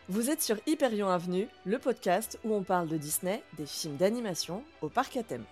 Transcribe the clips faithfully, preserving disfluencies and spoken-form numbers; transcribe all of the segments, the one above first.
Vous êtes sur Hyperion Avenue, le podcast où on parle de Disney, des films d'animation au parc à thème.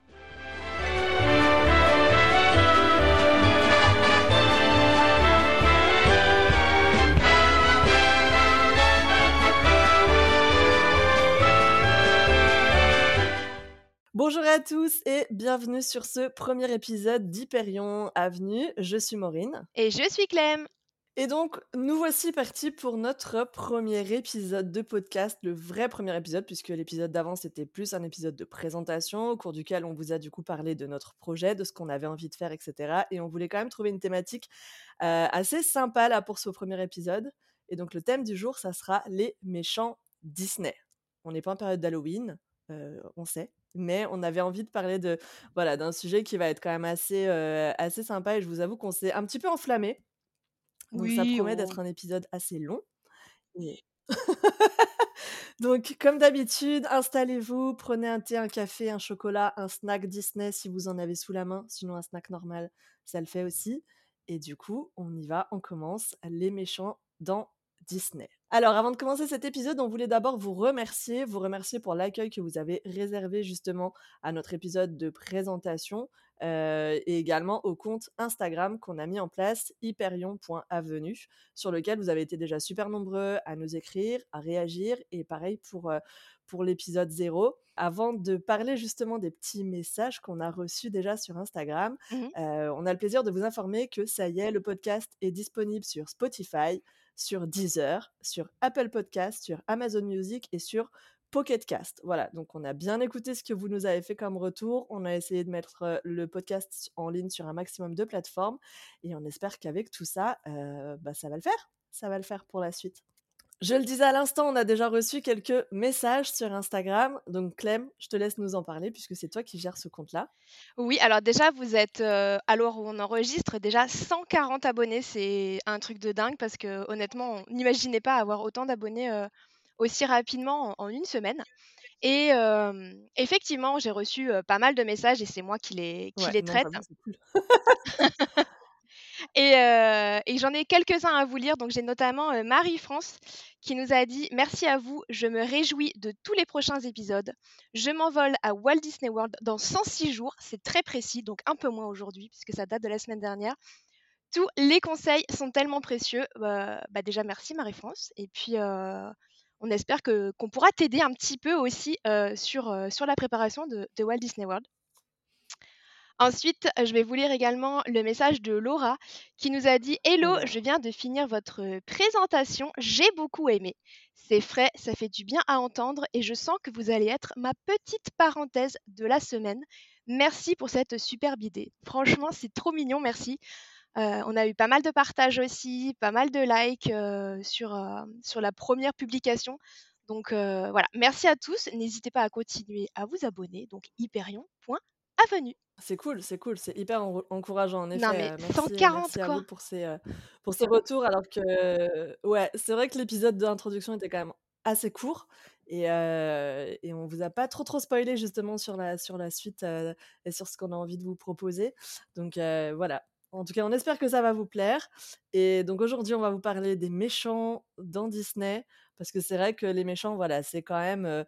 Bonjour à tous et bienvenue sur ce premier épisode d'Hyperion Avenue. Je suis Maureen. Et je suis Clem. Et donc, nous voici partis pour notre premier épisode de podcast, le vrai premier épisode, puisque l'épisode d'avant, c'était plus un épisode de présentation, au cours duquel on vous a du coup parlé de notre projet, de ce qu'on avait envie de faire, et cetera. Et on voulait quand même trouver une thématique euh, assez sympa là pour ce premier épisode. Et donc, le thème du jour, ça sera les méchants Disney. On n'est pas en période d'Halloween, euh, on sait, mais on avait envie de parler de voilà d'un sujet qui va être quand même assez, euh, assez sympa. Et je vous avoue qu'on s'est un petit peu enflammé. Donc ça Oui, promet oh. d'être un épisode assez long. Et... Donc comme d'habitude, installez-vous, prenez un thé, un café, un chocolat, un snack Disney si vous en avez sous la main, sinon un snack normal, ça le fait aussi. Et du coup, on y va, on commence les méchants dans Disney. Alors avant de commencer cet épisode, on voulait d'abord vous remercier, vous remercier pour l'accueil que vous avez réservé justement à notre épisode de présentation euh, et également au compte Instagram qu'on a mis en place, hyperion point avenue, sur lequel vous avez été déjà super nombreux à nous écrire, à réagir, et pareil pour, euh, pour l'épisode zéro. Avant de parler justement des petits messages qu'on a reçus déjà sur Instagram, Mhm. euh, on a le plaisir de vous informer que ça y est, le podcast est disponible sur Spotify, sur Deezer, sur Apple Podcast, sur Amazon Music et sur Pocket Cast. Voilà, donc on a bien écouté ce que vous nous avez fait comme retour. On a essayé de mettre le podcast en ligne sur un maximum de plateformes et on espère qu'avec tout ça, euh, bah, ça va le faire. Ça va le faire pour la suite. Je le disais à l'instant, on a déjà reçu quelques messages sur Instagram. Donc Clem, je te laisse nous en parler puisque c'est toi qui gères ce compte-là. Oui, alors déjà, vous êtes, euh, à l'heure où on enregistre, déjà cent quarante abonnés. C'est un truc de dingue parce que honnêtement, on n'imaginait pas avoir autant d'abonnés euh, aussi rapidement en, en une semaine. Et euh, effectivement, j'ai reçu euh, pas mal de messages et c'est moi qui les, qui Ouais, les non, traite. j'avoue, c'est cool. Et, euh, et j'en ai quelques-uns à vous lire. Donc, j'ai notamment euh, Marie-France qui nous a dit « Merci à vous, je me réjouis de tous les prochains épisodes. Je m'envole à Walt Disney World dans cent six jours. » C'est très précis, donc un peu moins aujourd'hui puisque ça date de la semaine dernière. Tous les conseils sont tellement précieux. Euh, bah déjà, merci Marie-France. Et puis, euh, on espère que, qu'on pourra t'aider un petit peu aussi euh, sur, euh, sur la préparation de, de Walt Disney World. Ensuite, je vais vous lire également le message de Laura qui nous a dit « Hello, Oh. je viens de finir votre présentation, j'ai beaucoup aimé. C'est frais, ça fait du bien à entendre et je sens que vous allez être ma petite parenthèse de la semaine. Merci pour cette superbe idée. Franchement, c'est trop mignon, merci. Euh, on a eu pas mal de partages aussi, pas mal de likes euh, sur, euh, sur la première publication. Donc euh, voilà, merci à tous. N'hésitez pas à continuer à vous abonner. Donc hyperion point avenue. C'est cool, c'est cool, c'est hyper en- encourageant en Non, effet. mais euh, merci, euh, cent quarante, merci à quoi. vous pour ces, euh, pour ces retours. Alors que, euh, ouais, c'est vrai que l'épisode d'introduction était quand même assez court et, euh, et on vous a pas trop trop spoilé justement sur la, sur la suite euh, et sur ce qu'on a envie de vous proposer. Donc euh, voilà. En tout cas, on espère que ça va vous plaire. Et donc aujourd'hui, on va vous parler des méchants dans Disney parce que c'est vrai que les méchants, voilà, c'est quand même euh,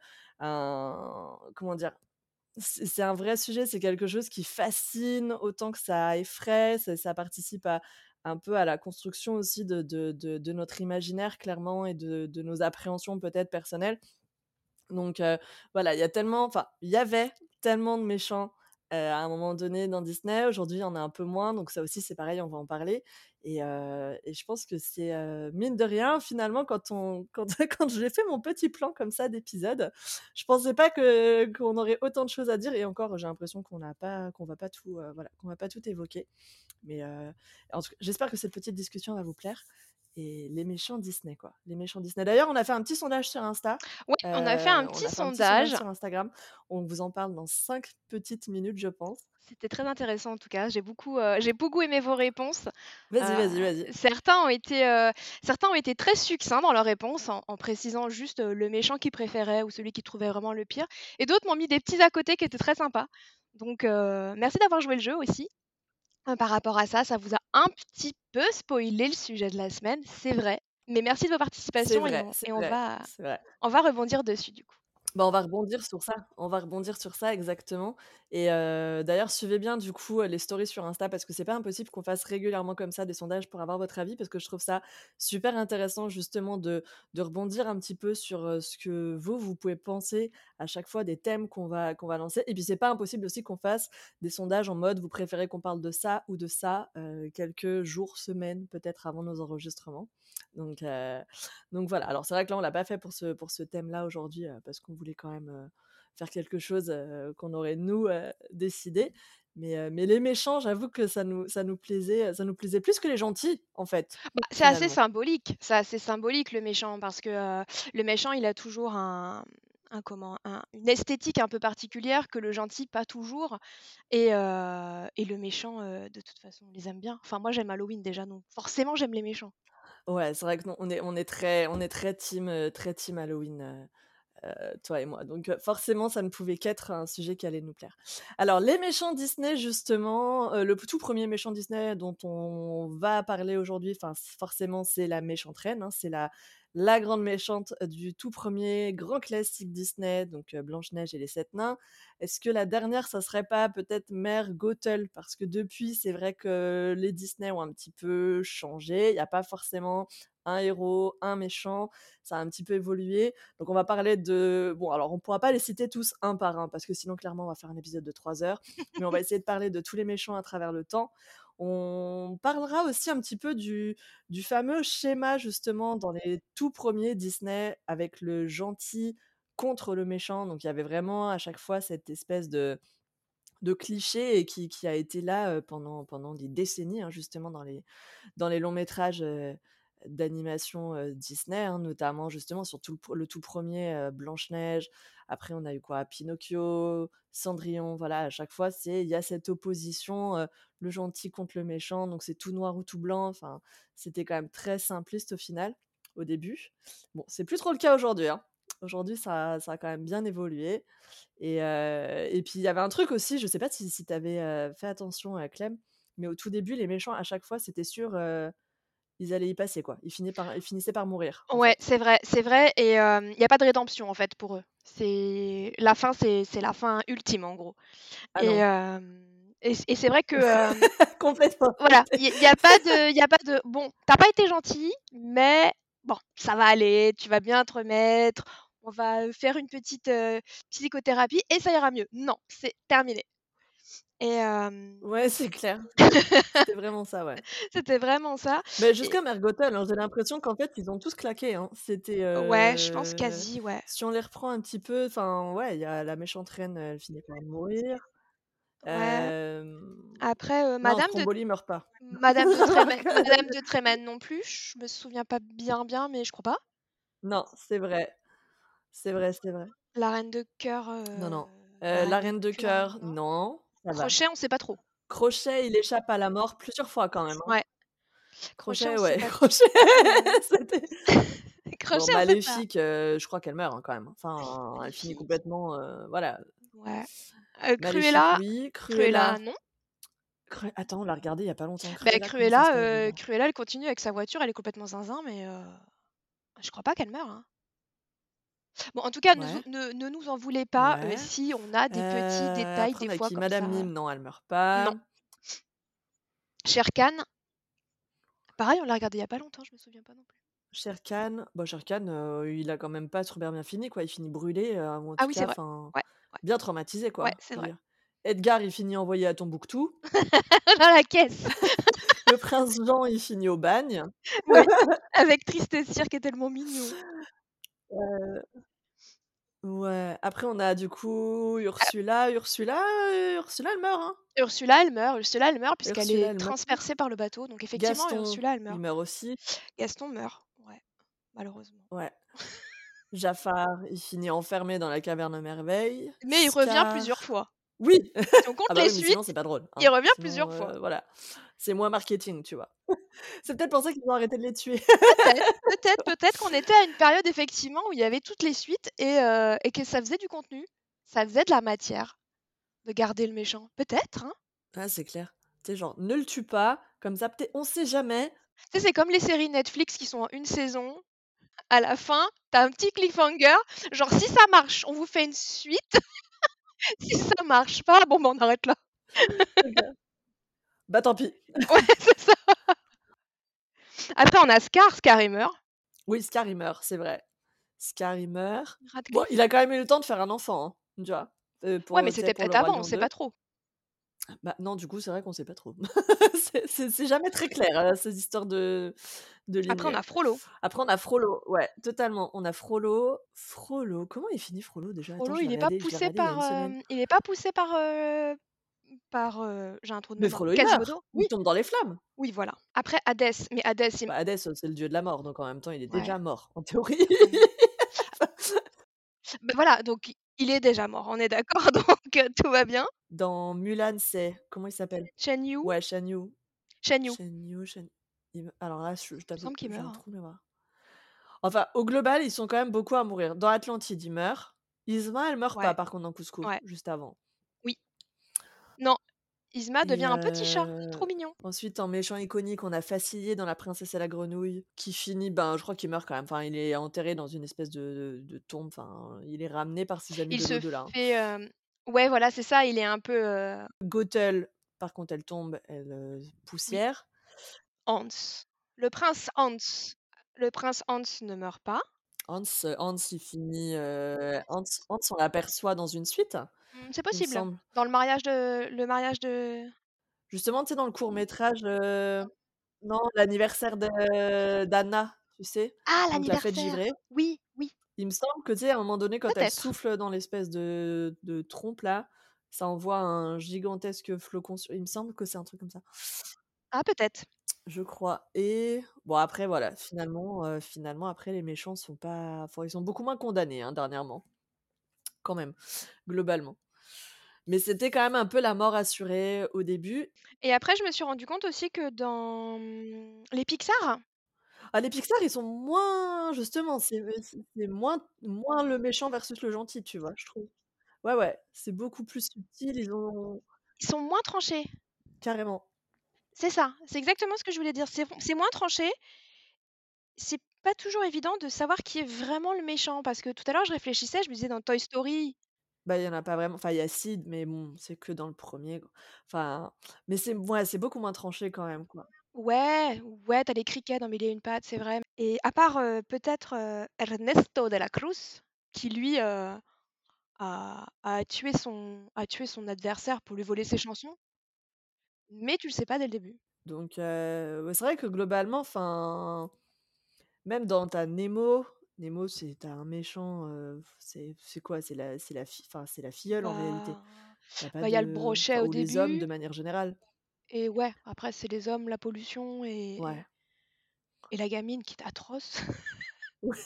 un, comment dire, c'est c'est un vrai sujet, c'est quelque chose qui fascine autant que ça effraie, ça ça participe à un peu à la construction aussi de de de de notre imaginaire clairement et de de nos appréhensions peut-être personnelles. Donc heu, voilà, il y a tellement enfin, il y avait tellement de méchants, heu, à un moment donné dans Disney. Aujourd'hui, il y en a un peu moins, donc ça aussi, c'est pareil, on va en parler et heu et je pense que c'est, heu, mine de rien, finalement, quand on quand quand j'ai fait mon petit plan comme ça d'épisodes, je pensais pas que qu'on aurait autant de choses à dire et encore, j'ai l'impression qu'on n'a pas qu'on va pas tout, heu, voilà, qu'on va pas tout évoquer. Mais heu, en tout cas, j'espère que cette petite discussion va vous plaire et les méchants Disney, quoi. Les méchants Disney. D'ailleurs, on a fait un petit sondage sur Insta. Ouais, on a fait un Heu, on petit a fait un petit sondage sondage. sur Instagram. On vous en parle dans cinq petites minutes, je pense. C'était très intéressant en tout cas. J'ai beaucoup, heu, j'ai beaucoup aimé vos réponses. Vas-y, Heu, vas-y, vas-y. certains ont été, heu, certains ont été très succincts dans leurs réponses en en précisant juste, heu, le méchant qu'ils préféraient ou celui qu'ils trouvaient vraiment le pire et d'autres m'ont mis des petits à côté qui étaient très sympas. Donc heu, merci d'avoir joué le jeu aussi. Heu, par rapport à ça, ça vous a un petit peu spoilé le sujet de la semaine, c'est vrai. Mais merci de vos C'est participations et vrai, on c'est et on vrai, va c'est vrai. on va rebondir dessus du coup. Bah, on va rebondir sur ça, on va rebondir sur ça exactement et heu, d'ailleurs suivez bien du coup, heu, les stories sur Insta parce que c'est pas impossible qu'on fasse régulièrement comme ça des sondages pour avoir votre avis parce que je trouve ça super intéressant justement de de rebondir un petit peu sur, heu, ce que vous, vous pouvez penser à chaque fois des thèmes qu'on va qu'on va lancer et puis c'est pas impossible aussi qu'on fasse des sondages en mode: «Vous préférez qu'on parle de ça ou de ça?» heu, quelques jours, semaines peut-être avant nos enregistrements donc heu donc voilà, alors c'est vrai que là, on l'a pas fait pour ce pour ce thème-là aujourd'hui, heu, parce qu'on voulait quand même, heu, faire quelque chose, heu, qu'on aurait nous, heu, décidé. Mais, heu, mais les méchants, j'avoue que ça nous ça nous plaisait, heu, ça nous plaisait plus que les gentils, en fait, Bah, c'est assez finalement. symbolique, c'est assez symbolique le méchant parce que, heu, le méchant il a toujours un un comment? Un une esthétique un peu particulière que le gentil pas toujours et heu et le méchant, heu, de toute façon on les aime bien. Enfin moi j'aime Halloween déjà donc forcément j'aime les méchants. Ouais, c'est vrai que non, on est on est très on est très team, heu, très team Halloween, heu heu, toi et moi. Donc heu, forcément, ça ne pouvait qu'être un sujet qui allait nous plaire. Alors les méchants Disney justement, heu, le tout premier méchant Disney dont on va parler aujourd'hui, enfin c forcément, c'est la méchante reine, hein. C'est la la grande méchante du tout premier grand classique Disney, donc heu, Blanche-Neige et les sept nains. Est-ce que la dernière, ça serait pas peut-être Mère Gothel? Parce que depuis, c'est vrai que les Disney ont un petit peu changé. Il y a pas forcément un héros, un méchant, ça a un petit peu évolué. Donc on va parler de bon, alors on pourra pas les citer tous un par un parce que sinon clairement on va faire un épisode de trois heures, mais on va essayer de parler de tous les méchants à travers le temps. On parlera aussi un petit peu du du fameux schéma justement dans les tout premiers Disney avec le gentil contre le méchant. Donc il y avait vraiment à chaque fois cette espèce de de cliché et qui qui a été là, heu, pendant pendant des décennies, hein, justement dans les dans les longs métrages, heu, d'animation, heu, Disney, hein, notamment justement sur tout le p le tout premier er Blanche-Neige. Après on a eu quoi? Pinocchio, Cendrillon, voilà, à chaque fois c'est il y a cette opposition, heu, le gentil contre le méchant, donc c'est tout noir ou tout blanc, enfin, c'était quand même très simpliste au final, au début. Bon, c'est plus trop le cas aujourd'hui, hein. Aujourd'hui ça ça a quand même bien évolué et heu et puis il y avait un truc aussi, je sais pas si si tu avais, heu, fait attention, heu, Clem, mais au tout début, les méchants à chaque fois, c'était sûr, heu, ils allaient y passer quoi. Ils finiaient par ils finissaient par mourir, en Ouais, fait. c'est vrai, c'est vrai et hem, il y a pas de rédemption en fait pour eux. C'est la fin, c'est c'est la fin ultime en gros Ah et non, hem et c et c'est vrai que, hem, complètement. voilà, il y a il y a pas de il y a pas de: «Bon, tu as pas été gentil, mais bon, ça va aller, tu vas bien te remettre, on va, heu, faire une petite, heu, psychothérapie et ça ira mieux». Non, c'est terminé et hem, Ouais, c'est clair. C'était vraiment ça, ouais. c'était vraiment ça Mais et jusqu'à Mère Gothel, hein, j'ai l'impression qu'en fait, ils ont tous claqué, hein. C'était, ouais, je pense heu, quasi, ouais. si on les reprend un petit peu, enfin, ouais, il y a la méchante reine, elle finit par mourir. Ouais, Hem, après, heu, non, Madame de Stromboli meurt pas. Madame de Tréma Alors que Madame de Trémane non plus, je me souviens pas bien, bien, mais je crois pas. non, c'est vrai, c'est vrai, c'est vrai. La reine de cœur, Non, heu, non. la Heu, reine la de reine de cœur, cœur, non. non, ça va. Crochet, on sait pas trop. Crochet, il échappe à la mort plusieurs fois quand même, hein. Ouais, Crochet, on Crochet, sait ouais, pas Crochet, trop. c'était bon, Crochet, on sait pas. Maléfique, heu, je crois qu'elle meurt, hein, quand même. Enfin, elle finit Maléfique, complètement, heu, voilà. ouais. Heu, Maléfique, Cruella oui. Cruella, Cruella, non. Cru attends, on l'a regardé il y a pas longtemps. Bah, Cruella, comment ça se Cruella, passe heu, déjà? Cruella, elle continue avec sa voiture, elle est complètement zinzin, mais heu, je crois pas qu'elle meure, hein. Bon, en tout cas, ne zou Ouais, ne ne nous en voulez pas, heu, ouais. si on a des petits Heu, détails après des on a fois qui? comme Madame ça. Mime, non, elle meurt Non. pas. Shere Khan, pareil, on l'a regardé il y a pas longtemps, je me souviens pas non plus. Shere Khan, bah, Shere Khan, heu, il a quand même pas super bien fini, quoi. Il finit brûlé, heu, ou en Ah tout oui, c'est cas, vrai. enfin, Ouais, ouais, bien traumatisé, ouais, quoi, c'est je veux vrai. dire. Edgar, il finit envoyé à Tombouctou. Dans la caisse. Le prince Jean, il finit au bagne. Oui, avec Triste Cire qui est tellement mignon. Heu, ouais, après on a du coup Ah, Ursula. Ursula, heu, Ursula, elle meurt, hein. Ursula, elle meurt Ursula, elle meurt puisqu'elle Ursula, est elle meurt. transpercée par le bateau, donc effectivement, Gaston, Ursula, elle il meurt. meurt aussi. Gaston meurt, ouais, malheureusement. Ouais. Jafar, il finit enfermé dans la caverne aux merveilles. Mais il revient plusieurs Scar, fois. oui! Si on compte Ah bah les oui, mais sinon c'est suites, pas drôle, il hein. revient Sinon, plusieurs fois. heu, voilà, c'est moins marketing, tu vois? C'est peut-être pour ça qu'ils ont arrêté de les tuer. Peut-être, peut-être, peut-être qu'on était à une période effectivement où il y avait toutes les suites et heu et que ça faisait du contenu, ça faisait de la matière de garder le méchant. Peut-être, hein? Ah, c'est clair. Tu sais, genre, ne le tue pas, comme ça, peut-être on sait jamais, Tu sais, c'est comme les séries Netflix qui sont en une saison. À la fin, tu as un petit cliffhanger, genre si ça marche, on vous fait une suite. Si ça marche pas, bon bah, on arrête là. OK. Bah, tant pis. Ouais, c'est ça. Après on a Scar, Scar il meurt. Oui, Scar, il meurt, c'est vrai. Scar, il meurt. Bon, il Radcliffe? a quand même eu le temps de faire un enfant, hein, tu vois? Heu, Ouais, pour, mais heu, tu sais, c'était pour le peut-être Roi avant, on Lion sait pas deux. trop. Bah, non, du coup, c'est vrai qu'on sait pas trop. C'est c'est c'est jamais très clair, heu, ces histoires de de Après on lignes. a Frollo. Après, on a Frollo, ouais, totalement. On a Frollo. Frollo, comment il finit Frollo déjà? Attends, Frollo, je l'ai il est pas regardé je l'ai poussé regardé il y a par, une semaine. hem, il est pas poussé par, heu, par, heu, j'ai un trou de Mais mémoire. Frollo, il meurt! Quasimodo? Il Oui, tombe dans les flammes! oui, voilà. Après Hadès, mais Hadès il m Bah, Hadès, heu, c'est le dieu de la mort, donc en même temps, il est ouais, déjà mort, en théorie. ouais, non. Bah, voilà, donc i il est déjà mort, on est d'accord, donc heu, tout va bien. Dans Mulan, c'est comment il s'appelle? Shen Yu? Ouais, Shan Yu. Shen Yu, Shen Yu, Shen il me alors là, je je il me t'avoue semble que qu'il j'ai meurt, un hein. trou de mémoire. Enfin, au global, ils sont quand même beaucoup à mourir. Dans Atlantide, il meurt. Yzma, elle meurt pas, Ouais, par contre, dans Cusco, ouais, juste avant. oui. Non, Yzma devient Et un petit chat, heu, trop mignon. ensuite, en méchant iconique, on a Facilier dans La Princesse et la Grenouille, qui finit, ben, je crois qu'il meurt quand même. Enfin, il est enterré dans une espèce de de de tombe, enfin, il est ramené par ses amis Il de se l'au-delà, hein. fait, hem ouais, voilà, c'est ça, il est un peu, heu Gothel, par contre, elle tombe, elle, heu, oui, poussière. Hans. Le prince Hans. Le prince Hans ne meurt pas. Hans, heu, Hans, il finit, heu, Hans Hans, on l'aperçoit dans une suite, Mmh, c'est il me possible. semble. Dans le mariage de le mariage de Justement, tu sais, dans le court métrage, heu non, l'anniversaire de d'Anna, tu sais? ah, Donc la fête l'anniversaire! givrée. Oui, oui, Il me semble que, tu sais, à un moment donné, quand elle peut-être. souffle dans l'espèce de de trompe là, ça envoie un gigantesque flocon sur il me semble que c'est un truc comme ça. Ah, peut-être. Je crois et bon après voilà, finalement, heu, finalement après les méchants sont pas enfin ils sont beaucoup moins condamnés, hein, dernièrement, quand même, globalement. Mais c'était quand même un peu la mort assurée au début. Et après, je me suis rendu compte aussi que dans, mmh, les Pixar Ah les Pixar, ils sont moins justement, c'est c'est c'est moins moins le méchant versus le gentil, tu vois? Je trouve. Ouais, ouais, c'est beaucoup plus subtil, ils ont ils sont moins tranchés. carrément. C'est ça, c'est exactement ce que je voulais dire. C'est c'est moins tranché. C'est pas toujours évident de savoir qui est vraiment le méchant parce que tout à l'heure, je réfléchissais, je me disais dans Toy Story Bah, il y en a pas vraiment, enfin il y a Sid, mais bon, c'est que dans le premier quoi. Enfin, mais c'est ouais, c'est beaucoup moins tranché quand même, quoi. ouais, ouais, tu as les criquets dans Mille et une pattes, c'est vrai. Et à part, heu, peut-être, heu, Ernesto de la Cruz qui lui, heu, a a tué son a tué son adversaire pour lui voler ses chansons, mais tu le sais pas dès le début. Donc heu, ouais, c'est vrai que globalement, enfin, même dans tu Nemo, Nemo c'est tu un méchant, heu, c'est c'est quoi? C'est la c'est la fi enfin c'est la filleule en réalité. Bah Il y a pas bah, il y a le de brochet enfin au ou les hommes début de manière générale. et ouais, après c'est les hommes, la pollution et Ouais. et la gamine qui est atroce. Ouais.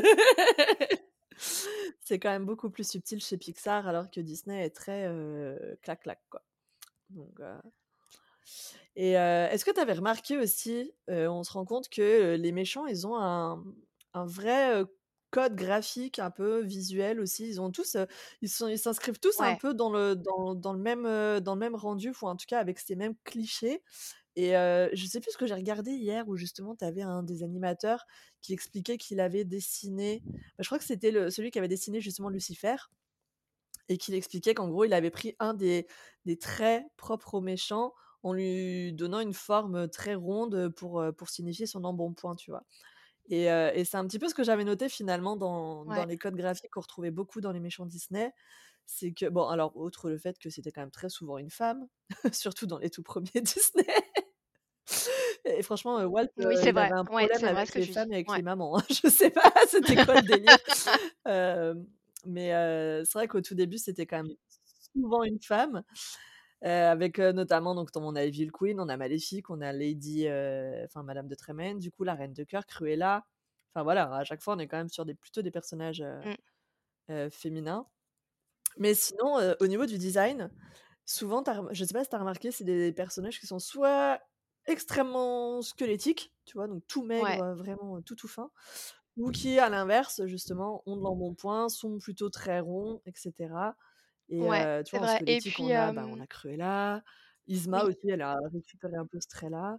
C'est quand même beaucoup plus subtil chez Pixar alors que Disney est très, heu, clac clac quoi. Donc heu et heu, est-ce que tu avais remarqué aussi, heu, on se rend compte que, heu, les méchants, ils ont un un vrai, heu, code graphique un peu visuel aussi. Ils ont tous, heu, ils sont ils s'inscrivent tous un Ouais, peu dans le dans dans le même, heu, dans le même rendu ou en tout cas avec ces mêmes clichés et heu, je sais plus ce que j'ai regardé hier où justement tu avais un des animateurs qui expliquait qu'il avait dessiné, bah, je crois que c'était le celui qui avait dessiné justement Lucifer et qu'il expliquait qu'en gros, il avait pris un des des traits propres aux méchants en lui donnant une forme, très ronde, pour, heu, pour signifier son embonpoint, tu vois? Et heu et c'est un petit peu ce que j'avais noté finalement dans dans ouais, les codes graphiques qu'on retrouvait beaucoup dans les méchants Disney. C'est que bon, alors outre le fait que c'était quand même très souvent une femme, surtout dans les tout premiers Disney et franchement, heu, Walt, oui, heu, c'est il vrai. avait un Ouais, problème c'est vrai ce avec que les tu dis. femmes et avec Ouais. les mamans, hein. Je sais pas c'était quoi le délire? Hem, mais heu, c'est vrai qu'au tout début, c'était quand même souvent une femme, heu, avec, heu, notamment donc on a Evil Queen, on a Maléfique, on a Lady, heu, enfin Madame de Tremaine, du coup la Reine de Cœur, Cruella. Enfin voilà, à chaque fois, on est quand même sur des plutôt des personnages, heu Mmh. heu, féminins. Mais sinon, heu, au niveau du design, souvent tu rem je sais pas si tu as remarqué, c'est des personnages qui sont soit extrêmement squelettiques, tu vois? Donc tout maigre, Ouais, heu, vraiment, heu, tout, tout fin ou qui, à l'inverse, justement, ont de l'embonpoint, sont plutôt très ronds et cetera et ouais, heu, tu c'est vois, en vrai et squelettique, puis, on a, bah, on hem, a Cruella, Yzma oui, aussi, elle a récupéré un peu ce trait-là.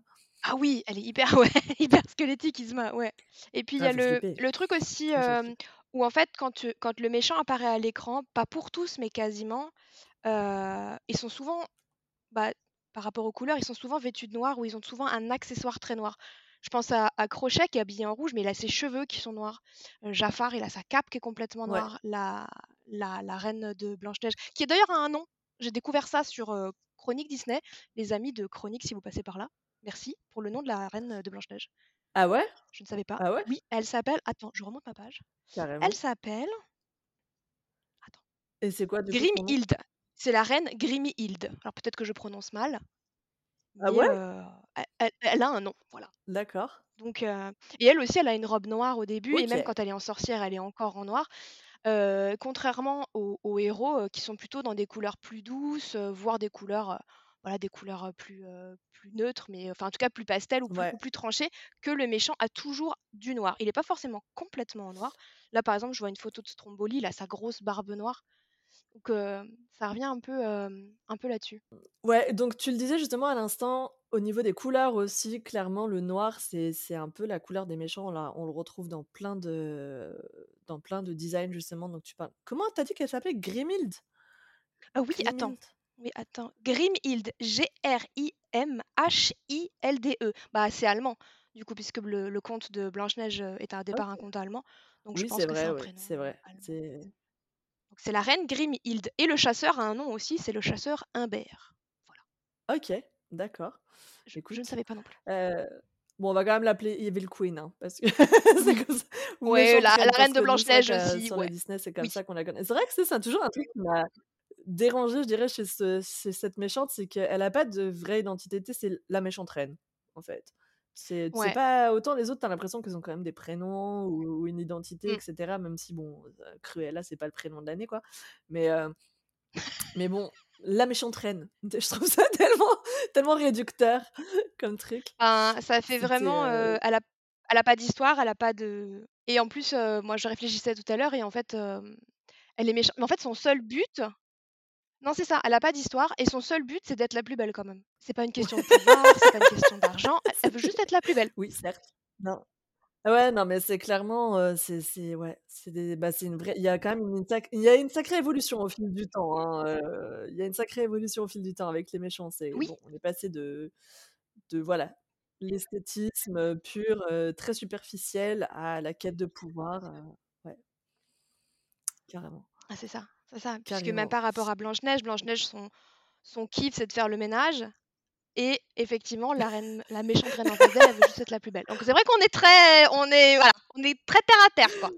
Ah oui, elle est hyper ouais, hyper squelettique, Yzma, ouais. Et puis il y Ah, a faut le flipper. le truc aussi, Moi, je hem, flippe. où en fait quand, heu, quand le méchant apparaît à l'écran, pas pour tous, mais quasiment, heu, ils sont souvent, bah, par rapport aux couleurs, ils sont souvent vêtus de noir ou ils ont souvent un accessoire très noir. Je pense à à Crochet qui est habillé en rouge, mais il a ses cheveux qui sont noirs. Heu, Jafar, il a sa cape qui est complètement Ouais. noire. La la la reine de Blanche-Neige, qui d'ailleurs a un nom. J'ai découvert ça sur, heu, Chroniques Disney. Les amis de Chroniques, si vous passez par là, merci pour le nom de la reine de Blanche-Neige. Ah ouais? Je ne savais pas. Ah ouais? Oui, elle s'appelle attends, je remonte ma page. Elle Carrément. s'appelle attends, Et c'est quoi, du coup, son nom? Grimhilde. C'est la reine Grimhilde. Alors peut-être que je prononce mal, Ah mais ouais? heu, elle elle elle a un nom, voilà. D'accord. Donc heu et elle aussi, elle a une robe noire au début et même OK. quand elle est en sorcière, elle est encore en noir. Heu, contrairement aux aux héros, heu, qui sont plutôt dans des couleurs plus douces, heu, voire des couleurs, heu, voilà, des couleurs, heu, plus, heu, plus neutres, mais enfin, en tout cas, plus pastel ou plus Ouais. ou plus tranchées, que le méchant a toujours du noir. Il est pas forcément complètement en noir. Là, par exemple, je vois une photo de Stromboli, il a sa grosse barbe noire, donc heu, ça revient un peu, hem, un peu là-dessus. Ouais, donc tu le disais justement à l'instant, au niveau des couleurs aussi, clairement, le noir, c'est c'est un peu la couleur des méchants. Là, on le retrouve dans plein de dans plein de designs justement, donc tu parles comment tu as dit qu'elle s'appelait? Grimhild? Ah oui, attends, Grimhild? oui, attends, Grimhilde, G R I M H I L D E. Bah, c'est allemand, du coup, puisque le le conte de Blanche-Neige, heu, est un départ un OK. conte allemand, donc je Oui, pense c'est que c'est vrai, un oui, prénom, c'est heu, vrai. allemand. C'est Donc c'est la reine Grimhilde et le chasseur a un nom aussi, c'est le chasseur Humbert. Voilà, OK, d'accord. je je ne Écoute, savais pas non plus. heu, bon, on va quand même l'appeler Evil Queen, hein, parce que c'est Oui, comme ça ou ouais, Méchante la la Reine, reine parce de que nous, c'est vrai Blanche-Neige que aussi, sur les ouais. Disney, c'est comme Oui, ça qu'on la connaît. C'est vrai que ça, c'est toujours un truc qui m'a dérangée, je dirais, chez ce chez cette méchante, c'est qu'elle a pas de vraie identité, tu sais, c'est la méchante reine, en fait. C'est tu sais ouais, pas autant les autres, tu as l'impression qu'ils ont quand même des prénoms ou ou une identité et mmh. cetera, même si bon, heu, Cruella, c'est pas le prénom de l'année, quoi. Mais heu mais bon, la méchante reine, je trouve ça tellement tellement réducteur comme truc. Ben, ça fait C'était, vraiment, heu heu, elle a elle a pas d'histoire, elle a pas de et en plus, heu, moi je réfléchissais tout à l'heure et en fait, hem, elle est méchan mais en fait son seul but non c'est ça, elle a pas d'histoire et son seul but c'est d'être la plus belle quand même. C'est pas une question de pouvoir, c'est pas une question d'argent, elle elle c'est veut juste être la plus belle. oui, certes. Non. Ouais, non, mais c'est clairement, heu, c'est c'est ouais, c'est des bah, c'est une vraie il y a quand même une sac il y a une sacrée évolution au fil du temps, hein, heu, il y a une sacrée évolution au fil du temps avec les méchants. C'est Oui, bon, on est passé de de voilà, l'esthétisme, heu, pur, heu, très superficiel à la quête de pouvoir, heu, ouais, carrément, ah c'est ça, c'est ça, puisque même carrément. par rapport à Blanche-Neige, Blanche-Neige son son kiff c'est de faire le ménage et effectivement la reine la méchante reine en face d'elle, elle veut juste être la plus belle. Donc c'est vrai qu'on est très on est voilà, on est très terre à terre quoi.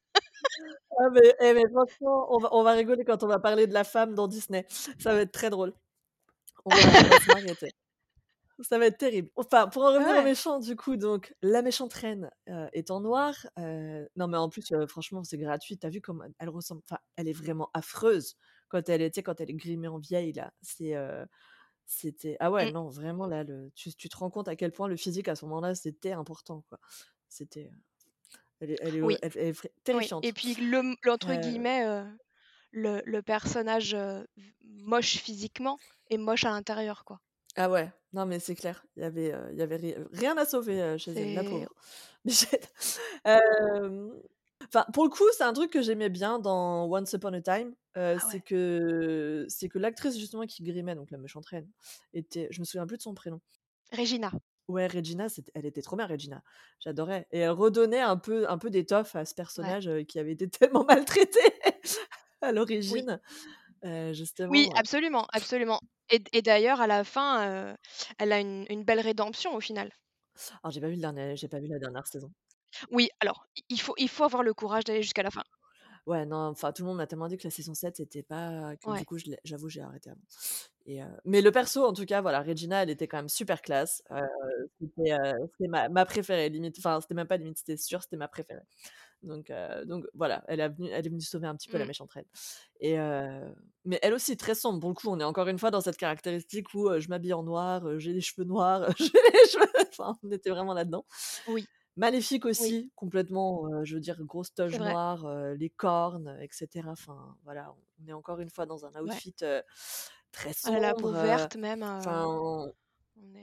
Ah mais eh mais franchement, on va on va rigoler quand on va parler de la femme dans Disney. Ça va être très drôle. On va on va se marrer, tu sais. Ça va être terrible. Enfin, pour en Ouais, revenir aux ouais. méchants, du coup, donc la méchante reine, heu, est en noir, heu, non, mais en plus, heu, franchement, c'est gratuit. Tu as vu comment elle elle ressemble enfin, elle est vraiment affreuse quand elle est tu sais, quand elle est grimée en vieille là, c'est, heu, c'était ah ouais, Mmh, non, vraiment là, le tu tu te rends compte à quel point le physique à ce moment-là, c'était important, quoi. C'était, heu, elle est elle est, heu, oui, elle elle est fr oui et terrifiante. puis le m le entre Heu, guillemets, heu, le le personnage, heu, v moche physiquement est moche à l'intérieur quoi. ah ouais, non, mais c'est clair, il y avait, heu, il y avait ri rien à sauver, heu, chez elle, la C'est pauvre. Mais j'ai hem Enfin, pour le coup, c'est un truc que j'aimais bien dans Once Upon a Time, heu, ah c'est ouais, que c'est que l'actrice justement qui grimait, donc la méchante reine, était je me souviens plus de son prénom. Regina, Ouais, Regina, c'était elle était trop bien Regina, j'adorais et elle redonnait un peu un peu d'étoffe à ce ouais, personnage, heu, qui avait été tellement maltraité à oui. l'origine, heu, Oui, justement, ouais. absolument, absolument et d et d'ailleurs à la fin, heu, elle a une une belle rédemption au final. Alors j'ai pas vu le dernier j'ai pas vu la dernière saison. Oui, alors i il faut il faut avoir le courage d'aller jusqu'à la fin. Ouais, non, enfin, tout le monde m'a tellement dit que la saison sept c'était pas que du Ouais, coup, je l'ai j'avoue, j'ai arrêté avant et heu, mais le perso, en tout cas, voilà, Regina, elle était quand même super classe, heu, c'était, heu, c'était ma ma préférée limite, enfin, c'était même pas limite, c'était sûr, c'était ma préférée. Donc heu, donc voilà, elle a venu elle est venue sauver un petit peu la mmh, méchante reine et heu, mais elle aussi très sombre pour le coup, on est encore une fois dans cette caractéristique où, heu, je m'habille en noir, heu, j'ai les cheveux noirs, j'ai les cheveux enfin, on était vraiment là-dedans. oui, Maléfique oui, aussi, complètement, heu, je veux dire grosse c'est toge vrai, noire, heu, les cornes, et cetera. Enfin, voilà, on est encore une fois dans un ouais. outfit, heu, très Elle a la peau sombre, heu, verte même, heu, enfin on est, heu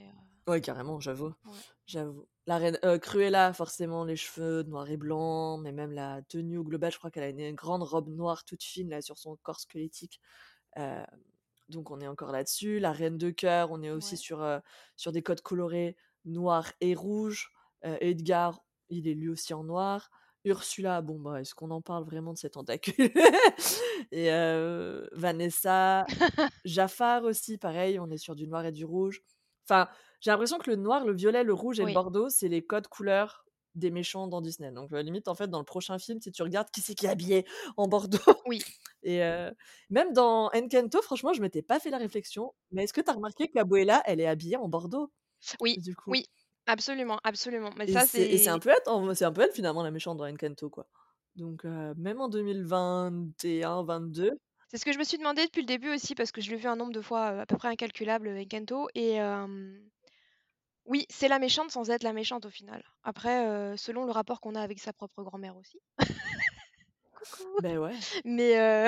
Ouais, carrément, j'avoue, Ouais. j'avoue. La reine, heu, Cruella, forcément, les cheveux noirs et blancs, mais même la tenue au global, je crois qu'elle a une une grande robe noire toute fine, là, sur son corps squelettique, heu, donc on est encore là-dessus. La Reine de cœur, on est aussi Ouais. sur, heu, sur des codes colorés noirs et rouges. Heu, Edgar, il est lui aussi en noir. Ursula, bon, bah, est-ce qu'on en parle vraiment de ces tentacules? Et heu, Vanessa, Jafar aussi, pareil, on est sur du noir et du rouge. Enfin, j'ai l'impression que le noir, le violet, le rouge et le Oui. bordeaux, c'est les codes couleurs des méchants dans Disney. Donc, heu, limite, en fait, dans le prochain film, si tu regardes, qui c'est qui est habillé en bordeaux? Oui. Et heu, même dans Encanto, franchement, je m'étais pas fait la réflexion, mais est-ce que tu as remarqué qu'Abuela, elle est habillée en bordeaux, Oui, du coup? oui, absolument, absolument. Mais Et ça, c'est et c'est un c'est peu elle, en c'est un peu elle, finalement, la méchante dans Encanto, quoi. Donc, heu, même en deux mille vingt et un-vingt-deux. c'est ce que je me suis demandé depuis le début aussi, parce que je l'ai vu un nombre de fois, heu, à peu près incalculable, heu, Encanto et hem, oui, c'est la méchante sans être la méchante au final. Après, heu, selon le rapport qu'on a avec sa propre grand-mère aussi. Coucou! Beh, ouais. Mais heu,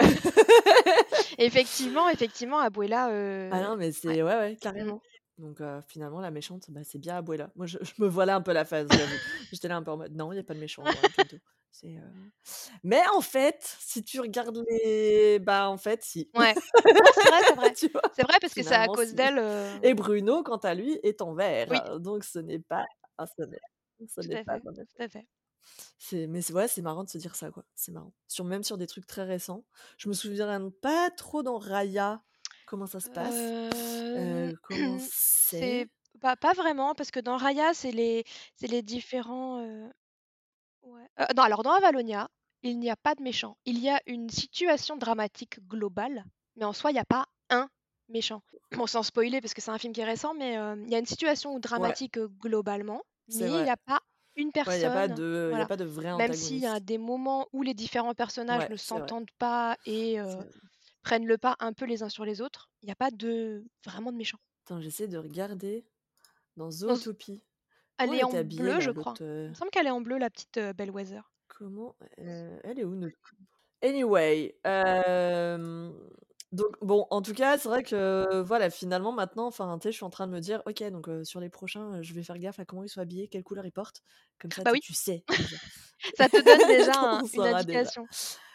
effectivement, effectivement, Abuela, Ah heu, non, mais ouais. c'est ouais, ouais, Mmh. carrément. Donc heu, finalement, la méchante, bah, c'est bien Abuela. Moi, je je me voilais un peu la face, j'avoue. J'étais là un peu en mode: «Non, il y a pas de méchant dans Encanto». C'est, heu mais en fait, si tu regardes les bah, en fait, si. Ouais. Non, c'est vrai, c'est vrai. Tu vois? C'est vrai parce que c'est à Finalement, cause si. d'elle, heu Et Bruno, quant à lui, est en oui, vert, donc ce n'est pas ah, ce n'est ce tout n'est à pas fait, dans la tout à fait. c'est mais c'est ouais, c'est marrant de se dire ça, quoi. C'est marrant. Sur même sur des trucs très récents. Je me souviens pas trop dans Raya, comment ça se passe, Heu, heu, comment c'est c'est? pas pas vraiment parce que dans Raya, c'est les c'est les différents, heu ouais. Heu, non, alors dans Avalonia, il n'y a pas de méchant. Il y a une situation dramatique globale, mais en soi, il y a pas un méchant. Bon, sans spoiler parce que c'est un film qui est récent, mais, heu, il y a une situation Ouais, dramatique, heu, globalement, c'est mais il y vrai. a pas une Ouais, il y a pas personne, de il y a voilà. pas de vrai Même s'il y a antagoniste. des moments où les différents personnages Ouais, ne c'est vrai. s'entendent pas et heu, C'est prennent le pas un peu les uns sur les autres, il y a pas de vraiment de méchant. attends, j'essaie de regarder dans Dans z Zootopie. Elle Comment elle est en était habillée bleu, là, je crois. l'autre, heu? Il me semble qu'elle est en bleu, la petite, heu, Bellwether. Comment, heu, elle est où notre anyway, hem, donc bon, en tout cas, c'est vrai que, voilà, finalement, maintenant, enfin, tu sais, je suis en train de me dire: «OK, donc heu, sur les prochains, heu, je vais faire gaffe à comment ils sont habillés, quelle couleur ils portent». Comme ça, Bah tu sais, oui, tu sais déjà. ça te donne déjà un On une saura déjà. indication.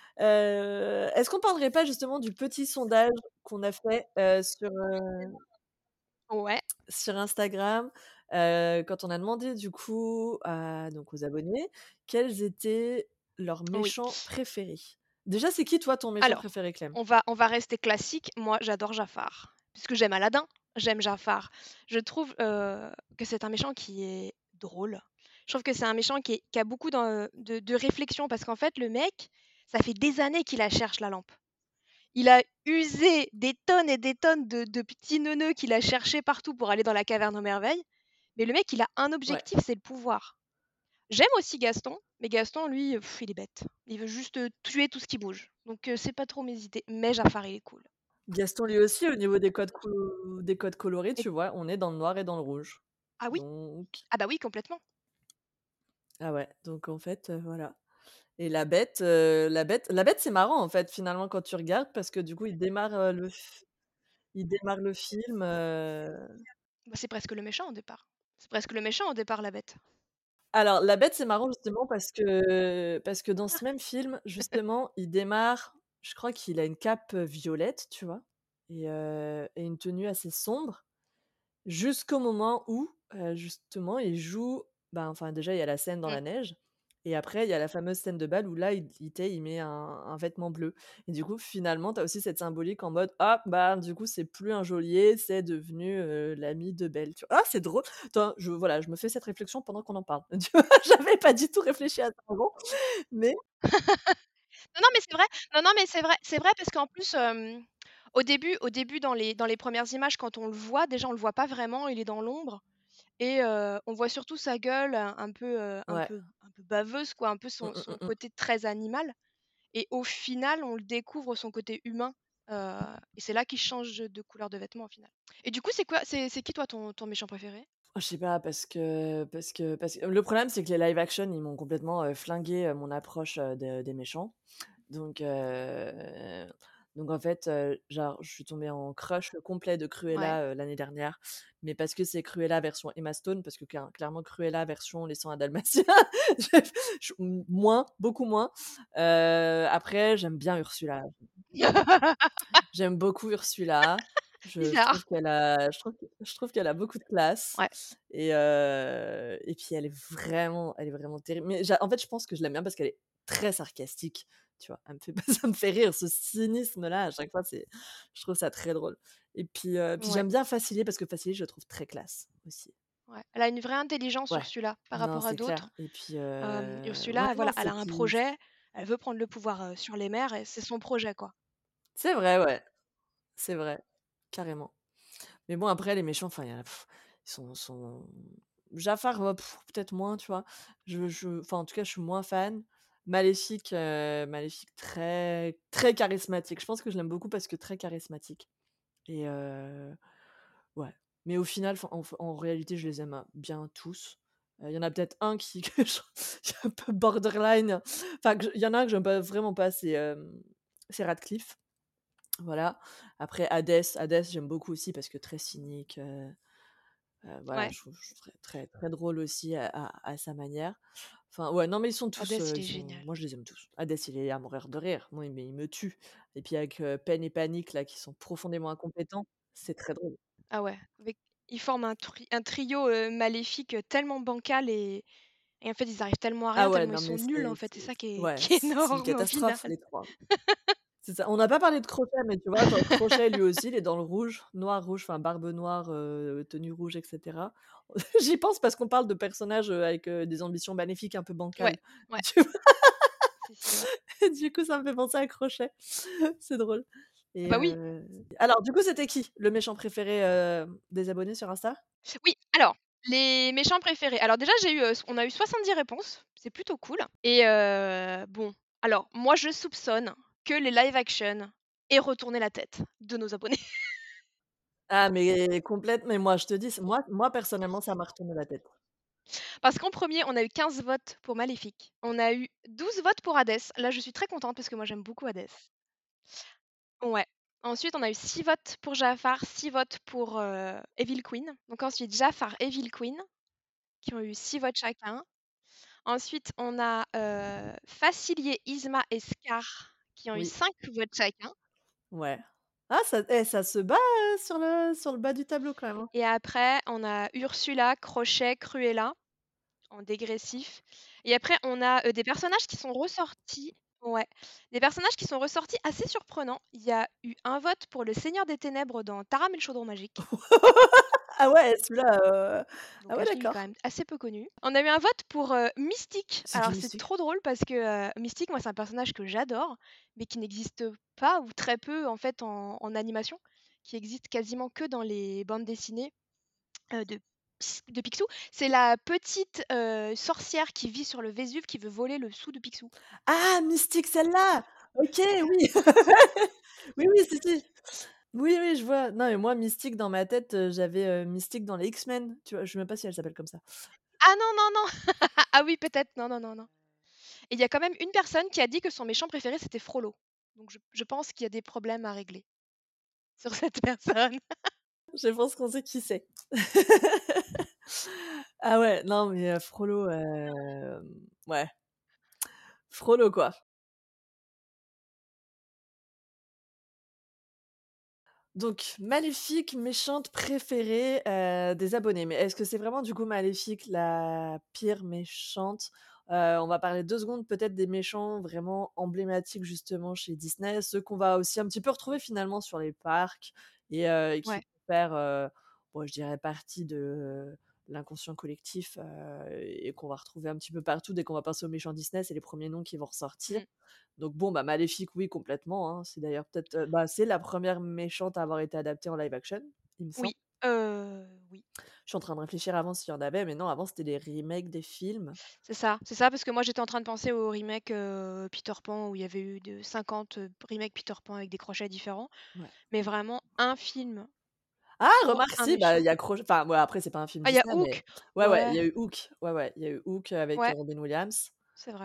Heu, est-ce qu'on parlerait pas justement du petit sondage qu'on a fait, heu, sur, heu, Ouais, sur Instagram? Heu, quand on a demandé du coup à donc aux abonnés, quels étaient leurs oui. méchants préférés? Déjà, c'est qui toi ton méchant Alors, préféré, Clem? on va on va rester classique. Moi, j'adore Jafar, puisque j'aime Aladdin, j'aime Jafar. Je trouve, heu, que c'est un méchant qui est drôle. Je trouve que c'est un méchant qui est qui a beaucoup d'en de de réflexion parce qu'en fait, le mec, ça fait des années qu'il la cherche la lampe. Il a usé des tonnes et des tonnes de de petits neuneux qu'il a cherchés partout pour aller dans la caverne aux merveilles, mais le mec, il a un Ouais. objectif, c'est le pouvoir. J'aime aussi Gaston, mais Gaston, lui, heu, il est bête. Il veut juste, heu, tuer tout ce qui bouge. Donc heu, c'est pas trop mes idées, mais Jafar, il est cool. Gaston lui aussi au niveau des codes colo des codes colorés, Et tu vois? On est dans le noir et dans le rouge. ah oui, Donc ah bah oui, complètement. ah ouais, donc en fait, heu, voilà. Et la bête, heu, la bête la bête, c'est marrant en fait finalement quand tu regardes parce que du coup il démarre, heu, le f il démarre le film, heu Bah, c'est presque le méchant au départ. C'est presque le méchant au départ, la bête. alors la bête, c'est marrant justement parce que parce que dans ce même film, justement, il démarre, je crois qu'il a une cape, heu, violette, tu vois? Et heu et une tenue assez sombre. Jusqu'au moment où, heu, justement, il joue bah, enfin, déjà, il y a la scène dans Mmh. la neige et après, il y a la fameuse scène de bal où là, il il tu sais, il met un un vêtement bleu et du coup, finalement, tu as aussi cette symbolique en mode: «Ah, bah, du coup, c'est plus un geôlier, c'est devenu, heu, l'ami de Belle», tu vois? Ah, c'est drôle! Attends, je voilà, je me fais cette réflexion pendant qu'on en parle, tu vois? J'avais pas du tout réfléchi à ça avant, mais Non, non, mais c'est vrai. Non, non, mais c'est vrai c'est vrai parce qu'en plus, hem, au début au début dans les dans les premières images, quand on le voit, déjà, on le voit pas vraiment, il est dans l'ombre et heu, on voit surtout sa gueule, un un peu, heu, un ouais. peu un peu baveuse, quoi, un peu Mmh, son mmh, son mmh, mmh. côté très animal. Et au final, on le découvre son côté humain, heu et c'est là qu'il change de couleur de vêtements, au final. Et du coup, c'est quoi c'est c'est qui toi ton ton méchant préféré? Oh, je sais pas parce que parce que parce que le problème, c'est que les live action, ils m'ont complètement, heu, flingué, heu, mon approche, heu, de des méchants. Donc heu, Donc en fait, heu, genre, je suis tombée en crush complet de Ouais. Cruella, heu, l'année dernière, mais parce que c'est Cruella version Emma Stone, parce que clair clairement Cruella version Les cent un Dalmatiens, je je m moins, beaucoup moins. Heu, après j'aime bien Ursula. J'aime beaucoup Ursula. Je je trouve Bizarre. qu'elle a je trouve que je trouve qu'elle a beaucoup de classe Ouais. et heu et puis elle est vraiment elle est vraiment terrible. Mais j'a en fait, je pense que je l'aime bien parce qu'elle est très sarcastique, tu vois? Elle me fait ça me fait rire, ce cynisme-là, à chaque fois, c'est je trouve ça très drôle et puis, heu, puis Ouais. j'aime bien Facilier parce que Facilier, je le trouve très classe aussi. Ouais. Elle a une vraie intelligence, Ouais. Ursula, par Non, rapport à c'est clair d'autres. et puis, Hem, heu, ouais, Ursula, non, voilà, elle c'est a un qui projet, elle veut prendre le pouvoir, heu, sur les mers et c'est son projet, quoi. c'est vrai, ouais, c'est vrai, carrément. Mais bon, après les méchants, enfin, il y a pff, ils sont sont Jafar, heu, peut-être moins, tu vois? Je je enfin, en tout cas, je suis moins fan. Maléfique, heu, Maléfique très très charismatique. Je pense que je l'aime beaucoup parce que très charismatique et heu, ouais. Mais au final, enfin, en f en réalité, je les aime, heu, bien tous. Heu, il y en a peut-être un qui que je qui est un peu borderline, enfin, que je il y en a un que j'aime pas vraiment pas, c'est, hem, c'est Radcliffe. Voilà. Après Hadès, Hadès, j'aime beaucoup aussi parce que très cynique, heu heu, voilà, Ouais. je trouve je trouve très très très drôle aussi à à à sa manière. Enfin, ouais, non, mais ils sont tous, Hadès, heu, il ils est sont génial. moi, je les aime tous. Hadès, il est à mourir de rire. Moi, il me il me tue et puis avec, heu, Pen et Panique, là, qui sont profondément incompétents, c'est très drôle. Ah ouais, avec ils forment un tri un trio, heu, maléfique, heu, tellement bancal et et en fait, ils arrivent tellement à Ah rien, ouais, tellement ils non, sont mais nuls, en c'est fait, c'est c'est ça qui est ouais, qui est c c'est une énorme au final. catastrophe, les trois. C'est ça. On n'a pas parlé de Crochet, mais tu vois, genre Crochet, lui aussi, il est dans le rouge, noir, rouge, enfin barbe noire, heu, tenue rouge et cetera. J'y pense parce qu'on parle de personnages, heu, avec, heu, des ambitions maléfiques un peu Ouais, bancales, ouais, tu vois? si, si, ouais. Et du coup, ça me fait penser à Crochet. C'est drôle et Bah oui, heu, alors du coup, c'était qui le méchant préféré, heu, des abonnés sur Insta? oui, alors, les méchants préférés. Alors déjà, j'ai eu, heu, on a eu soixante-dix réponses, c'est plutôt cool et heu, bon, alors moi, je soupçonne que les live action aient retourné la tête de nos abonnés. Ah mais complète mais moi, je te dis, c moi moi, personnellement, ça m'a retourné la tête. Parce qu'en premier, on a eu quinze votes pour Maléfique. On a eu douze votes pour Hadès. Là, je suis très contente parce que moi, j'aime beaucoup Hadès. Ouais. Ensuite, on a eu six votes pour Jafar, six votes pour, heu, Evil Queen. Donc ensuite, Jafar, Evil Queen, qui ont eu six votes chacun. Ensuite, on a, heu, Facilier, Yzma et Scar, qui ont eu Oui, cinq votes chacun. ouais. Ah ça eh, ça se bat, heu, sur le sur le bas du tableau quand même, hein. Et après, on a Ursula, Crochet, Cruella en dégressif. Et après, on a, heu, des personnages qui sont ressortis, ouais, des personnages qui sont ressortis assez surprenants. Il y a eu un vote pour le Seigneur des Ténèbres dans Taram et le Chaudron Magique, Ah ouais, celui-là, heu, ah donc un ouais, film quand même d'accord. assez peu connu. On a eu un vote pour, heu, Mystique. C'est qui Alors c'est Mystique? trop drôle parce que, heu, Mystique, moi, c'est un personnage que j'adore, mais qui n'existe pas ou très peu en fait en en animation, qui existe quasiment que dans les bandes dessinées, heu, de Ps de Picsou. C'est la petite, heu, sorcière qui vit sur le Vésuve, qui veut voler le sou de Picsou. Ah Mystique, celle-là! OK, oui. Oui, oui, si, si. Oui, oui, je vois. Non, mais moi, Mystique, dans ma tête, heu, j'avais, heu, Mystique dans les X-Men, tu vois? Je sais même pas si elle s'appelle comme ça. Ah non, non, non! Ah oui, peut-être, non, non, non, non. Et il y a quand même une personne qui a dit que son méchant préféré, c'était Frollo. Donc je je pense qu'il y a des problèmes à régler sur cette personne. Je pense qu'on sait qui c'est. Ah ouais, non, mais heu, Frollo, hem, ouais, Frollo, quoi. Donc Maléfique, méchante préférée, heu, des abonnés. Mais est-ce que c'est vraiment, du coup, Maléfique la pire méchante? Heu, on va parler deux secondes peut-être des méchants vraiment emblématiques, justement, chez Disney, ceux qu'on va aussi un petit peu retrouver, finalement, sur les parcs et heu, et qui Ouais. vont faire, heu, bon, je dirais partie de l'inconscient collectif, heu, et qu'on va retrouver un petit peu partout. Dès qu'on va penser aux méchants Disney, c'est les premiers noms qui vont ressortir. Mmh. Donc bon, bah, Maléfique, oui, complètement, hein. C'est d'ailleurs peut-être, heu, bah, c'est la première méchante à avoir été adaptée en live action, il me semble. Oui, heu, oui, Je suis en train de réfléchir avant s'il y en avait, mais non, avant c'était des remakes des films. c'est ça, c'est ça parce que moi j'étais en train de penser au remake, heu, Peter Pan où il y avait eu de cinquante, heu, remakes Peter Pan avec des crochets différents, Ouais. mais vraiment un film Ah, pour remarque un si, bah, il méchant. y a Croche enfin, ouais, après c'est pas un film Ah, il y a Disney, mais Hook! ouais, ouais, il Ouais, y a eu Hook. Ouais, ouais, il y a eu Hook avec, heu, ouais, Robin Williams. c'est vrai.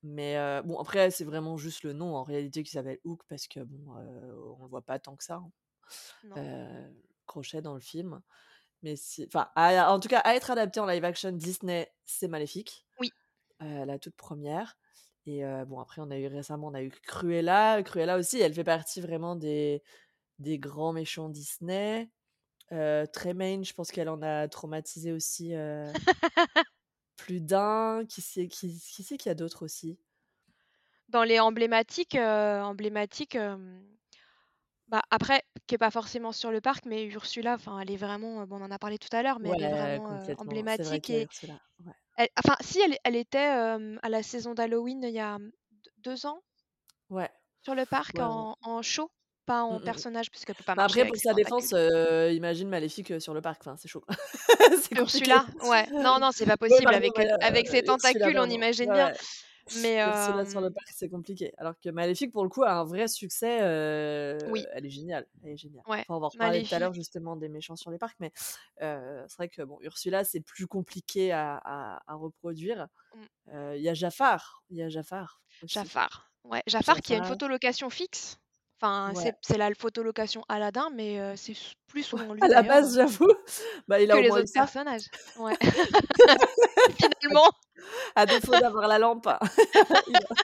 Mais heu, bon après c'est vraiment juste le nom en réalité qui s'appelle Hook parce que bon, heu, on le voit pas tant que ça, hein, Non. heu, Crochet dans le film. Mais c'est enfin à en tout cas à être adapté en live action Disney, c'est Maléfique, Oui. heu, la toute première et heu, bon après on a eu récemment on a eu Cruella. Cruella aussi elle fait partie vraiment des des grands méchants Disney. Heu, Tremaine, je pense qu'elle en a traumatisé aussi, heu, plus d'un. Qui c'est qui qui c'est qu'il y a d'autres aussi? Dans les emblématiques, heu, emblématiques, hem, bah, après, qui est pas forcément sur le parc, mais Ursula, enfin, elle est vraiment, heu, bon, on en a parlé tout à l'heure, mais elle est Ouais, vraiment, heu, complètement. C'est vrai emblématique qu'il y a et Ursula, ouais. elle enfin si, elle elle était, hem, à la saison d'Halloween il y a, mmh, d deux ans Ouais. sur le parc Ouais, ouais. en en show, pas Mmh en mh, mmh. personnage puisqu'elle peut pas Mais marcher après pour avec ses sa défense, tentacules. heu, imagine Maléfique, heu, sur le parc, enfin c'est chaud. C'est compliqué. Ursula? Ouais. Non, non, c'est pas Ouais, possible pardon, avec, heu, ouais, avec ses heu, Ursula, tentacules, on pardon. imagine Ouais, bien. ouais. Mais Ursula sur le hem parc, c'est compliqué. Alors que Maléfique pour le coup a un vrai succès, heu, Oui. elle est géniale, elle est géniale. Ouais, Enfin on va en reparler tout à Maléfique l'heure justement des méchants sur les parcs, mais heu, c'est vrai que bon Ursula c'est plus compliqué à à à reproduire. Mmh. Heu, il y a Jafar, il y a Jafar aussi. Jafar, ouais, Jafar qui a une Jafar. photolocation fixe. Enfin, Ouais. c'est c'est la photolocation Aladdin, mais heu, c'est s plus Ouais, souvent lui à la d'ailleurs, base heu j'avoue, bah il que a au les moins eu autres ça. personnages. Ouais. Finalement. À défaut d'avoir la lampe, il a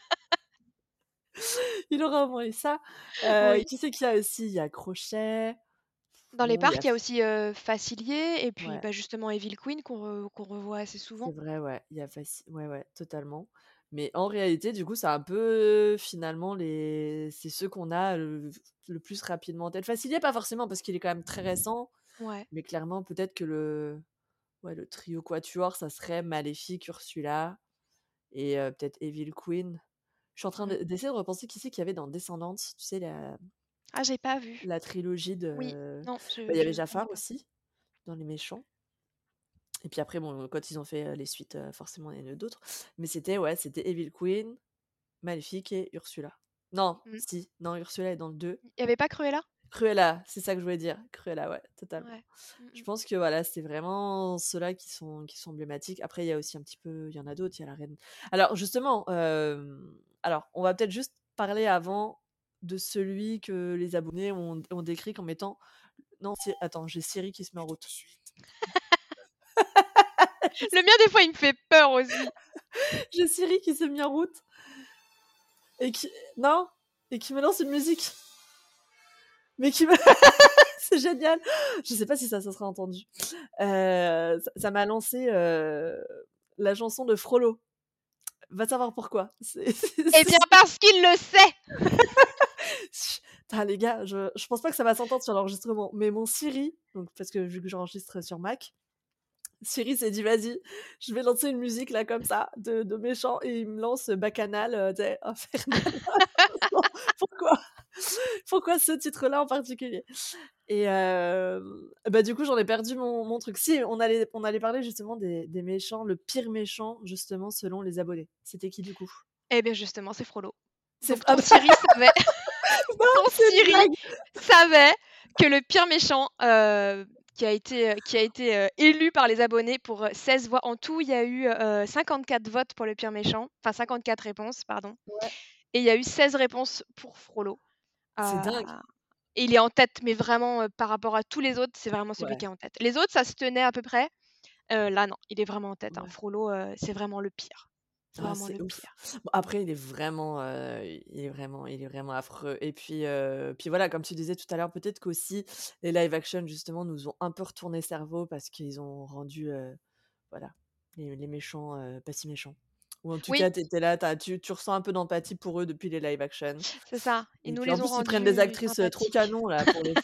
il aura au moins eu ça. Heu, Oui. qui c'est qu'il y a aussi? Il y a Crochet. Dans les Bon il y a parcs, il y a f aussi, heu, Facilier et puis, Ouais. bah, justement Evil Queen qu'on re qu'on revoit assez C'est souvent. vrai, ouais, il y a Faci ouais, ouais, totalement. Mais en réalité, du coup, c'est un peu finalement les c'est ceux qu'on a le f le plus rapidement en tête. Facilier, pas forcément parce qu'il est quand même très récent, Ouais. mais clairement peut-être que le ouais, le trio quatuor, ça serait Maléfique, Ursula et heu, peut-être Evil Queen. Je suis en train Mmh. de d'essayer de repenser qui c'est qu'il y avait dans Descendants, tu sais la Ah, j'ai pas vu. la trilogie Oui, de non, bah, il je y avait je connais Jafar pas. aussi, dans les méchants. Et puis après bon, quand ils ont fait, heu, les suites, heu, forcément il y en a eu d'autres. Mais c'était ouais, c'était Evil Queen, Maléfique et Ursula. Non, Mmh. si, non Ursula est dans le deux. Il y avait pas Cruella? Cruella, c'est ça que je voulais dire, Cruella, ouais, totalement. Ouais. Mmh Je mh. pense que voilà, c'est vraiment ceux-là qui sont qui sont emblématiques. Après il y a aussi un petit peu il y en a d'autres, il y a la reine alors justement, hem, alors on va peut-être juste parler avant de celui que les abonnés ont d ont décrit comme étant non c'est attends, j'ai Siri qui se met en route. Le mien des fois il me fait peur aussi. J'ai Siri qui s'est mis en route et qui non, et qui me lance une musique. Mais qui me c'est génial! Je sais pas si ça, ça sera entendu. Heu, ça ça m'a lancé, heu, la chanson de Frollo. Va savoir pourquoi. C'est c'est Eh c'est bien parce qu'il le sait! Ch tain les gars, je je pense pas que ça va s'entendre sur l'enregistrement, mais mon Siri, donc parce que vu que j'enregistre sur Mac, Siri s'est dit: «Vas-y, je vais lancer une musique là comme ça de de méchant» et il me lance Bacchanal, heu, tu sais, Infernal. Pourquoi? Pourquoi ce titre-là en particulier? Et hem, bah, du coup, j'en ai perdu mon mon truc. Si, on allait on allait parler justement des des méchants, le pire méchant justement selon les abonnés. C'était qui du coup? Eh bien justement, c'est Frollo. C'est Donc f ah ton bah Siri savait non, ton c'est une Siri blague! savait que le pire méchant, heu, qui a été, heu, qui a été, heu, élu par les abonnés pour, heu, seize voix en tout, il y a eu, heu, cinquante-quatre votes pour le pire méchant, enfin cinquante-quatre réponses, pardon Ouais. et il y a eu seize réponses pour Frollo. C'est Heu dingue! et il est en tête, mais vraiment, heu, par rapport à tous les autres, c'est vraiment celui Ouais. qui est en tête. Les autres, ça se tenait à peu près, heu, là non, il est vraiment en tête, hein. Ouais. Frollo, heu, c'est vraiment le pire. C'est Ah vraiment c'est le ouf. pire. Bon après il est vraiment, heu, il est vraiment il est vraiment affreux et puis, heu, puis voilà comme tu disais tout à l'heure, peut-être qu'aussi les live action justement nous ont un peu retourné le cerveau parce qu'ils ont rendu, heu, voilà, les les méchants, heu, pas si méchants. Ou en tout Oui. cas tu étais là, tu as tu tu ressens un peu d'empathie pour eux depuis les live action C'est ça, ils et nous puis en les ont plus ils prennent des rendus actrices, heu, trop sympathiques. canons là pour les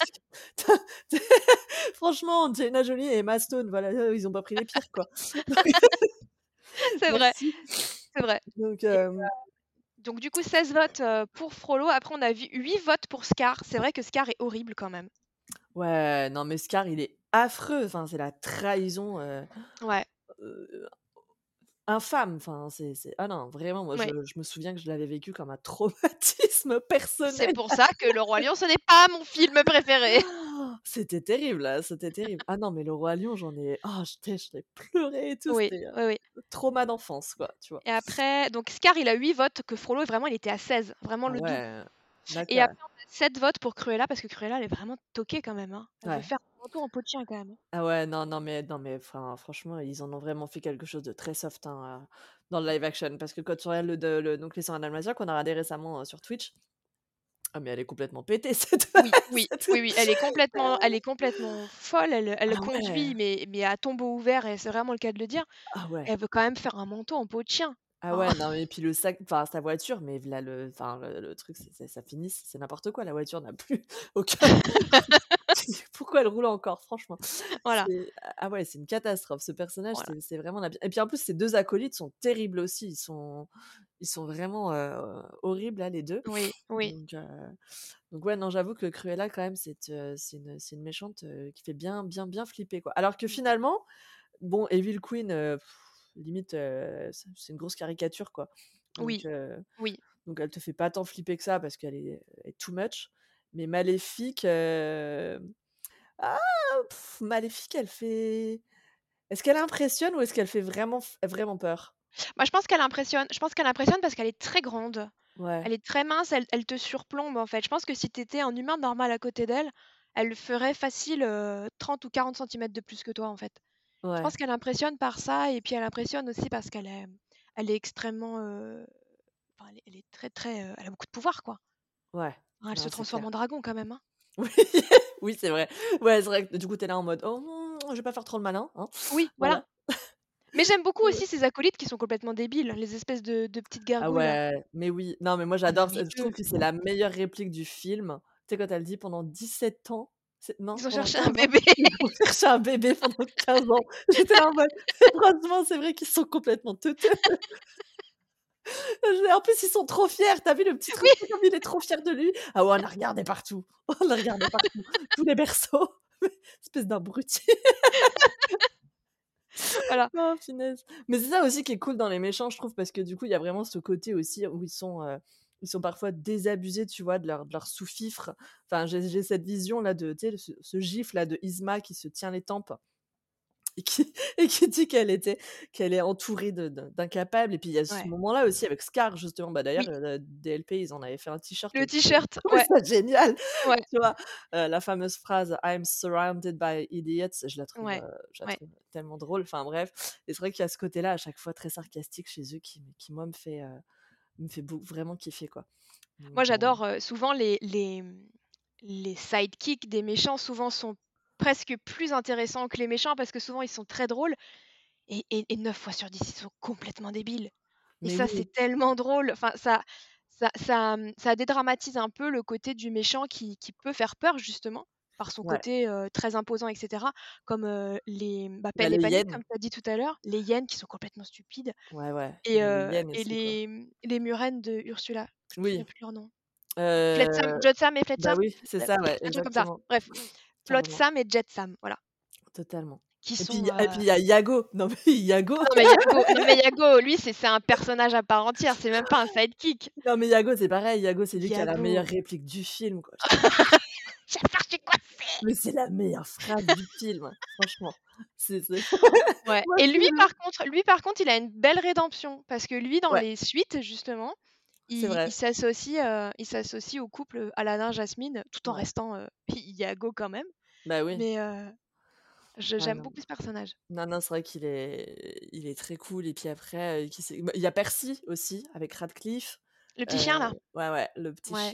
franchement Angelina Jolie et Emma Stone, voilà, eux ils ont pas pris les pires quoi. C'est vrai, Merci. c'est vrai Donc et heu, hem donc du coup seize votes, heu, pour Frollo. Après on a vu huit votes pour Scar. C'est vrai que Scar est horrible quand même. Ouais, non mais Scar il est affreux, enfin c'est la trahison, heu Ouais. heu, infâme, enfin c'est c'est ah non, vraiment moi je Ouais. je me souviens que je l'avais vécu comme un traumatisme C'est personnel. pour ça que Le Roi Lion, ce n'est pas mon film préféré. C'était terrible, là, c'était terrible. Ah non, mais le Roi Lion, j'en ai oh, j'étais j'en ai pleuré et tout, Oui, c'était, oui, oui. heu, trauma d'enfance, quoi, tu vois? Et après, donc Scar, il a huit votes, que Frollo, vraiment, il était à seize, vraiment Ah le double. ouais, Et d'accord. après, on a sept votes pour Cruella, parce que Cruella, elle est vraiment toquée quand même, hein. Elle veut Ouais. faire un manteau en peau de chien quand même, hein. Ah ouais, non, non, mais non, mais enfin, franchement, ils en ont vraiment fait quelque chose de très soft, hein, heu, dans le live action. Parce que quand tu regardes le de le donc les cent un Dalmatiens qu'on a regardé récemment, heu, sur Twitch, ah mais elle est complètement pétée cette Oui, oui, cette oui, oui, elle est complètement elle est complètement folle, elle elle ah conduit, ouais, mais mais à tombeau ouvert et c'est vraiment le cas de le dire. ah ouais. Elle veut quand même faire un manteau en peau de chien. Ah Enfin, ouais, non, mais puis le sac enfin sa voiture, mais v'là le enfin le le truc, c'est c'est ça finit, c'est n'importe quoi, la voiture n'a plus aucun pourquoi elle roule encore, franchement? voilà, C'est ah ah ouais, c'est une catastrophe. Ce personnage, voilà. c'est c'est vraiment la pire et puis en plus, ses deux acolytes sont terribles aussi. Ils sont ils sont vraiment, heu, horribles là, les deux. Oui, oui, Donc heu, donc ouais, non, j'avoue que Cruella quand même, c'est heu, c'est une c'est une méchante, heu, qui fait bien bien bien flipper, quoi. Alors que mmh, finalement, bon, Evil Queen, heu, limite, heu, c'est c'est une grosse caricature, quoi. Donc oui, heu, oui. donc elle te fait pas tant flipper que ça parce qu'elle est elle est too much. Mais Maléfique, heu, ah, pff, Maléfique, elle fait est-ce qu'elle impressionne ou est-ce qu'elle fait vraiment f vraiment peur? Bah, je pense qu'elle impressionne. Je pense qu'elle impressionne parce qu'elle est très grande. Ouais, Elle est très mince, elle elle te surplombe, en fait. Je pense que si tu étais un humain normal à côté d'elle, elle ferait facile, heu, trente ou quarante centimètres de plus que toi, en fait. Je pense ouais, qu'elle impressionne par ça et puis elle impressionne aussi parce qu'elle est elle est extrêmement, heu, enfin, elle est elle est très, très, heu, elle a beaucoup de pouvoir, quoi. ouais. Hein, elle se Non, c'est transforme clair. en dragon quand même, hein. Oui, oui, c'est vrai. Ouais, c'est vrai que du coup, tu es là en mode: «Oh, mmh, je vais pas faire trop le malin, hein». Oui, voilà. Voilà. Mais j'aime beaucoup Ouais. aussi ses acolytes qui sont complètement débiles, les espèces de de petites Ah gargouilles là. ouais, mais oui. Non, mais moi Ah non, j'adore mais c je trouve eux, que c'est la meilleure réplique du film. Tu sais quand elle dit pendant dix-sept ans, c'est non, ils ont pendant cherché un quinze ans, bébé. ils vont chercher un bébé pendant quinze ans. J'étais là en mode franchement, c'est vrai qu'ils sont complètement teuteux. Je en plus, ils sont trop fiers. Tu as vu le petit Oui, troupeau comme il est trop fier de lui? Ah ouais, on l'a regardé partout. On l'a regardé partout. Tous les berceaux. Espèce d'abruti. voilà. Oh punaise. Mais c'est ça aussi qui est cool dans les méchants, je trouve, parce que du coup, il y a vraiment ce côté aussi où ils sont, heu, ils sont parfois désabusés, tu vois, de leur de leur sous-fifre. Enfin, j'ai j'ai cette vision-là de, tu sais, ce ce gif-là de Yzma qui se tient les tempes et qui et qui dit qu'elle était qu'elle est entourée de de d'incapables et puis il y a ce Ouais. moment-là aussi avec Scar justement, bah, d'ailleurs, Oui, heu, D L P, ils en avaient fait un t-shirt le et j'ai t-shirt, trouvé ouais, ça génial, ouais, tu vois? Heu, la fameuse phrase: «I'm surrounded by idiots», je la trouve, ouais, heu, je la ouais. trouve tellement drôle, enfin bref et c'est vrai qu'il y a ce côté-là à chaque fois très sarcastique chez eux qui qui moi me fait, heu, me fait beau vraiment kiffer, quoi. Moi, Donc heu, j'adore, heu, souvent les les, mmh, les sidekicks des méchants, souvent, sont presque plus intéressants que les méchants parce que souvent ils sont très drôles et et et neuf fois sur dix, ils sont complètement débiles et mais ça, oui, c'est tellement drôle. Enfin, ça ça ça, mmh, ça dédramatise un peu le côté du méchant qui qui peut faire peur justement, par son ouais, côté, heu, très imposant et cetera. Comme, heu, les, bah, bah, Pelle et le Panique, yen, comme tu as dit tout à l'heure, les hyènes qui sont complètement stupides ouais, ouais, et bah, le heu yen et aussi, quoi. les, mmh, les murènes de Ursula. Je me souviens Oui, plus de leur nom. Flotsam, heu, Jetsam et bah, Fletsam? oui, c'est Heu, ça, ouais, un truc comme ça. exactement, Bref, carrément. Flotsam et Jetsam, voilà, Totalement qui et puis sont, et puis heu il y a Yago. Non mais Yago ah non mais Yago non mais Yago, lui, c'est c'est un personnage à part entière, c'est même pas un sidekick. non mais Yago, c'est pareil. Yago, c'est lui qui a la Yago, meilleure réplique du film, quoi. J'étais j'espère que je suis coincée. mais c'est la meilleure phrase du film, franchement. C'est c'est Ouais moi et je lui, par contre lui, par contre, il a une belle rédemption parce que lui, dans ouais, les suites, justement, c'est il il vrai. s'associe, heu, il s'associe au couple Aladdin-Jasmine tout en Ouais. restant, heu, Yago quand même, Bah oui. mais heu, je Ah j'aime non. beaucoup ce personnage. Non, non, c'est vrai qu'il est il est très cool et puis après, heu, qui c'est bah, il y a Percy aussi avec Radcliffe. Le petit Heu, chien là? ouais, ouais, le petit Ouais. chien.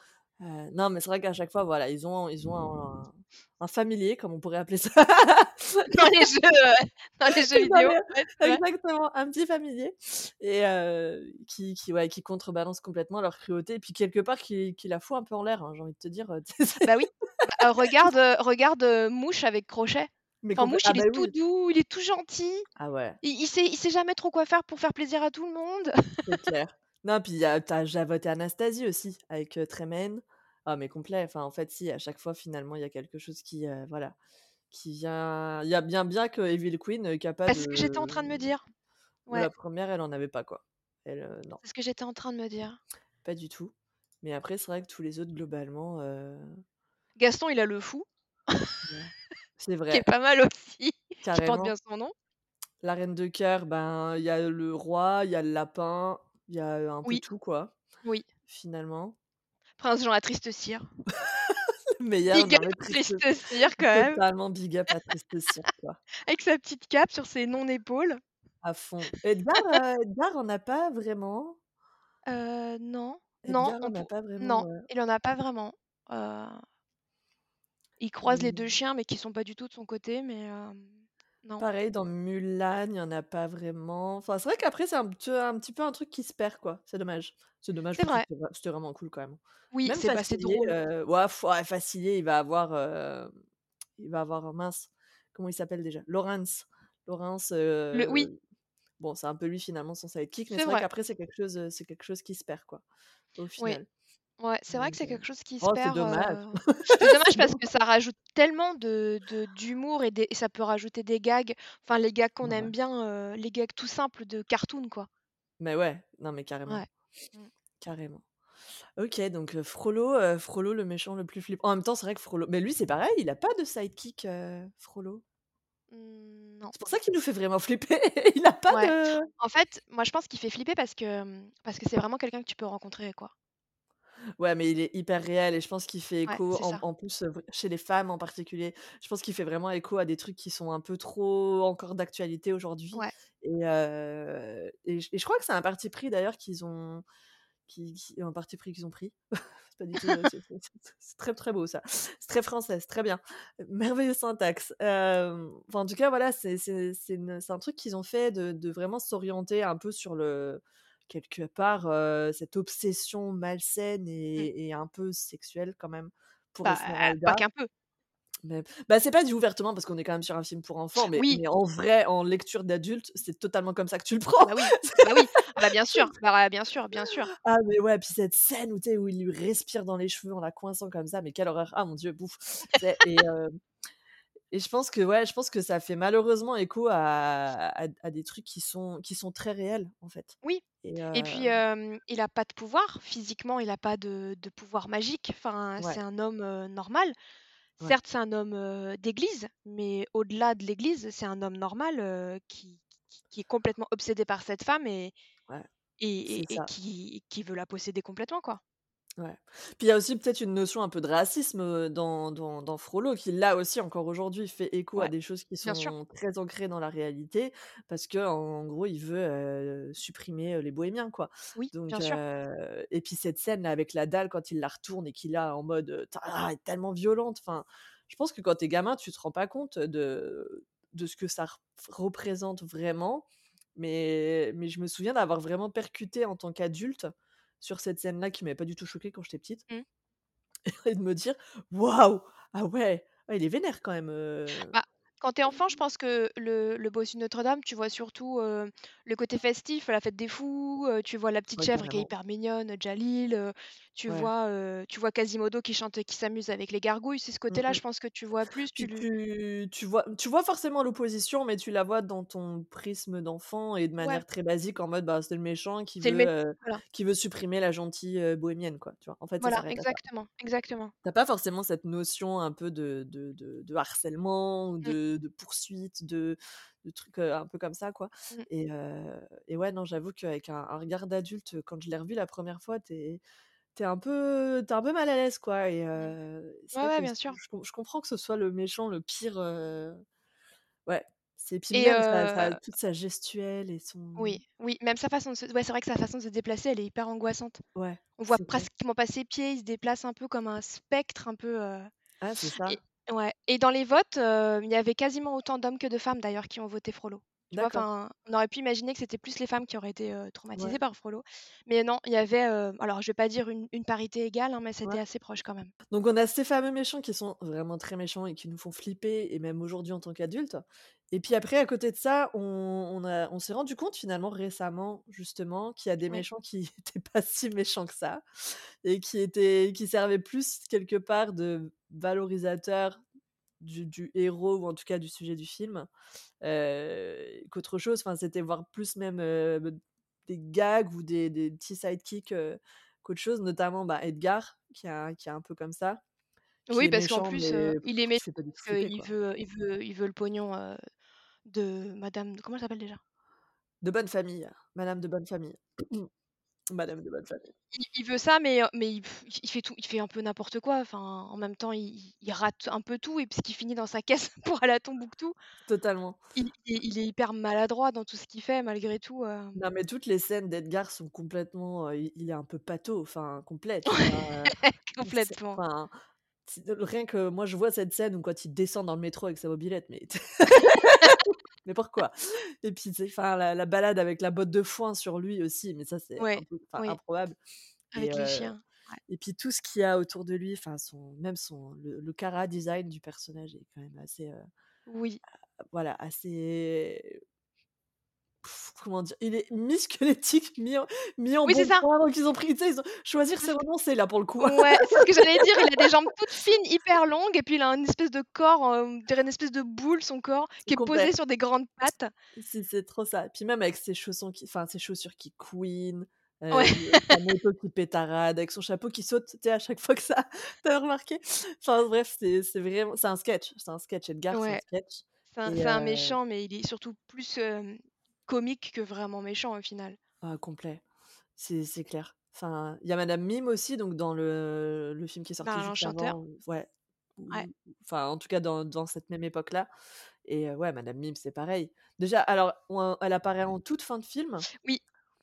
Heu, non, mais c'est vrai qu'à chaque fois, voilà, ils ont ils ont un un familier, comme on pourrait appeler ça. Dans les jeux, heu, dans les jeux Dans vidéo, les ouais, c'est vrai. exactement, un petit familier et heu, qui qui ouais, qui contrebalance complètement leur cruauté et puis quelque part qui qui la fout un peu en l'air, hein, j'ai envie de te dire, heu, tu sais, Bah oui, bah, heu, regarde, heu, regarde, heu, Mouche avec Crochet. mais Enfin complè Mouche, ah il bah est tout oui, doux, il est tout gentil, ah ouais, il il sait il sait jamais trop quoi faire pour faire plaisir à tout le monde. c'est clair. Non, puis il y a tu as Javotte et Anastasie aussi avec, heu, Tremaine. Ah mais complet, enfin, en fait, si, à chaque fois, finalement, il y a quelque chose qui, heu, voilà, qui vient il y a bien bien que Evil Queen, heu, qui a pas Bah, c'est ce que j'étais en train de de me dire. bah, Ouais, la première elle en avait pas, quoi. Elle, heu, non, c'est ce que j'étais en train de me dire. pas du tout. Mais après, c'est vrai que tous les autres, globalement, heu Gaston, il a le fou. Ouais, c'est qui est vrai, pas mal aussi, qui porte bien carrément. son nom. La reine de cœur, ben, il y a le roi, il y a le lapin, il y a, heu, un peu Oui, tout quoi, oui. finalement. Prince Jean la Triste Cire. Le meilleur, Big non mais up triste Triste Cire quand même, totalement big up à Triste Cire, quoi, avec sa petite cape sur ses non-épaules. à fond. Edgar, heu, Edgar on a pas vraiment. Heu, non, non, Edgar on on a pou pas vraiment, non, ouais. il en a pas vraiment. Heu, il croise les deux Mmh. chiens, mais qui sont pas du tout de son côté, mais hem, non. Pareil dans Mulan, il y en a pas vraiment. Enfin, c'est vrai qu'après c'est un petit un petit peu un truc qui se perd, quoi. C'est dommage. C'est dommage C'est parce que vrai. c'était vra c'était vraiment cool quand même. Oui, Même c'est bah, c'est Facilier, drôle. heu, ouah, f ouais, Facilier, il va avoir, heu, il va avoir, mince, comment il s'appelle déjà? Lawrence. Lawrence, Le oui, heu, bon, c'est un peu lui finalement son sidekick, mais c'est c'est vrai vrai. qu'après c'est quelque chose, heu, c'est quelque chose qui se perd, quoi, au Oui. final. Ouais, c'est vrai que Donc c'est heu, quelque chose qui se oh, c'est perd, dommage. heu, c'est dommage C'est parce dommage. que ça rajoute tellement de de d'humour et des et ça peut rajouter des gags, enfin les gags qu'on Ouais, aime ouais. bien, heu, les gags tout simples de cartoon, quoi. Mais ouais, non mais carrément, Ouais. Mmh. carrément. OK, donc heu, Frollo, heu, Frollo le méchant le plus flippant. En même temps, c'est vrai que Frollo mais lui, c'est pareil, il a pas de sidekick, heu, Frollo. Mmh, non. C'est pour ça qu'il nous fait vraiment flipper. Il a pas Ouais. de En fait, moi je pense qu'il fait flipper parce que, mmh, parce que c'est vraiment quelqu'un que tu peux rencontrer, quoi. ouais, mais il est hyper réel et je pense qu'il fait Ouais, écho c'est en ça. en plus, heu, v chez les femmes en particulier. Je pense qu'il fait vraiment écho à des trucs qui sont un peu trop encore d'actualité aujourd'hui Ouais. et heu et je et je crois que c'est un parti pris d'ailleurs qu'ils ont qui qui un parti pris qu'ils ont pris. C'est pas du tout, heu, c'est c'est c'est c'est très, très beau ça. C'est très français, c'est très bien. Merveilleuse syntaxe. Hem, enfin, en tout cas, voilà, c'est c'est c'est une c'est un truc qu'ils ont fait de de vraiment s'orienter un peu sur le quelque part, heu, cette obsession malsaine Mmh. et et un peu sexuelle quand même pour Bah, pas Esmeralda. qu'un peu. Mais bah, c'est pas dit ouvertement parce qu'on est quand même sur un film pour enfants, mais Oui. mais en vrai, en lecture d'adulte, c'est totalement comme ça que tu le Ah prends. bah oui. Ah bah oui. Ah bah bien Tu sûr. Bah, bien sûr, bien sûr. Ah mais ouais, puis cette scène où tu sais, où il lui respire dans les cheveux en la coinçant comme ça, mais quelle horreur! Ah mon Dieu, bouf! Tu sais et heu et je pense que ouais, je pense que ça fait malheureusement écho à à à des trucs qui sont qui sont très réels, en fait Oui et et heu puis, hem, il a pas de pouvoir. Physiquement, il a pas de de pouvoir magique. Enfin, ouais, c'est un homme, heu, normal. ouais, Certes, c'est un homme, heu, d'église, mais au-delà de l'église, c'est un homme normal, heu, qui qui qui est complètement obsédé par cette femme et ouais, et c'est et et ça. qui qui veut la posséder complètement, quoi. Ouais. Puis il y a aussi peut-être une notion un peu de racisme, heu, dans dans dans Frollo qui là aussi encore aujourd'hui fait écho à Ouais, des choses qui bien sûr. sont très ancrées dans la réalité parce qu'en gros il veut, heu, supprimer, heu, les bohémiens quoi. Oui, Donc bien sûr. heu et puis cette scène là avec la dalle quand il la retourne et qu'il a en mode, heu, ta elle est tellement violente. Enfin, je pense que quand tu es gamin, tu te rends pas compte de de ce que ça rep représente vraiment. Mais mais je me souviens d'avoir vraiment percuté en tant qu'adulte sur cette scène-là qui m'avait pas du tout choquée quand j'étais petite Mmh. et de me dire: «Waouh! Ah ouais, ah il est vénère quand même, heu». Bah, quand tu es enfant, je pense que le le Bossu de Notre-Dame, tu vois surtout, heu, le côté festif, la fête des fous, heu, tu vois la petite Ouais, chèvre qui est carrément. hyper mignonne, Djalil, heu, tu Ouais. vois, heu, tu vois Quasimodo qui chante qui s'amuse avec les gargouilles. C'est ce Mmh côté-là, mh. je pense que tu vois plus, tu Puis le tu tu vois tu vois forcément l'opposition, mais tu la vois dans ton prisme d'enfant et de ouais, manière très basique en mode, bah, c'est le méchant qui c'est le veut, mé heu, voilà, qui veut supprimer la gentille, heu, bohémienne quoi, tu vois? En fait, ça voilà, s'arrête à ça. exactement, exactement. Tu as pas forcément cette notion un peu de de de de harcèlement ou Mmh, de de poursuite, de de trucs, heu, un peu comme ça, quoi mmh, et heu et ouais, non, j'avoue qu'avec un un regard d'adulte, quand je l'ai revu la première fois, tu es tu es un peu tu es un peu mal à l'aise, quoi et mmh. heu, c'est Ouais, vrai ouais, que bien je sûr je com je comprends que ce soit le méchant le pire, heu, ouais, c'est puis et même sa sa heu toute sa gestuelle et son oui, oui, même sa façon de se ouais, c'est vrai que sa façon de se déplacer, elle est hyper angoissante. ouais, On voit c'est vrai. pratiquement pas ses pieds, il se déplace un peu comme un spectre, un peu, heu Ah, c'est et ça? ouais et dans les votes, heu, il y avait quasiment autant d'hommes que de femmes d'ailleurs qui ont voté Frollo. Tu vois? D'accord, Enfin, on aurait pu imaginer que c'était plus les femmes qui auraient été, heu, ouais, traumatisées par Frollo, mais non, il y avait, heu, alors je vais pas dire une une parité égale, hein, mais ouais. c'était assez proche quand même. Donc on a ces fameux méchants qui sont vraiment très méchants et qui nous font flipper et même aujourd'hui en tant qu'adultes. Et puis après à côté de ça, on on a on s'est rendu compte finalement récemment justement qu'il y a des Oui, méchants qui étaient pas si méchants que ça et qui étaient qui servaient plus quelque part de valorisateurs du du héros ou en tout cas du sujet du film, heu, qu'autre chose. Enfin, c'était voir plus même, heu, des gags ou des des petits sidekicks, heu, qu'autre chose, notamment, bah, Edgar qui est un qui est un peu comme ça. Qui Oui, est parce qu'en méchant, plus, heu, mais il est méchant qui fait pas du tout parce flipper, qu'il quoi. veut il veut il veut le pognon, heu, de madame comment elle s'appelle déjà? De bonne famille, madame de bonne famille. Madame de bonne famille. Il il veut ça, mais heu, mais il il fait tout il fait un peu n'importe quoi. Enfin, en même temps, il il il rate un peu tout et puisqu'il finit dans sa caisse pour aller à Tombouctou. Totalement. Il il est il est hyper maladroit dans tout ce qu'il fait malgré tout, heu. Non, mais toutes les scènes d'Edgar sont complètement, heu, il il est un peu pâteau, enfin complet, tu vois? Heu, Ouais, c'est complètement. enfin, t rien que moi je vois cette scène où quand il descend dans le métro avec sa mobylette, mais mais pourquoi? Et puis tu sais, enfin la la balade avec la botte de foin sur lui aussi, mais ça c'est Ouais, un peu enfin oui, improbable et avec les heu chiens, ouais. et puis tout ce qu'il y a autour de lui, enfin son même son le le chara design du personnage est quand même assez, heu, Oui. voilà, assez comment dire? Il est mi-squelettique, mi en Oui, c'est ça! mi-embonpoint, donc ils ont pris, tu sais, ils ont choisir C'est c'est ce renoncer là pour le coup. ouais, c'est ce que j'allais dire, il a des jambes toutes fines, hyper longues et puis il a une espèce de corps, heu, on dirait une espèce de boule son corps, qui est Complet. posé sur des grandes pattes. C'est c'est trop ça. Puis même avec ses chaussons qui enfin ses chaussures qui couinent, heu, Ouais. sa moto qui pétarade, avec son chapeau qui saute, tu sais, à chaque fois que ça tu as remarqué? Enfin bref, c'est c'est vraiment c'est un sketch, c'est un sketch. Edgar, c'est un Ouais, sketch c'est un et c'est un heu méchant, mais il est surtout plus, hem, comique que vraiment méchant au final. Ah complet, c'est c'est clair. Enfin, il y a Madame Mime aussi, donc dans le le film qui est sorti Ben, juste l'enchanteur. avant, ouais, Ouais. ou enfin en tout cas dans dans cette même époque-là et heu, ouais, Madame Mime, c'est pareil. Déjà alors, on elle apparaît en toute fin de film Oui.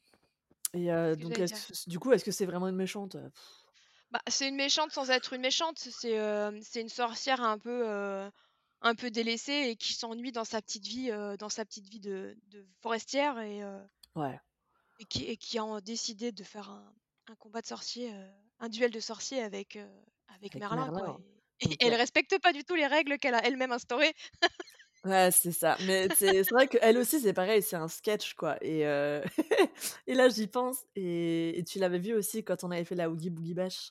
et C'est heu, ce que donc j'allais est-ce dire. que du coup, est-ce que c'est vraiment une méchante? Bah, c'est une méchante sans être une méchante. C'est, hem, c'est une sorcière un peu, heu, un peu délaissée et qui s'ennuie dans sa petite vie, heu, dans sa petite vie de de forestière et heu Ouais. et qui et qui ont décidé de faire un un combat de sorciers, heu, un duel de sorciers avec, heu, avec Avec Merlin quoi Merlin, et et elle complet. respecte pas du tout les règles qu'elle a elle-même instaurées. Ouais, c'est ça. Mais c'est c'est vrai qu'elle aussi, c'est pareil, c'est un sketch quoi et heu et là, j'y pense et et tu l'avais vu aussi quand on avait fait la Oogie Boogie Bash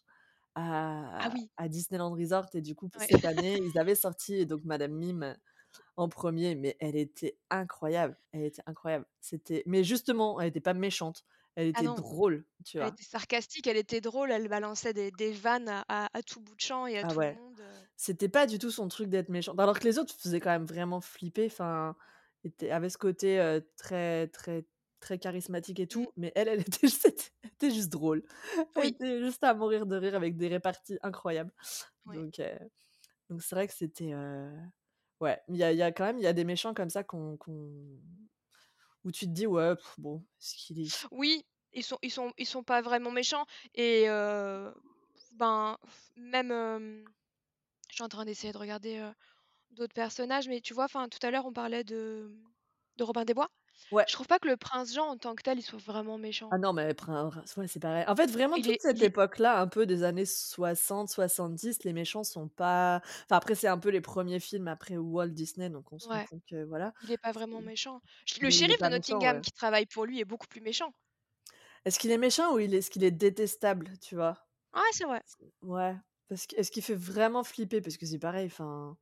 Ah à oui. à Disneyland Resort et du coup, Ouais. cette année, ils avaient sorti donc Madame Mime en premier, mais elle était incroyable, elle était incroyable. C'était mais justement, elle était pas méchante, elle Ah était non, drôle, tu elle vois? était sarcastique, elle était drôle, elle balançait des des vannes à à à tout bout de champ et à Ah tout le ouais. monde, heu. C'était pas du tout son truc d'être méchante. Alors que les autres faisaient quand même vraiment flipper, enfin, étaient avaient ce côté, heu, très très très charismatique et Mmh. tout, mais elle, elle était juste elle était juste drôle. Elle Oui. était juste à mourir de rire avec des réparties incroyables. Ouais. Donc heu, donc c'est vrai que c'était, heu, ouais, il y a il y a quand même il y a des méchants comme ça qu'on qu'on où tu te dis: «Ouais, bon, est-ce qu'il est» Oui, ils sont ils sont ils sont pas vraiment méchants et heu, ben, même, hem, je suis en train d'essayer de regarder, heu, d'autres personnages, mais tu vois, enfin, tout à l'heure, on parlait de de Robin des Bois. ouais. Je trouve pas que le prince Jean, en tant que tel, il soit vraiment méchant. Ah non, mais prin ouais, c'est pareil. En fait, vraiment Il toute est cette il est époque-là, un peu des années soixante soixante-dix, les méchants sont pas enfin, après, c'est un peu les premiers films après Walt Disney, donc on se rend ouais, compte que voilà, il est pas c'est vraiment méchant. Ch le mais il est shérif de pas méchant, Nottingham ouais. qui travaille pour lui est beaucoup plus méchant. Est-ce qu'il est méchant ou il est est-ce qu'il est détestable, tu vois? Ah, c'est vrai. Ouais, parce que est-ce qu'il fait vraiment flipper? Parce que c'est pareil, enfin,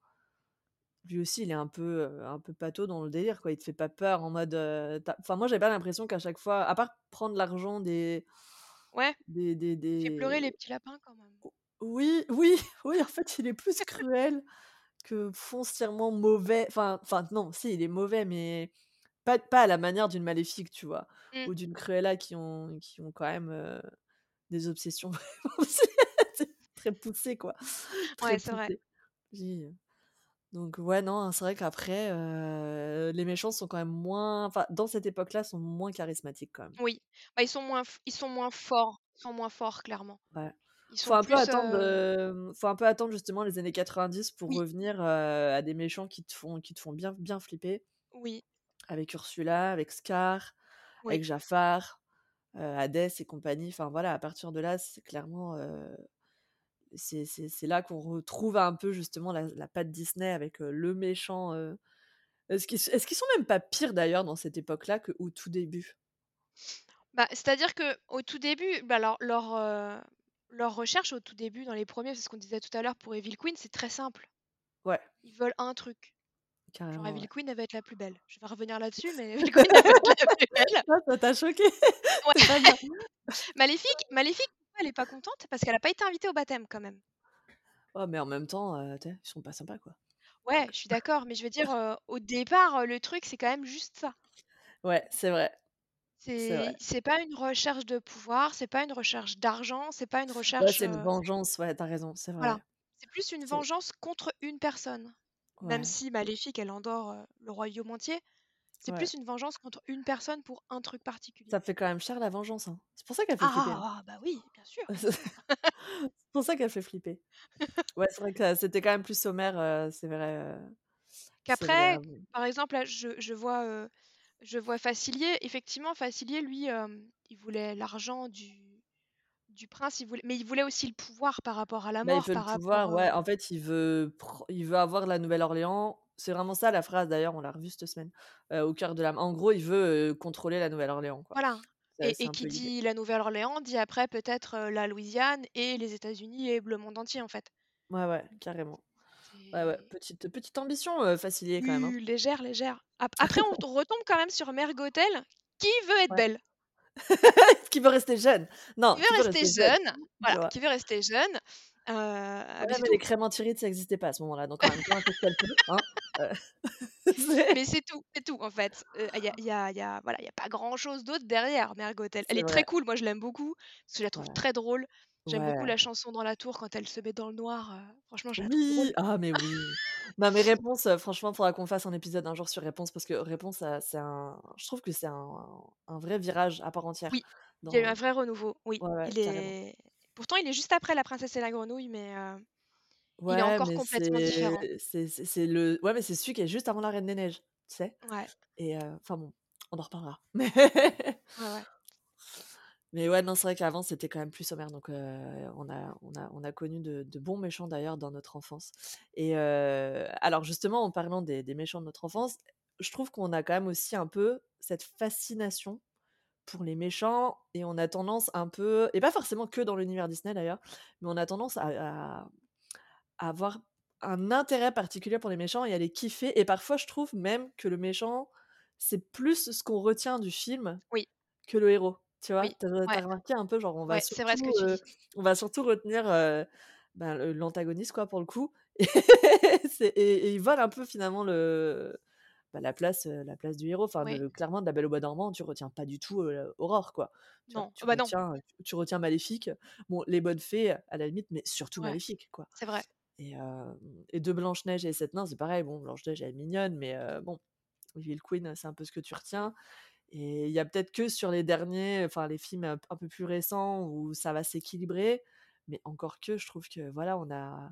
lui aussi, il est un peu, heu, un peu pâteau dans le délire, quoi. Il te fait pas peur en mode, heu, tu enfin, moi, j'avais pas l'impression qu'à chaque fois à part prendre l'argent des Ouais, des des il fait pleurer des les petits lapins quand même. O oui, oui, oui, en fait, il est plus cruel que foncièrement mauvais. Enfin enfin non, si, il est mauvais, mais pas pas à la manière d'une Maléfique, tu vois? Mmh. Ou d'une Cruella qui ont qui ont quand même, heu, des obsessions vraiment aussi très poussées, quoi, très Ouais, c'est vrai. poussées. J'ai, heu donc ouais, non, c'est vrai qu'après, heu, les méchants sont quand même moins enfin, dans cette époque-là, sont moins charismatiques quand même. Oui, bah, ils sont moins f ils sont moins forts, ils sont moins forts clairement. Ouais. Ils Faut sont un peu plus, attendre, heu hem, faut un peu attendre justement les années quatre-vingt-dix pour oui, revenir, heu, à des méchants qui te font qui te font bien bien flipper. oui, Avec Ursula, avec Scar, oui. avec Jafar, heu, Hadès et compagnie. Enfin voilà, à partir de là, c'est clairement, heu, c'est c'est c'est là qu'on retrouve un peu justement la la patte Disney avec, heu, le méchant, heu est-ce qu'ils est-ce qu'ils sont même pas pires d'ailleurs dans cette époque-là qu'au tout début? Bah, c'est-à-dire qu'au tout début, bah, alors leur, heu, leur recherche au tout début dans les premiers, c'est ce qu'on disait tout à l'heure pour Evil Queen, c'est très simple. Ouais, Ils veulent un truc, genre carrément, Evil ouais. Queen, elle va être la plus belle. Je vais revenir là-dessus, mais Evil Queen, elle va être la plus belle. Ah, ça t'a choqué? Ouais. C'est pas bien. Maléfique Maléfique, pourquoi elle est pas contente? Parce qu'elle a pas été invitée au baptême quand même. Oh, mais en même temps, heu, tu sais, ils sont pas sympas, quoi. Ouais, je suis d'accord, mais je veux dire, heu, au départ, heu, le truc, c'est quand même juste ça. Ouais, c'est vrai, c'est vrai. C'est c'est pas une recherche de pouvoir, c'est pas une recherche d'argent, c'est pas une Ouais, recherche, c'est une heu vengeance, ouais, tu raison, c'est voilà. vrai. C'est plus une C'est vengeance contre une personne. Même ouais, si Maléfique, elle endort, heu, le royaume entier, c'est ouais. plus une vengeance contre une personne pour un truc particulier. Ça fait quand même cher la vengeance, hein. C'est pour ça qu'elle fait Ah, flipper, ah, hein. ah, bah oui, bien sûr, bien C'est sûr. pour ça qu'elle fait flipper. Ouais, c'est vrai que c'était quand même plus sommaire, heu, c'est vrai, heu, c'est vrai, Qu'après, hein. par exemple, là, je je vois, heu, je vois Facilier. Effectivement, Facilier, lui, hem, il voulait l'argent du du prince, il voulait mais il voulait aussi le pouvoir par rapport à la Bah, il mort, veut le par rapport, pouvoir, ouais, heu en fait, il veut pr il veut avoir la Nouvelle-Orléans. C'est vraiment ça la phrase d'ailleurs, on l'a revue cette semaine, heu, au cœur de la en gros, il veut, heu, contrôler la Nouvelle-Orléans, quoi. voilà C'est et c'est et un peu qui l'idée. dit la Nouvelle-Orléans dit après peut-être, heu, la Louisiane et les États-Unis et le monde entier, en fait. Ouais, ouais, carrément. Ouais, ouais, C'est petite petite ambition, heu, Facilier quand même, hein. oui, légère, légère. Ap après on t retombe quand même sur Mère Gothel, qui veut être Ouais. belle, Qui veut rester jeune. qui Non, veut qui veut rester rester jeune, jeune, tu voilà, vois? qui veut rester jeune, heu, mais Ouais, c'est mais les tout. crèmes anti-rides, ça existait pas à ce moment-là, donc en même temps, elle fait ce qu'elle peut, hein, heu, Mais c'est c'est tout, c'est tout en fait. Heu, il y a il y a il y a voilà, il y a pas grand chose d'autre derrière Mère Gothel. Elle c'est est très vrai. cool, moi je l'aime beaucoup, parce que je la trouve Ouais, très drôle. J'aime beaucoup ouais. la chanson dans la tour quand elle se met dans le noir, heu, franchement je la trouve Oui! drôle. Ah mais oui! Non mais Réponse, heu, franchement, faudra qu'on fasse un épisode un jour sur Réponse parce que Réponse, ça c'est un je trouve que c'est un un vrai virage à part entière Oui, il y a eu un dans vrai renouveau, oui. ouais, ouais, Il carrément. est pourtant il est juste après La Princesse et la Grenouille, mais heu, il est Ouais, encore mais complètement différent. c'est c'est c'est c'est le ouais, mais c'est celui qui est juste avant La Reine des Neiges, tu sais? Ouais, Et heu, enfin bon, on en reparlera. Mais ouais, ouais. mais ouais, non, c'est vrai qu'avant, c'était quand même plus sommaire, donc heu, on a on a on a connu de de bons méchants d'ailleurs dans notre enfance et heu, alors justement, en parlant des des méchants de notre enfance, je trouve qu'on a quand même aussi un peu cette fascination pour les méchants et on a tendance un peu et pas forcément que dans l'univers Disney d'ailleurs, mais on a tendance à à à avoir un intérêt particulier pour les méchants et à les kiffer et parfois je trouve même que le méchant, c'est plus ce qu'on retient du film Oui, que le héros, tu vois? oui, Tu as tu ouais, remarqué un peu, genre, on va ouais, c'est vrai ce que surtout, tu heu, dis. on va surtout retenir, heu, ben, le l'antagoniste, quoi, pour le coup et c'est et et il vole un peu finalement le bah, la place, heu, la place du héros. Enfin, Oui, de clairement, de La Belle au bois dormant, tu retiens pas du tout, heu, Aurore, quoi. Tu vois? non, Tu ah bah non, retiens, tu retiens Maléfique, bon, les bonnes fées, à la limite, mais surtout ouais, Maléfique, quoi c'est vrai. et hem et de Blanche-Neige et les sept nains, c'est pareil. Bon, Blanche-Neige, elle est mignonne, mais heu, bon, Evil Queen, c'est un peu ce que tu retiens et il y a peut-être que sur les derniers, enfin les films un un peu plus récents où ça va s'équilibrer, mais encore que je trouve que voilà, on a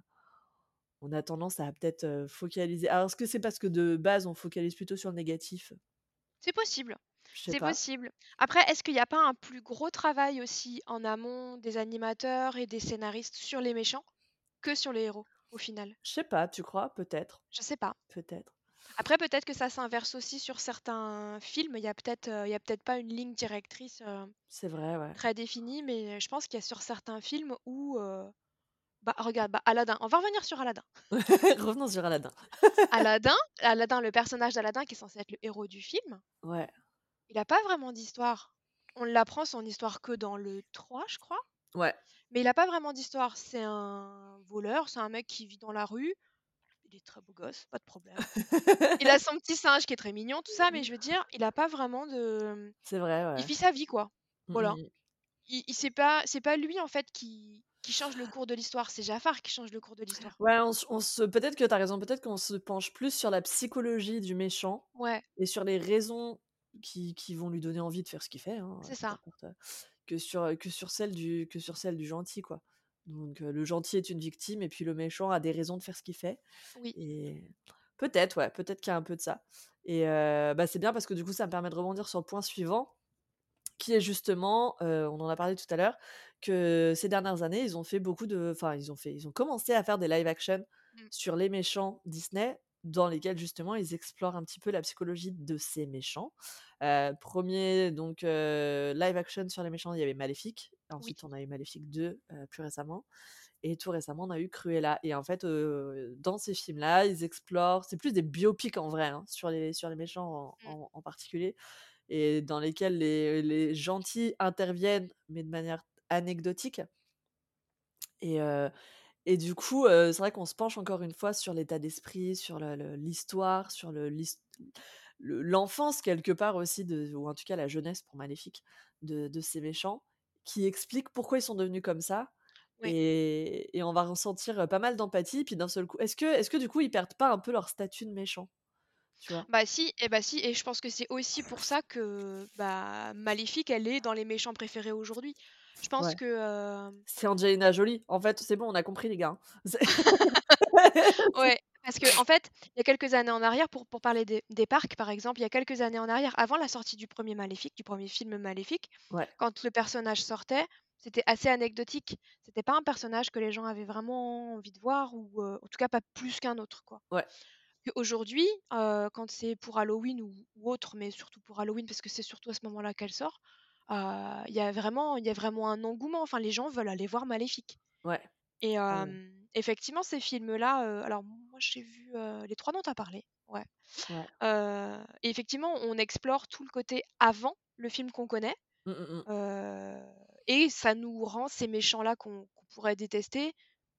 on a tendance à peut-être, heu, focaliser alors est-ce que c'est parce que de base on focalise plutôt sur le négatif? C'est possible, Je sais c'est pas. possible. Après, est-ce qu'il y a pas un plus gros travail aussi en amont des animateurs et des scénaristes sur les méchants que sur les héros, au final? Je sais pas, tu crois? Peut-être, Je sais pas. peut-être. Après, peut-être que ça s'inverse aussi sur certains films. Il y a peut-être, heu, il y a peut-être pas une ligne directrice, heu, C'est vrai, ouais. très définie, mais je pense qu'il y a sur certains films où, heu, bah, regarde, bah, Aladdin, on va revenir sur Aladdin. Revenons sur Aladdin. Aladdin Aladdin, le personnage d'Aladdin qui est censé être le héros du film, Ouais, il a pas vraiment d'histoire. On l'apprend son histoire que dans le trois, je crois? ouais. Mais il a pas vraiment d'histoire. C'est un voleur, c'est un mec qui vit dans la rue. Il est très beau gosse, pas de problème. Il a son petit singe qui est très mignon, tout ça, mais je veux dire, il a pas vraiment de C'est vrai, il ouais. vit sa vie, quoi. Mmh Voilà. mh, mmh. Il il c'est pas c'est pas lui, en fait, qui qui change le cours de l'histoire, c'est Jafar qui change le cours de l'histoire. Ouais, on se on se peut-être que tu as raison, peut-être qu'on se penche plus sur la psychologie du méchant Ouais, et sur les raisons qui qui vont lui donner envie de faire ce qu'il fait, hein, c'est peu ça. importe, heu, que sur, que sur celle du que sur celle du gentil, quoi. Donc heu, le gentil est une victime et puis le méchant a des raisons de faire ce qu'il fait Oui, et peut-être, ouais, peut-être qu'il y a un peu de ça et heu, bah, c'est bien parce que du coup, ça me permet de rebondir sur le point suivant qui est justement, heu, on en a parlé tout à l'heure, que ces dernières années, ils ont fait beaucoup de enfin, ils ont fait ils ont commencé à faire des live action mmh, sur les méchants Disney, dans lesquels justement ils explorent un petit peu la psychologie de ces méchants. Heu, un donc heu, live action sur les méchants, il y avait Maléfique. oui, Ensuite, on a eu Maléfique deux, heu, plus récemment et tout récemment, on a eu Cruella et en fait, heu, dans ces films-là, ils explorent c'est plus des biopics en vrai, hein, sur les sur les méchants en mmh, en en particulier et dans lesquels les les gentils interviennent, mais de manière anecdotique et heu et du coup, heu, c'est vrai qu'on se penche encore une fois sur l'état d'esprit, sur le le l'histoire, sur le l'his le l'enfance quelque part aussi de ou en tout cas la jeunesse pour Maléfique de de ces méchants, qui explique pourquoi ils sont devenus comme ça Ouais. et et on va ressentir, heu, pas mal d'empathie, puis d'un seul coup est-ce que est-ce que du coup ils perdent pas un peu leur statut de méchants? Tu vois? Bah si, et bah si, et je pense que c'est aussi pour ça que, bah, Maléfique, elle est dans les méchants préférés aujourd'hui. Je pense Ouais. que, hem C'est Angelina Jolie. En fait, c'est bon, on a compris les gars, hein. C'est ouais, parce qu'en fait, il y a quelques années en arrière, pour pour parler des des parcs, par exemple, il y a quelques années en arrière, avant la sortie du premier Maléfique, du premier film Maléfique, ouais, quand le personnage sortait, c'était assez anecdotique. C'était pas un personnage que les gens avaient vraiment envie de voir, ou, heu, en tout cas pas plus qu'un autre, quoi. ouais, Qu'aujourd'hui, heu, quand c'est pour Halloween ou ou autre, mais surtout pour Halloween parce que c'est surtout à ce moment-là qu'elle sort, heu, il y a vraiment il y a vraiment un engouement. Enfin, les gens veulent aller voir Maléfique, ouais, et ouais, ouais, hem, effectivement, ces films-là, heu, alors moi j'ai vu, heu, les trois dont tu as parlé, ouais, ouais. heu et effectivement, on explore tout le côté avant le film qu'on connaît, Mmh, mmh mh. heu et ça nous rend ces méchants-là qu'on qu'on pourrait détester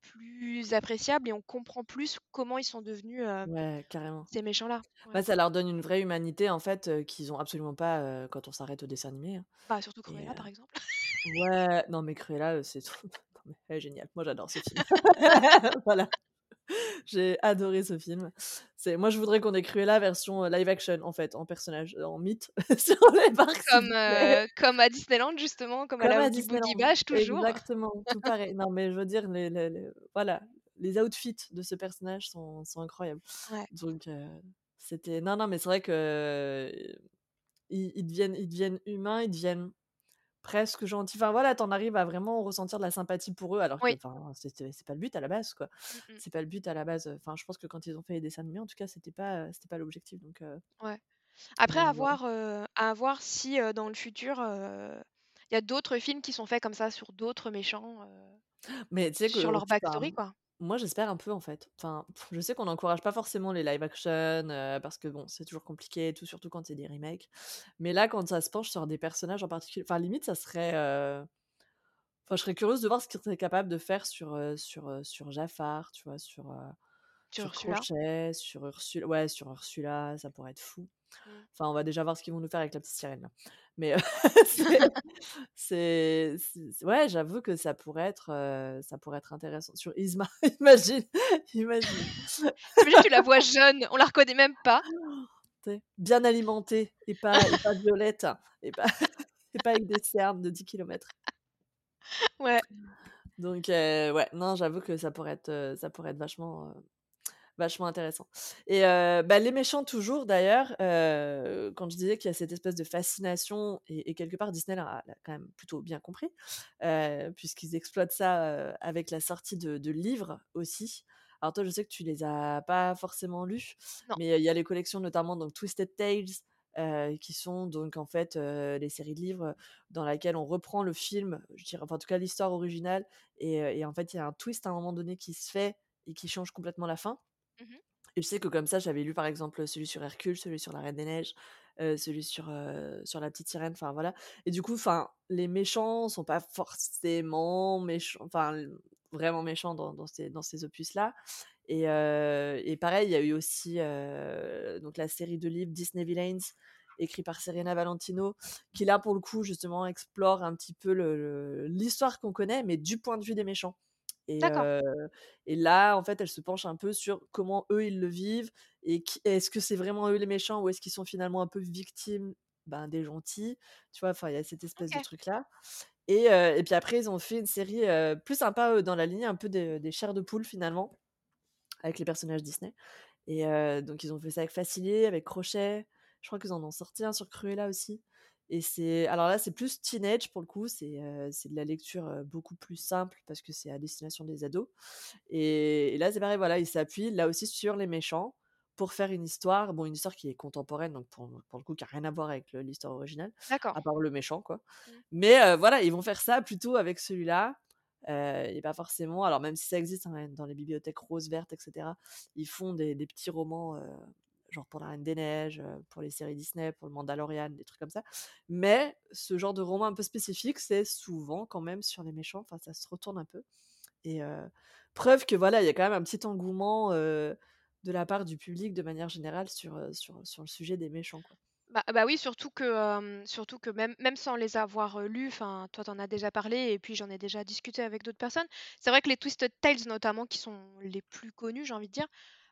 plus appréciables, et on comprend plus comment ils sont devenus, heu, Ouais, carrément. ces méchants-là. Ouais. Bah, ça leur donne une vraie humanité, en fait, heu, qu'ils ont absolument pas, heu, quand on s'arrête aux dessins animés, hein Bah, surtout et Cruella, heu par exemple. ouais, non mais Cruella, heu, c'est trop non mais elle est géniale. Moi, j'adore ce film. Voilà, j'ai adoré ce film. C'est moi, je voudrais qu'on ait Cruella version, heu, live action, en fait, en personnage, en mythe sur les parcs, s'il Comme, vous plaît. heu, comme à Disneyland justement, comme à Comme la à Oogie Boogie Disneyland, Bash toujours. exactement, tout pareil. Non, mais je veux dire les les les voilà, les outfits de ce personnage sont sont incroyables. Ouais, Donc heu, c'était non, non, mais c'est vrai que, heu, ils ils deviennent ils deviennent humains, ils deviennent presque gentils. Enfin voilà, tu en arrives à vraiment ressentir de la sympathie pour eux alors que oui. enfin, c'était c'est pas le but à la base, quoi. Mmh mh. C'est pas le but à la base, heu, enfin je pense que quand ils ont fait les dessins animés, en tout cas, c'était pas, heu, c'était pas l'objectif donc heu, Ouais. Après à donc voilà. voir, heu, à voir si, heu, dans le futur, heu, il y a d'autres films qui sont faits comme ça sur d'autres méchants, heu, Mais tu sais que sur oh, leur tu enfin, backstory, quoi. moi j'espère un peu en fait. Enfin, pff, je sais qu'on n'encourage pas forcément les live action, heu, parce que bon, c'est toujours compliqué et tout, surtout quand c'est des remakes. Mais là, quand ça se penche sur des personnages en particulier enfin limite ça serait, heu, enfin je serais curieuse de voir ce qu'ils seraient capables de faire sur, heu, sur, heu, sur Jafar, tu vois? Sur, heu, Sur sur Ursula. Crochet, sur Ursula ouais, sur Ursula, ça pourrait être fou. Mmh. Enfin, on va déjà voir ce qu'ils vont nous faire avec la petite sirène là. Mais, heu, c'est c'est c'est ouais, j'avoue que ça pourrait être, heu, ça pourrait être intéressant. Sur Yzma, imagine, imagine. Tu imagines, tu la vois jeune, on la reconnaît même pas. Tu sais, bien alimentée et pas et pas violette et pas et pas avec des cernes de dix kilomètres. Ouais. Donc, heu, ouais, non, j'avoue que ça pourrait être, heu, ça pourrait être vachement, heu, vachement intéressant et heu, bah, les méchants toujours d'ailleurs, heu, quand je disais qu'il y a cette espèce de fascination et et quelque part Disney l'a l'a quand même plutôt bien compris, heu, puisqu'ils exploitent ça, heu, avec la sortie de de livres aussi. Alors toi, je sais que tu les as pas forcément lus, Non. mais, heu, il y a les collections notamment donc Twisted Tales, heu, qui sont donc en fait, heu, les séries de livres, dans laquelle on reprend le film, je dirais enfin en tout cas l'histoire originale et heu et en fait il y a un twist à un moment donné qui se fait et qui change complètement la fin. Mmh mh. Et je sais que comme ça, j'avais lu par exemple, celui sur Hercule, celui sur la Reine des Neiges, heu, celui sur, heu, sur la Petite Sirène, enfin voilà et du coup, enfin, les méchants sont pas forcément méchants, enfin, l vraiment méchants dans dans ces dans ces opus-là et heu et pareil, il y a eu aussi, heu, donc la série de livres Disney Villains, écrit par Serena Valentino, qui là, pour le coup, justement, explore un petit peu le le l'histoire qu'on connaît, mais du point de vue des méchants et D'accord. heu et là, en fait, elle se penche un peu sur comment eux, ils le vivent et qui est-ce que c'est vraiment eux les méchants ou est-ce qu'ils sont finalement un peu victimes, ben, des gentils? Tu vois? Enfin, il y a cette espèce de OK. truc-là et heu et puis après, ils ont fait une série, heu, plus sympa, heu, dans la lignée un peu des des Chairs de poule, finalement, avec les personnages Disney et heu, donc ils ont fait ça avec Facilier, avec Crochet. Je crois qu'ils en ont sorti un sur Cruella aussi et c'est alors là, c'est plus teenage pour le coup, c'est, heu, c'est de la lecture, heu, beaucoup plus simple parce que c'est à destination des ados et et là, c'est pareil, voilà, ils s'appuient là aussi sur les méchants pour faire une histoire, bon, une histoire qui est contemporaine, donc pour pour le coup, qui a rien à voir avec le l'histoire originale, D'accord. à part le méchant, quoi. Mmh. Mais heu, voilà, ils vont faire ça plutôt avec celui-là, heu et pas forcément alors même si ça existe, hein, dans les bibliothèques roses, vertes et cetera, ils font des des petits romans, heu, genre pour la Reine des Neiges, heu, pour les séries Disney, pour le Mandalorian, des trucs comme ça. Mais ce genre de roman un peu spécifique, c'est souvent quand même sur les méchants, enfin ça se retourne un peu et heu, preuve que voilà, il y a quand même un petit engouement, heu, de la part du public de manière générale sur, heu, sur sur le sujet des méchants, quoi. Bah bah, oui, surtout que, hem, surtout que même même sans les avoir, heu, lus, enfin, toi, tu en as déjà parlé et puis j'en ai déjà discuté avec d'autres personnes. C'est vrai que les Twisted Tales notamment, qui sont les plus connus, j'ai envie de dire,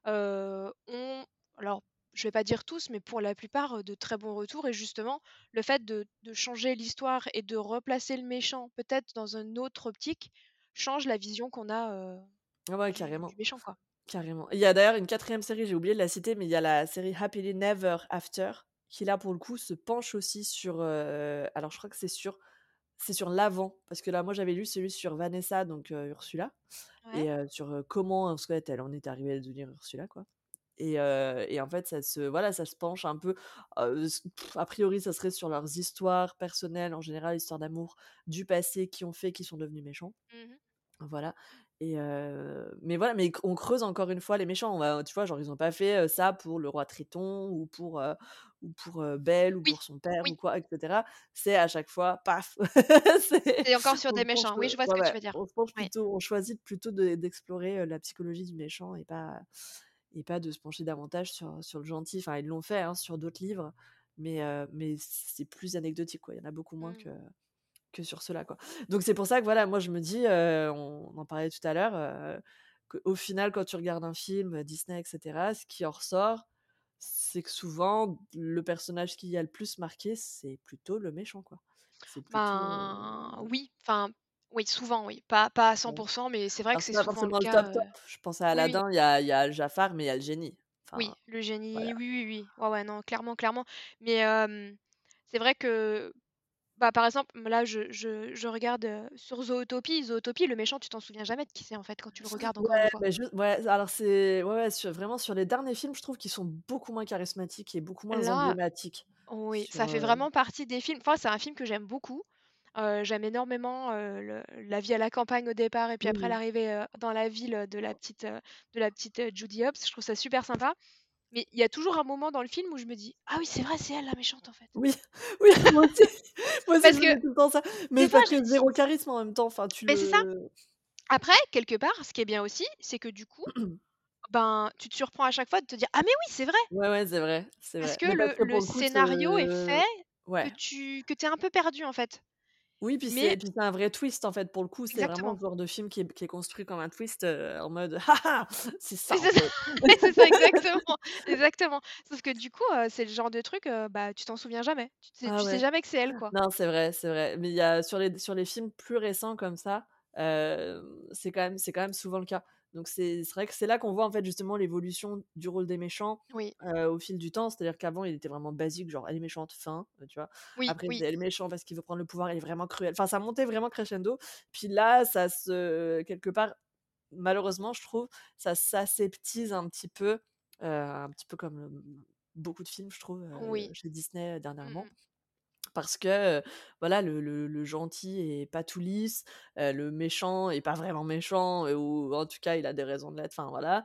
heu, ont alors je vais pas dire tous, mais pour la plupart, heu, de très bons retours et justement, le fait de de changer l'histoire et de replacer le méchant peut-être dans une autre optique, change la vision qu'on a, heu, Ah ouais, du du carrément, méchant, quoi. carrément. Il y a d'ailleurs une quatrième série, j'ai oublié de la citer, mais il y a la série Happily Never After qui là, pour le coup, se penche aussi sur, heu, alors je crois que c'est sur c'est sur l'avant, parce que là, moi, j'avais lu celui sur Vanessa, donc heu, Ursula Ouais. et heu, sur, heu, comment en fait elle en est arrivée à devenir Ursula, quoi et heu et en fait, ça se voilà, ça se penche un peu, heu, s pff, a priori, ça serait sur leurs histoires personnelles, en général, histoires d'amour du passé qui ont fait qu'ils sont devenus méchants. Mmh. Voilà et heu, mais voilà, mais on creuse encore une fois les méchants. On va tu vois, genre, ils ont pas fait, heu, ça pour le roi Triton ou pour, heu, ou pour, heu, Belle ou Oui, pour son père ou oui, quoi et cetera. C'est à chaque fois, paf! C'est c'est encore sur on des se penche, méchants. Oui, heu, je vois ce ouais, que tu ouais, veux dire. on se penche Oui. plutôt on choisit plutôt de d'explorer, heu, la psychologie du méchant et pas et pas de se pencher davantage sur sur le gentil. Enfin, ils l'ont fait, hein, sur d'autres livres, mais heu, mais c'est plus anecdotique, quoi. Il y en a beaucoup moins Mmh. que que sur cela, quoi. Donc c'est pour ça que voilà, moi je me dis, heu, on en parlait tout à l'heure, heu, qu'au final quand tu regardes un film, Disney et cetera, ce qui en ressort, c'est que souvent le personnage qui a le plus marqué, c'est plutôt le méchant, quoi. C'est plutôt, Ben, heu, oui, enfin, oui, souvent, oui. Pas pas à cent ouais. pour cent, mais c'est vrai que Alors c'est c'est pas souvent le forcément le cas, top top. heu Je pense à oui, oui, Aladdin, il y a il y a Jafar, mais il y a le génie. Enfin, oui, le génie, voilà. oui, oui, oui. Ouais, ouais, non, clairement, clairement. Mais, hem, c'est vrai que, bah, par exemple, là, je je je regarde, heu, sur Zootopie. Zootopie, le méchant, tu t'en souviens jamais de qui c'est, en fait, quand tu le regardes encore une Ouais, fois. mais juste ouais, alors c'est ouais, ouais, sur vraiment sur les derniers films, je trouve qu'ils sont beaucoup moins charismatiques et beaucoup moins Là, emblématiques oui, sur, ça fait heu vraiment partie des films enfin, c'est un film que j'aime beaucoup. Heu, j'aime énormément, heu, le la vie à la campagne au départ et puis après mmh l'arrivée, heu, dans la ville, heu, de la petite, heu, de la petite, heu, Judy Hopps. Je trouve ça super sympa. Mais il y a toujours un moment dans le film où je me dis: «Ah oui, c'est vrai, c'est elle la méchante, en fait». Oui, oui, moi aussi, moi aussi Parce je que me dis tout le temps ça, mais des fois parce je me que dis zéro charisme en même temps, enfin tu mais c'est ça. le Après, quelque part, ce qui est bien aussi, c'est que du coup, ben, tu te surprends à chaque fois de te dire: «Ah mais oui, c'est vrai!» ouais, ouais, c'est vrai, c'est parce vrai, que mais parce le que le pour le coup scénario est ce fait que ouais, tu que tu es un peu perdu, en fait. oui, puis Mais c'est puis c'est un vrai twist en fait, pour le coup, c'est vraiment exactement. le genre de film qui est qui est construit comme un twist, heu, en mode: «Ha ha! C'est Oui, ça en c'est ça, fait». ouais, c'est ça, exactement, exactement. Sauf que du coup, heu, c'est le genre de truc, heu, bah, tu t'en souviens jamais. Tu sais Ah tu sais ouais. jamais que c'est elle, quoi. Non, c'est vrai, c'est vrai. Mais il y a sur les sur les films plus récents comme ça, hem, c'est quand même c'est quand même souvent le cas. Donc c'est c'est vrai que c'est là qu'on voit, en fait, justement l'évolution du rôle des méchants, Oui, heu, au fil du temps. C'est-à-dire qu'avant, il était vraiment basique, genre: «Elle est méchante, fin», heu, tu vois? oui, Après, c'est: oui. «Elle est méchante parce qu'il veut prendre le pouvoir, elle est vraiment cruelle». Enfin, ça montait vraiment crescendo. Puis là, ça se quelque part, malheureusement, je trouve, ça s'aseptise un petit peu, heu, un petit peu comme, hem, beaucoup de films, je trouve, heu, Oui. chez Disney, heu, Mmh dernièrement. mh. Parce que, heu, voilà, le le le gentil est pas tout lisse, heu, le méchant est pas vraiment méchant, heu, ou en tout cas, il a des raisons de l'être, enfin voilà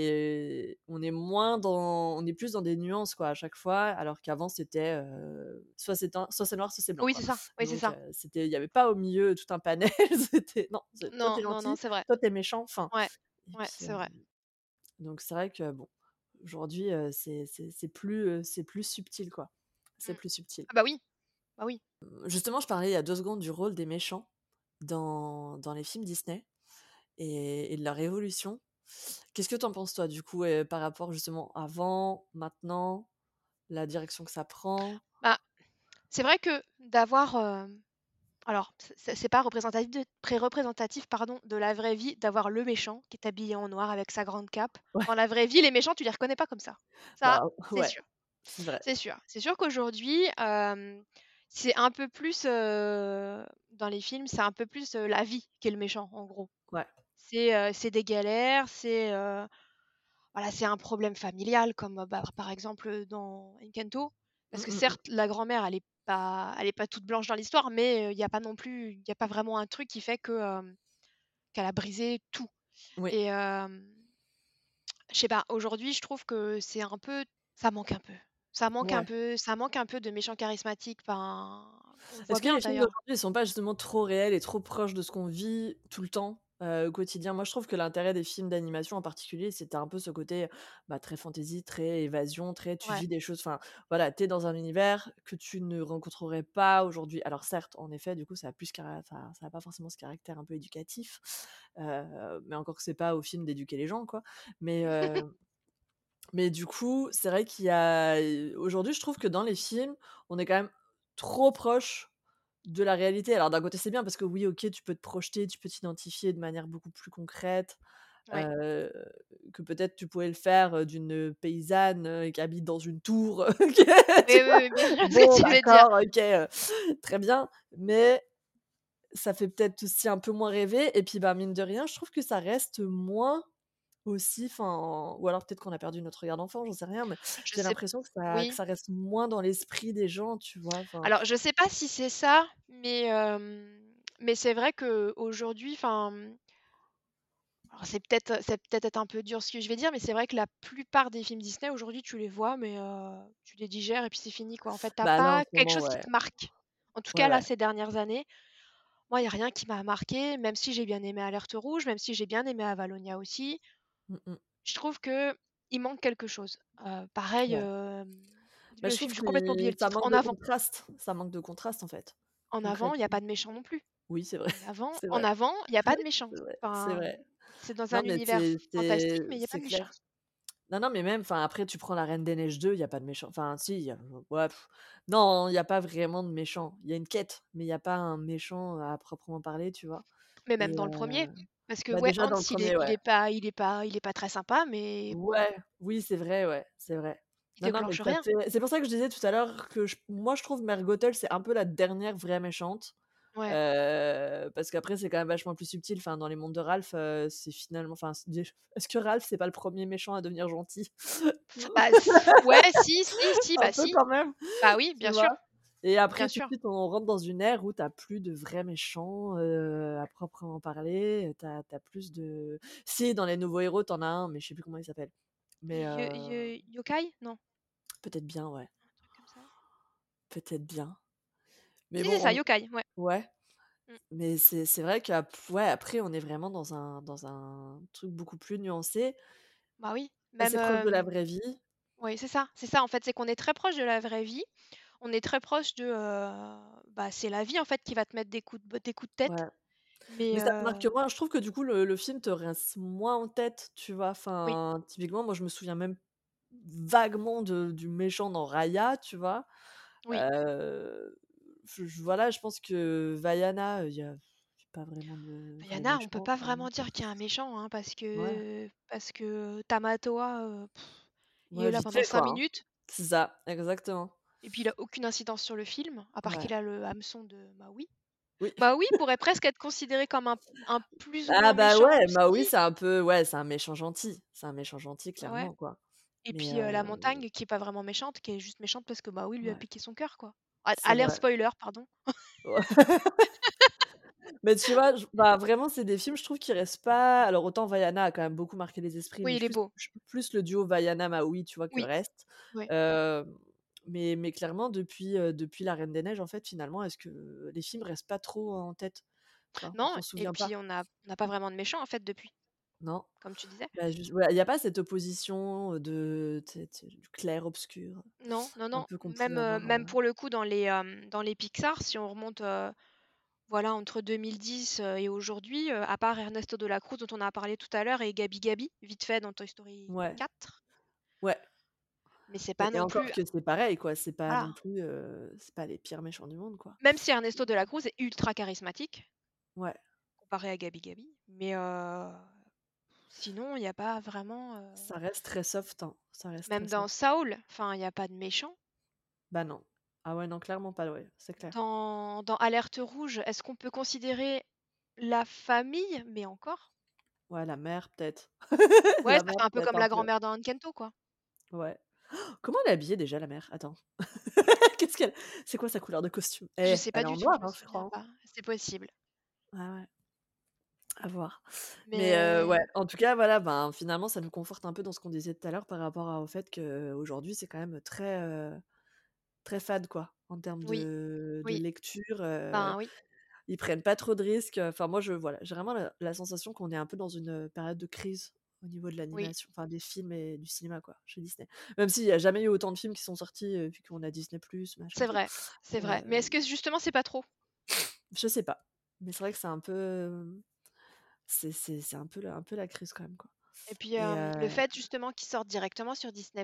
et on est moins dans on est plus dans des nuances, quoi, à chaque fois, alors qu'avant c'était, heu, soit c'est un soit c'est noir, soit c'est blanc, Oui, quoi. c'est ça, oui, c'est Donc ça. heu, c'était il y avait pas au milieu tout un panel, c'était non, c'est toi tu Non, es non, non, gentil, c'est vrai. toi tu es méchant, fin Ouais, et ouais, puis, c'est hem, vrai. donc c'est vrai que bon, aujourd'hui, heu, c'est c'est c'est plus, heu, c'est plus subtil, quoi. C'est Mmh. plus subtil. Ah bah oui, bah oui. Justement, je parlais il y a deux secondes du rôle des méchants dans dans les films Disney et et de leur évolution. Qu'est-ce que tu en penses toi, du coup, heu, par rapport justement avant, maintenant, la direction que ça prend? Bah, c'est vrai que d'avoir, hem, alors c'est c'est c'est pas représentatif de très représentatif, pardon, de la vraie vie, d'avoir le méchant qui est habillé en noir avec sa grande cape. Ouais, Dans la vraie vie, les méchants, tu les reconnais pas comme ça. Ça, bah, c'est ouais, sûr. c'est vrai. C'est sûr. C'est sûr qu'aujourd'hui, hem, c'est un peu plus, heu, dans les films, c'est un peu plus, heu, la vie qui est le méchant, en gros. Ouais. C'est, heu, c'est des galères, c'est, heu, voilà, c'est un problème familial comme, heu, bah, par exemple, heu, dans Encanto. Parce Mmh, que mmh mh. certes, la grand-mère, elle est pas elle est pas toute blanche dans l'histoire, mais, il y a pas non plus il y a pas vraiment un truc qui fait que, hem, qu'elle a brisé tout Oui, et hem, je sais pas, aujourd'hui, je trouve que c'est un peu ça manque un peu. Ça manque un ouais. peu ça manque un peu de méchants charismatiques, ben, on le voit Est-ce que bien les films d'ailleurs. d'aujourd'hui, ils sont pas justement trop réels et trop proches de ce qu'on vit tout le temps? heu, quotidien. Moi, je trouve que l'intérêt des films d'animation en particulier, c'était un peu ce côté, bah, très fantasy, très évasion, très tu Ouais. vis des choses enfin, voilà, tu es dans un univers que tu ne rencontrerais pas aujourd'hui. Alors certes, en effet, du coup, ça a plus cara enfin, ça a pas forcément ce caractère un peu éducatif, heu, mais encore que c'est pas au film d'éduquer les gens, quoi. Mais, heu, mais du coup, c'est vrai qu'il y a aujourd'hui, je trouve que dans les films, on est quand même trop proche de la réalité. Alors d'un côté, c'est bien parce que oui, OK, tu peux te projeter, tu peux t'identifier de manière beaucoup plus concrète, Ouais. heu, que peut-être tu pourrais le faire, heu, d'une paysanne, heu, qui habite dans une tour, heu, que Oui, tu oui, vois? oui, bien, je vois ce que Bon tu veux dire. d'accord, OK, heu, très bien, mais ça fait peut-être aussi un peu moins rêver et puis, bah, mine de rien, je trouve que ça reste moins aussi enfin, ou alors peut-être qu'on a perdu notre regard d'enfant, j'en sais rien, mais Je j'ai sais l'impression que ça que oui. ça reste moins dans l'esprit des gens, tu vois? Enfin Alors je sais pas si c'est ça, mais, hem, mais c'est vrai qu'aujourd'hui, enfin, mmh alors c'est peut-être c'est peut-être être un peu dur ce que je vais dire, mais c'est vrai que la plupart des films Disney aujourd'hui, tu les vois, mais, heu, tu les digères et puis c'est fini, quoi. En fait, tu as bah, non, en pas ce quelque moment, chose qui ouais. te marque. En tout Ouais, cas, là, ouais. ces dernières années, moi, il y a rien qui m'a marqué, même si j'ai bien aimé Alerte rouge, même si j'ai bien aimé Avalonia aussi. Mmh mh. Je trouve qu'il manque quelque chose. Heu, pareil, Ouais. hem, Bah, le je trouve film, j'ai complètement oublié que le ça titre. manque En de avant. contraste, ça manque de contraste, en fait, En avant, il y a concrètement. pas de méchant non plus. Oui, c'est vrai, En avant c'est en vrai. avant, il y a pas de méchant. C'est vrai, c'est Enfin, vrai. c'est dans Non, un mais univers c'est c'est fantastique, mais il y a pas c'est de méchant. clair. Non, non, mais même, enfin, après tu prends La Reine des Neiges deux, il y a pas de méchant. Enfin si, il y a ouais, pff, non, il y a pas vraiment de méchant. Il y a une quête, mais il y a pas un méchant à proprement parler, tu vois? Mais Et même dans le heu, premier, parce que bah, ouais, déjà Hans, dans le il est premier, il ouais. est pas il est pas il est pas très sympa, mais Ouais, oui, c'est vrai, ouais, c'est vrai. il Non, non, mais déclenche ça rien. fait c'est pour ça que je disais tout à l'heure que j moi, je trouve Mère Gothel, c'est un peu la dernière vraie méchante, Ouais. heu, parce qu'après c'est quand même vachement plus subtil. Enfin, dans les mondes de Ralph, heu, c'est finalement enfin, c'est dé est-ce que Ralph, c'est pas le premier méchant à devenir gentil? Bah, s ouais, si, si, si, Un bah, peu si. quand même, Bah, oui, tu bien sûr, vois? Et bien après tout de sûr. suite, on rentre dans une ère où tu as plus de vrais méchants, heu, à proprement parler, tu as tu as plus de si, dans les nouveaux héros, tu en as un, mais je sais plus comment il s'appelle. Mais Yo heu, yo Yokai? Non, peut-être bien, ouais. un truc comme ça? Peut-être bien. Mais Si, c'est ça, bon, Yokai, ouais. on ouais, Mmh. mais c'est c'est vrai qu'ap ouais, après on est vraiment dans un dans un truc beaucoup plus nuancé, Bah, oui, même, assez proche de la hem vraie vie. oui, c'est ça, c'est ça, en fait, c'est qu'on est très proche de la vraie vie. On est très proche de, heu, bah, c'est la vie, en fait, qui va te mettre des coups de b des coups de tête, Ouais, mais mais ça te marque heu, moins. Je trouve que du coup le le film te reste moins en tête, tu vois? oui, Enfin, typiquement, moi je me souviens même vaguement de du méchant dans Raya, tu vois? oui. Heu, je je voilà, je pense que Vaiana, il y a pas vraiment de Il y vrai en a, on peut méchant, pas enfin, vraiment dire qu'il y a un méchant, hein, parce ouais, que parce que Tamatoa, heu, il est ouais, là vite pendant fait cinq quoi, hein. minutes C'est ça, exactement. et puis il a aucune incidence sur le film, à part Ouais, qu'il a le hameçon de Maui. oui. Maui pourrait presque être considéré comme un un plus ou Ah moins bah, méchant ouais, bah, oui, aussi. c'est un peu ouais, c'est un méchant gentil. C'est un méchant gentil Bah, ouais, clairement, quoi. et Mais puis, heu, heu, la montagne qui est pas vraiment méchante, qui est juste méchante parce que Maui lui a ouais, piqué son cœur, quoi. A c'est alerte vrai. spoiler, pardon. Ouais. Mais tu vois, j bah, vraiment, c'est des films, je trouve, qui restent pas alors autant Vaiana a quand même beaucoup marqué les esprits, mais Oui, il est plus beau. ch plus le duo Vaiana-Maui, tu vois, que le Oui, reste. ouais. Hem, mais mais clairement depuis, heu, depuis La Reine des Neiges, en fait, finalement, est-ce que les films restent pas trop en tête? Tu vois? On Non, s'en et souvient pas. puis on a on a pas vraiment de méchant, en fait, depuis, Non. comme tu disais. Bah, juste ouais, il y a pas cette opposition, heu, de tu sais tu sais, du clair-obscur, Non, non, un non, peu qu'on même, pouvait heu, avoir, même heu pour le coup dans les, hem, dans les Pixar, si on remonte, heu, voilà entre deux mille dix, heu, et aujourd'hui, heu, à part Ernesto de la Cruz dont on a parlé tout à l'heure et Gabi Gabi, vite fait dans Toy Story ouais, quatre, ouais. mais c'est Mais pas et non encore plus que c'est pareil, quoi, c'est pas voilà. non plus, heu, c'est pas les pires méchants du monde, quoi. Même si Ernesto de la Cruz est ultra charismatique, Ouais, comparé à Gabi Gabi, mais heu, sinon il y a pas vraiment, heu ça reste très soft, hein, ça reste très même dans soft. Saul, enfin il y a pas de méchant. Bah, non. Ah ouais, non, clairement pas, ouais, c'est clair. Dans dans Alerte rouge, est-ce qu'on peut considérer la famille? Mais encore. Ouais, la mère, peut-être. Ouais, La ça mère, fait un peu peut-être comme un la peu. grand-mère dans Encanto, quoi. Ouais. Comment elle est habillée déjà, la mère? Attends. Qu'est-ce qu'elle c'est quoi sa couleur de costume? Je Eh, sais elle pas est en du tout, noir, je me hein, je crois, souviens hein? pas. C'est possible. Ah ouais. À voir. Mais heu, ouais, Mais en tout cas, voilà, ben, finalement, ça nous conforte un peu dans ce qu'on disait tout à l'heure par rapport à au fait qu'aujourd'hui, c'est quand même très, heu, très fade, quoi, en termes oui, de de oui, lecture, heu, ben, oui. ils prennent pas trop de risques, enfin moi je voilà, j'ai vraiment la la sensation qu'on est un peu dans une, heu, période de crise au niveau de Oui. l'animation, enfin des films et du cinéma quoi, chez Disney. Même s'il y a jamais eu autant de films qui sont sortis, heu, vu qu'on a Disney+, machin C'est tout, vrai, c'est vrai. Mais est-ce heu, que justement c'est pas trop? je sais pas, mais c'est vrai que c'est un peu, hem, c'est c'est c'est un peu la un peu la crise quand même quoi Et puis, et hem, le heu, fait justement qu'ils sortent directement sur Disney+,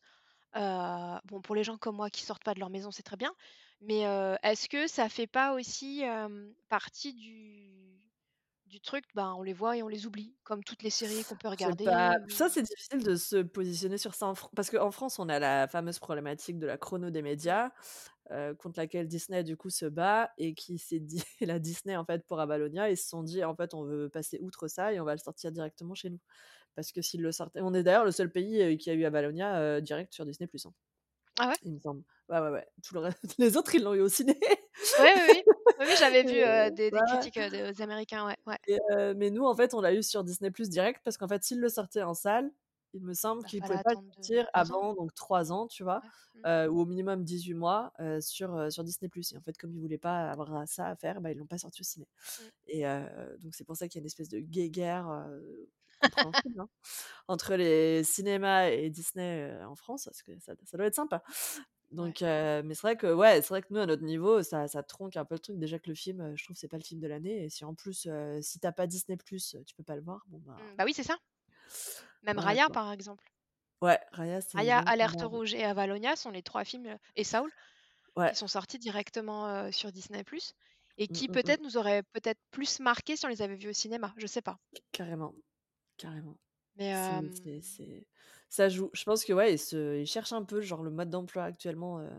heu, bon pour les gens comme moi qui sortent pas de leur maison, c'est très bien, mais, heu, est-ce que ça fait pas aussi, hem, partie du du truc, ben, on les voit et on les oublie, comme toutes les séries qu'on peut je sais pas, regarder ça ou c'est difficile de se positionner sur ça en Fran parce qu'en France on a la fameuse problématique de la chrono des mmh, médias, heu, contre laquelle Disney du coup se bat et qui s'est dit la Disney en fait pour Avalonia, ils se sont dit: «En fait on veut passer outre ça et on va le sortir directement chez nous». Parce que s'ils le sortaient on est d'ailleurs le seul pays, heu, qui a eu Avalonia, heu, direct sur Disney+, hein, ah ouais? il me semble. Ouais, ouais, ouais, tout le reste les autres ils l'ont eu au ciné. Oui, oui, oui. Oui, oui, j'avais Et vu, heu, des ouais, des ouais. critiques, heu, des Américains, ouais, ouais. Et heu, mais nous, en fait, on l'a eu sur Disney+ direct parce qu'en fait, s'ils le sortaient en salle, il me semble Bah, qu'ils fallait pouvaient pas le attendre de sortir trois ans, avant donc trois ans, tu vois? ouais. Mmh. Heu, ou au minimum dix-huit mois, heu, sur, heu, sur Disney+ et en fait, comme ils voulaient pas avoir ça à faire, bah, ils l'ont pas sorti au ciné Mmh. et heu, donc c'est pour ça qu'il y a une espèce de guéguerre, heu, compréhensible, hein, entre les cinémas et Disney, heu, en France parce que ça ça doit être sympa. Ouais. Donc heu, mais c'est vrai que ouais, c'est vrai que nous, à notre niveau, ça ça tronque un peu le truc. Déjà que le film, heu, je trouve, c'est pas le film de l'année et si en plus, heu, si tu as pas Disney+, heu, tu peux pas le voir, bon bah, Mmh, bah, oui, c'est ça. Même voilà Raya, quoi. par exemple. Ouais, Raya, c'est Raya, même Alerte combat. rouge et Avalonia sont les trois films, heu et Saul, Ouais. qui sont sortis directement, heu, sur Disney+ et Mmh, qui mmh mh. peut-être nous auraient peut-être plus marqués si on les avait vus au cinéma, je sais pas. Carrément, carrément. Mais, C'est hem, c'est c'est ça joue. Je pense que ouais, ils se ils cherchent un peu, genre le mode d'emploi actuellement, heu,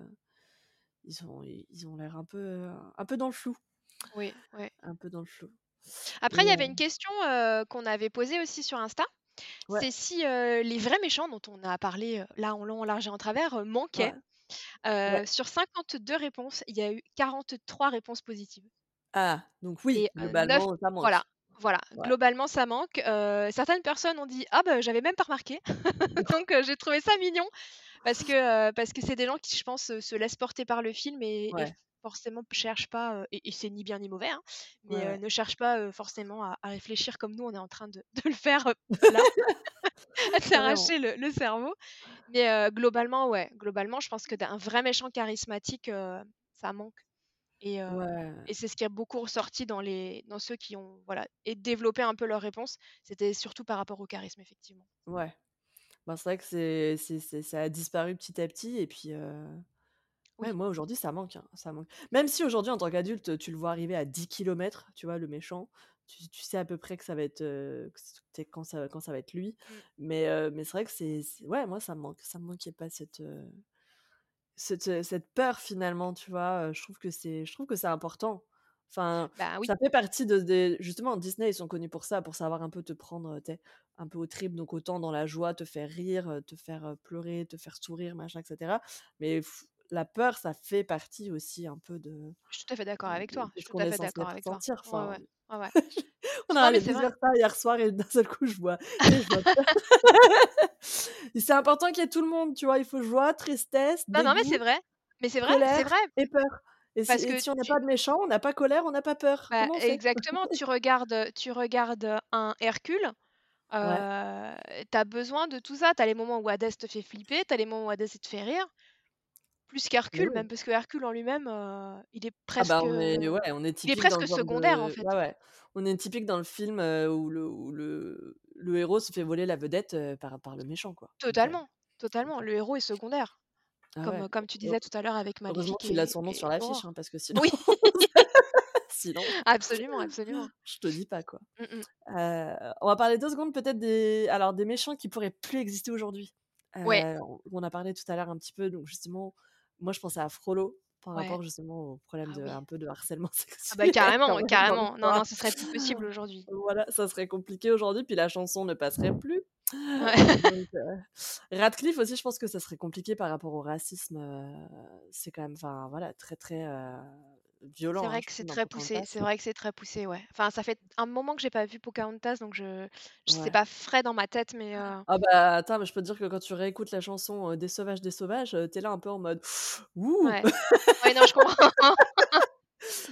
ils ont ils ils ont l'air un peu, heu, un peu dans le flou, oui, ouais. un peu dans le flou Après, il et y heu, avait une question, heu, qu'on avait posée aussi sur Insta, ouais, c'est si, heu, les vrais méchants dont on a parlé, heu, là en long, en large et en travers, heu, manquaient. ouais, ouais. Heu, sur cinquante-deux réponses, il y a eu quarante-trois réponses positives. Ah, donc oui, Et heu, neuf globalement, ça voilà, manque. voilà, Ouais. globalement ça manque. Heu, certaines personnes ont dit: «Ah bah, j'avais même pas remarqué». Donc heu, j'ai trouvé ça mignon parce que, heu, parce que c'est des gens qui, je pense, heu, se laissent porter par le film et et Ouais, forcément cherchent pas, heu et et c'est ni bien ni mauvais, hein, ouais, mais heu, ouais. ne cherchent pas, heu, forcément à à réfléchir comme nous on est en train de de le faire, heu, là, à Carrément. s'arracher le le cerveau. Mais heu, globalement, ouais, globalement, je pense que d'un vrai méchant charismatique, heu, ça manque. Et heu Ouais, et c'est ce qui a beaucoup ressorti dans les dans ceux qui ont, voilà, et développé un peu leurs réponses. C'était surtout par rapport au charisme, effectivement. ouais. Ben, c'est vrai que c'est c'est c'est ça a disparu petit à petit et puis, heu, ouais, Oui, moi, aujourd'hui, ça manque, hein, ça manque. Même si aujourd'hui, en tant qu'adulte, tu le vois arriver à dix kilomètres, tu vois, le méchant, tu tu sais à peu près que ça va être, heu, que c tu quand ça quand ça va être lui. mmh, Mais, heu, mais c'est vrai que c'est c'est ouais, moi, ça me manque, ça me manquait pas cette, heu, cette, heu, cette peur finalement, tu vois? Heu, je trouve que c'est je trouve que c'est important. Enfin, bah, oui, ça fait partie de des justement, Disney, ils sont connus pour ça, pour savoir un peu te prendre, heu, tu sais, un peu aux tripes, donc autant dans la joie, te faire rire, heu, te faire, heu, pleurer, te faire sourire, machin et cetera. Mais f la peur, ça fait partie aussi un peu de je suis tout à fait d'accord de avec de toi, de je ce suis tout qu'on à est fait censé d'accord avec toi. ressentir. Ouais, Enfin, ouais, ouais, ouais. on a Non, mais regardé c'est vrai. plusieurs fois hier soir et d'un seul coup, je vois, tu sais, je vois et c'est important qu'il y ait tout le monde, tu vois? Il faut joie, tristesse, Non, non, mais c'est dégoût, vrai, mais c'est vrai, c'est colère vrai et peur et si parce et que si on n'a tu pas de méchant, on n'a pas colère, on n'a pas peur. bah, Comment on fait? exactement, tu regardes, tu regardes, un Hercule, Ouais, heu, tu as besoin de tout ça. Tu as les moments où Hadès te fait flipper, tu as les moments où Hadès, il te fait rire. Plus mais qu'Hercule oui. même, parce que Hercule en lui-même, heu, il est Ah bah, presque, on est heu, ouais, on est il est typique dans presque le genre secondaire, en de fait. ouais, ouais. On est typique dans le film, heu, où le où le le héros se fait voler la vedette, heu, par par le méchant, quoi. Donc heu, Totalement, totalement, donc heu, le héros est secondaire, ah comme, ouais. heu, comme tu Heu, disais tout à l'heure avec heureusement Maléfique qu'il a et son nom sur et l'affiche, hein, Aurore. parce que sinon Oui, sinon, absolument, absolument. je te dis pas, quoi. Mmh mh. Heu, on va parler deux secondes peut-être des alors des méchants qui pourraient plus exister aujourd'hui. Ouais, Heu, on on a parlé tout à l'heure un petit peu, donc justement, moi je pensais à Frollo par ouais. rapport justement au problème Ah de oui. un peu de harcèlement Ah bah, sexuel carrément, quand même dans carrément. Non, non, l'histoire. ce serait plus possible aujourd'hui. Voilà, ça serait compliqué aujourd'hui, puis la chanson ne passerait plus. Ouais. Donc heu, Radcliffe aussi, je pense que ça serait compliqué par rapport au racisme, heu, c'est quand même enfin voilà, très, très, heu, C'est violent, hein, vrai je que c'est trouve dans très poussé, Pocahontas. c'est vrai que c'est très poussé, ouais. Enfin, ça fait un moment que j'ai pas vu Pocahontas, donc je je c'est Ouais. pas frais dans ma tête, mais heu, Ah bah, attends, mais je peux te dire que quand tu réécoutes la chanson, heu, «Des sauvages, des sauvages», heu, tu es là un peu en mode: «Ouh!» ouais. Ouais, non, je comprends.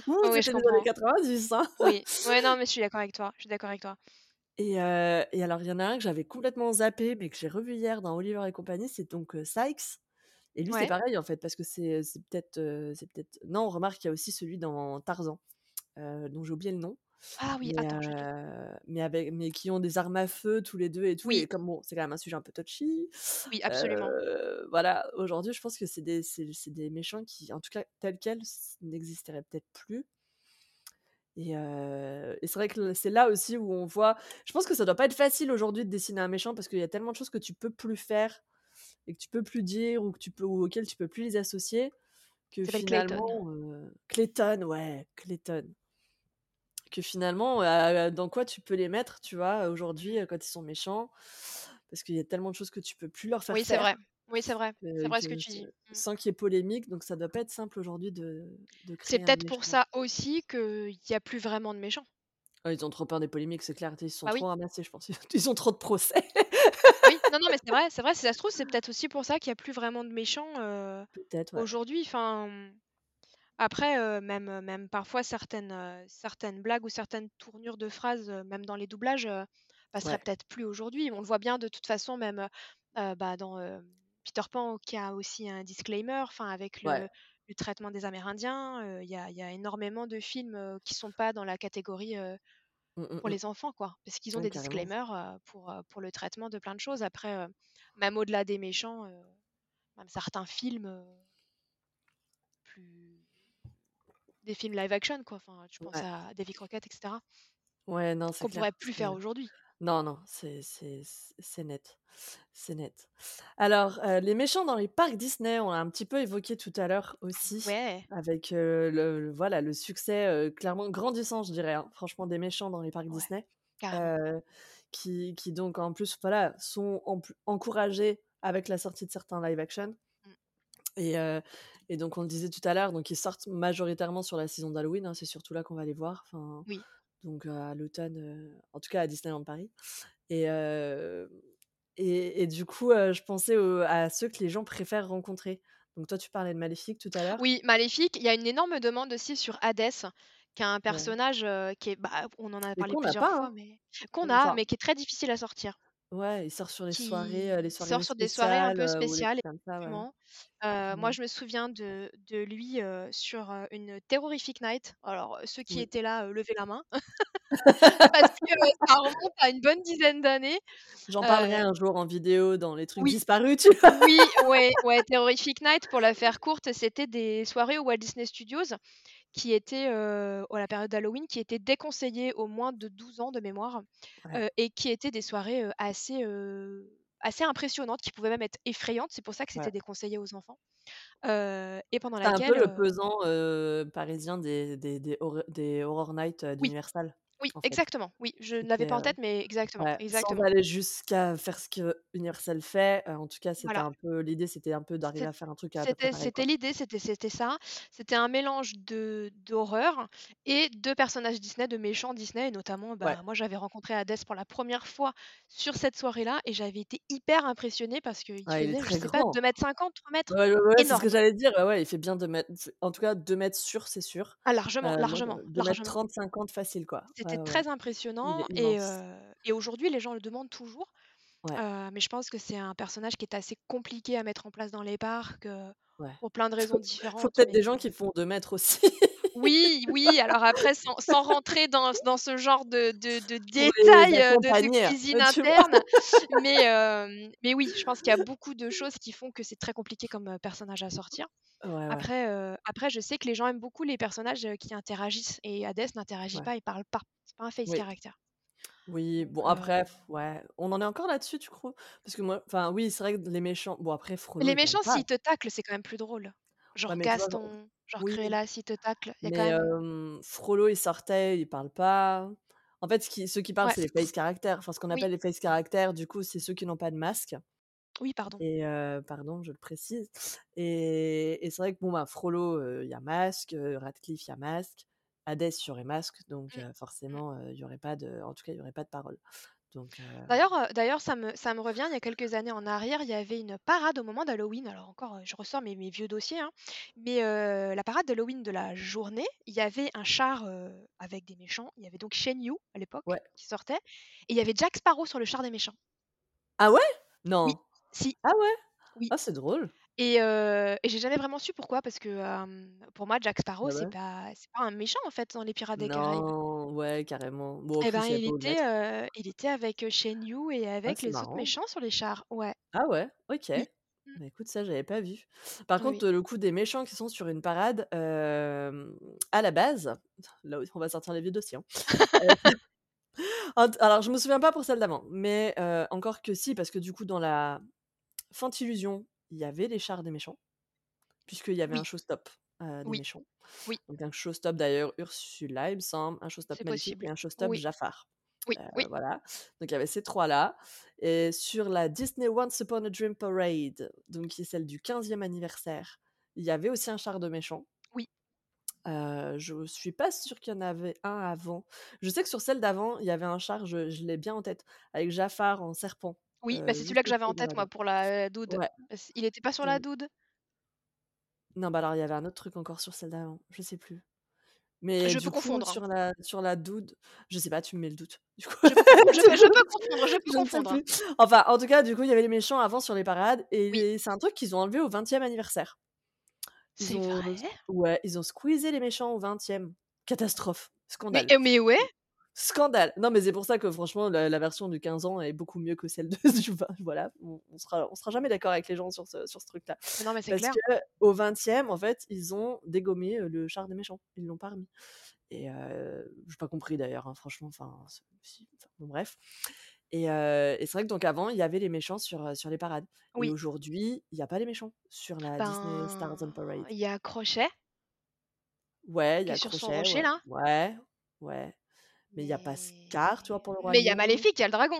Ouh, Oui, je c'était les années comprends. quatre-vingt-dix, hein. Oui. Ouais, non, mais je suis d'accord avec toi, je suis d'accord avec toi. Et heu et alors il y en a un que j'avais complètement zappé, mais que j'ai revu hier dans Oliver et compagnie, c'est donc, heu, Sykes et lui, c'est Ouais. pareil, en fait, parce que c'est, c'est peut-être, heu, c'est peut-être non, remarque, il y a aussi celui dans Tarzan, heu, dont j'ai oublié le nom, Ah oui, mais attends, je vais te le heu, mais avec mais qui ont des armes à feu tous les deux et tout oui, et comme bon, c'est quand même un sujet un peu touchy, oui, absolument. heu, voilà, aujourd'hui, je pense que c'est des c'est c'est des méchants qui, en tout cas, tels quels, s n'existeraient peut-être plus. Et heu et c'est vrai que le c'est là aussi où on voit je pense que ça doit pas être facile aujourd'hui de dessiner un méchant parce qu'il y a tellement de choses que tu peux plus faire et que tu peux plus dire ou que tu peux ou auxquelles tu peux plus les associer que Il s'appelle Clayton. finalement, heu Clayton, ouais, Clayton. Que finalement, heu, dans quoi tu peux les mettre, tu vois, aujourd'hui, heu, quand ils sont méchants? Parce qu'il y a tellement de choses que tu peux plus leur faire Oui, c'est vrai. faire, Oui, c'est vrai. C'est heu, vrai ce que que tu ce dis. Mmh. sans qu'il y ait polémique, donc ça doit pas être simple aujourd'hui de de C'est créer un peut-être pour méchant. ça aussi qu'il y a plus vraiment de méchants. Ah, ils ont trop peur des polémiques, c'est clair, ils se sont Bah trop oui. ramassés, je pense. Ils ont trop de procès. Oui, non, non, mais c'est vrai, c'est vrai, si ça se trouve, c'est peut-être aussi pour ça qu'il y a plus vraiment de méchants, heu, Peut-être, ouais. aujourd'hui. Enfin, mmh, après, heu, même, heu, même parfois certaines, heu, certaines blagues ou certaines tournures de phrases, heu, même dans les doublages, heu, passeraient Ouais, peut-être plus aujourd'hui. On le voit bien de toute façon même, heu heu, bah, dans, heu, Peter Pan qui a aussi un disclaimer, enfin avec ouais. le le traitement des Amérindiens, heu, il y a il y a énormément de films, heu, qui sont pas dans la catégorie, heu, Mmh, mmh pour mh. les enfants, quoi. Parce qu'ils ont Ouais, des carrément. disclaimers, heu, pour, heu, pour le traitement de plein de choses. Après, heu, même au-delà des méchants, heu, même certains films, heu, plus des films live action, quoi. Enfin, tu penses Ouais. à Davy Crockett et cetera, Ouais, non, c'est qu'on pourrait clair. plus faire C'est aujourd'hui. non, non, c'est c'est c c'est net. C'est net. Alors, heu, les méchants dans les parcs Disney, on l'a un petit peu évoqué tout à l'heure aussi, Ouais, avec, heu, le le voilà, le succès, heu, clairement grandissant, je dirais, hein, franchement, des méchants dans les parcs ouais, Disney, carrément. heu, qui qui donc en plus, voilà, sont en pl encouragés avec la sortie de certains live action. Mmh. Et heu et donc on le disait tout à l'heure, donc ils sortent majoritairement sur la saison d'Halloween, hein, c'est surtout là qu'on va les voir, enfin, Oui. donc heu, à l'automne, heu, en tout cas à Disneyland Paris et heu et et du coup, heu, je pensais au à ceux que les gens préfèrent rencontrer. Donc toi, tu parlais de Maléfique tout à l'heure? Oui, Maléfique, il y a une énorme demande aussi sur Hadès, qui est un Ouais, personnage, heu, qui est bah, on en a mais parlé qu'on n'a plusieurs pas, fois, hein. mais qu'on On a, enfin, mais qui est très difficile à sortir. ouais, il sort sur les soirées, heu, les Qui sort soirées sur des soirées un spéciales, peu heu, ou les spéciales, trucs comme ça, ouais. effectivement. Heu, moi, Mmh. je me souviens de de lui, heu, sur, heu, une Terrorific Night. Alors, ceux qui Oui. étaient là, heu, levez la main parce que, heu, ça remonte à une bonne dizaine d'années. J'en parlerai Heu, un jour en vidéo dans les trucs oui, disparus, tu vois? oui, ouais, ouais, Terrorific Night, pour la faire courte, c'était des soirées au Walt Disney Studios qui étaient, heu, à la période d'Halloween, qui étaient déconseillées aux moins de douze ans de mémoire, Ouais, heu et qui étaient des soirées, heu, assez, heu, assez impressionnantes, qui pouvaient même être effrayantes. C'est pour ça que c'était ouais. déconseillé aux enfants, heu et pendant C'est un peu laquelle, le heu pesant, heu, parisien des des des horror des Horror Nights, heu, oui, d'Universal, oui, en fait. exactement, oui, je ne l'avais C'était, pas en heu tête, mais exactement, ouais, sans exactement. aller jusqu'à faire ce qu'Universal fait, heu, en tout cas, c'était Voilà. un peu l'idée, c'était un peu d'arriver C'ét à faire un truc à peu près c'était pareil, c'était quoi. l'idée, c'était c'était ça. C'était un mélange de d'horreur et de personnages Disney, de méchants Disney et notamment, Ouais. bah, moi j'avais rencontré Hadès pour la première fois sur cette soirée-là et j'avais été hyper impressionnée parce qu'il Ouais, il est faisait, je très sais pas, grand. deux mètres cinquante, trois mètres, Ouais, ouais, ouais, c'est ce que énorme. j'allais dire, ouais, ouais, il fait bien deux mètres, en tout cas deux mètres sûr, c'est sûr. Ah largement, Heu, moi, largement, deux mètres largement. trente cinquante facile, quoi. C'était Ouais, ouais, ouais. très Il impressionnant est et immense. heu et aujourd'hui les gens le demandent toujours, Ouais, heu, mais je pense que c'est un personnage qui est assez compliqué à mettre en place dans les parcs, heu, ouais. pour plein de raisons Faut différentes, peut-être des gens mais qui font deux mètres aussi oui, oui, alors après sans sans rentrer dans dans ce genre de de de pour les détails, heu, de de accompagner, cuisine tu vois? interne, mais hem, mais oui, je pense qu'il y a beaucoup de choses qui font que c'est très compliqué comme, heu, personnage à sortir. Ouais, ouais, Après, heu, après je sais que les gens aiment beaucoup les personnages, heu, qui interagissent et Hadès n'interagit ouais. pas, il parle pas. C'est pas un face Oui. character. Oui, Donc bon heu, après, f ouais, on en est encore là-dessus, tu crois? Parce que moi enfin oui, c'est vrai que les méchants bon après Frollo, les il parle méchants pas. s'ils te taclent, c'est quand même plus drôle. Ouais, Genre mais tu vois, genre Gaston, genre oui, Cruella s'il te tacle, il y a quand mais même hem, Frollo, il sortait, il parle pas. En fait, ce qui ceux qui parlent, ouais, c'est les face characters. Enfin, ce qu'on oui, appelle les face characters, du coup, c'est ceux qui n'ont pas de masque oui, pardon. et heu, pardon, je le précise et et c'est vrai que bon, bah, Frollo, heu, il y a masque, heu, Radcliffe, il y a masque, Hadès, il y aurait masque, donc Mmh, heu, mmh. forcément, heu, il y aurait pas de en tout cas, il y aurait pas de parole. Donc, heu D'ailleurs, heu, d'ailleurs ça me ça me revient, il y a quelques années en arrière, il y avait une parade au moment d'Halloween. Alors encore, heu, je ressors mes mes vieux dossiers, hein, mais heu, la parade d'Halloween de la journée, il y avait un char, heu, avec des méchants. Il y avait donc Shen Yu à l'époque ouais. qui sortait et il y avait Jack Sparrow sur le char des méchants. Ah ouais? Oui, Non. si, Ah ouais? oui Ah, c'est drôle. et heu et j'ai jamais vraiment su pourquoi parce que, hem, pour moi Jack Sparrow Bah, c'est ouais. pas c'est pas un méchant en fait dans les Pirates des Caraïbes. Non, ouais, carrément. Bon, en Et ben plus, il y a il pas où le était, mettre. heu, il était avec, heu, Shen Yu et Ah, avec c'est les autres marrant. méchants sur les chars. Ouais, Ah ouais? OK. oui. Mmh. Bah, écoute, ça, j'avais pas vu. Par Oui, oui. contre, le coup des méchants qui sont sur une parade, hem, à la base, là, on va sortir les vieux dossiers, hein. Heu, ent alors, je me souviens pas pour celle d'avant, mais heu, encore que si, parce que du coup, dans la Fantillusion, il y avait les chars des méchants, puisqu'il y avait un Oui, showstop, heu, des oui, méchants. oui, Donc un showstop d'ailleurs Ursula, il me semble, un showstop c'est Maléfique possible. et un showstop Oui, Jafar. oui, Heu, oui, voilà, donc il y avait ces trois là et sur la Disney Once Upon a Dream Parade, donc qui est celle du quinzième anniversaire, il y avait aussi un char de méchants. oui, Heu, je suis pas sûre qu'il y en avait un avant. Je sais que sur celle d'avant, il y avait un char, je je l'ai bien en tête, avec Jafar en serpent, oui, bah, heu, c'est juste celui-là que j'avais au-dessus en de tête la moi main. pour la, heu, Doud. Ouais, Parce il était pas sur la donc Doud? non, bah, alors il y avait un autre truc encore sur celle d'avant, je sais plus. Mais Je peux du coup, confondre, hein. sur la sur la Doud, je sais pas, tu me mets le doute. Du coup, Je peux confondre, je du peux je coup, peux confondre, je peux je ne sais confondre, hein. plus. Enfin, en tout cas, du coup, il y avait les méchants avant sur les parades Oui, et c'est un truc qu'ils ont enlevé au vingtième anniversaire. Ils c'est ont vrai? ouais, ils ont squeezé les méchants au vingtième. Catastrophe, Mais scandale, heu, mais ouais, scandale. Non, mais c'est pour ça que franchement, la la version du quinze ans est beaucoup mieux que celle de du vingt. Voilà, on on sera on sera jamais d'accord avec les gens sur ce sur ce truc-là. mais non, mais c'est Parce clair. qu'au vingtième, en fait, ils ont dégommé, heu, le char des méchants. Ils l'ont pas remis. Et heu, j'ai pas compris d'ailleurs, hein, franchement, enfin, c'est si, enfin, bon bref. Et heu et c'est vrai que donc avant, il y avait les méchants sur, heu, sur les parades et Oui, aujourd'hui, il y a pas les méchants sur la Disney Stars on ben, Parade. il y a Crochet Ouais, il y qui est a sur son Crochet, rocher ouais, là, ouais, ouais, mais il y a pas Scar, tu vois, mais pour le Roi mais il y a Lion. Maléfique, il y a le dragon.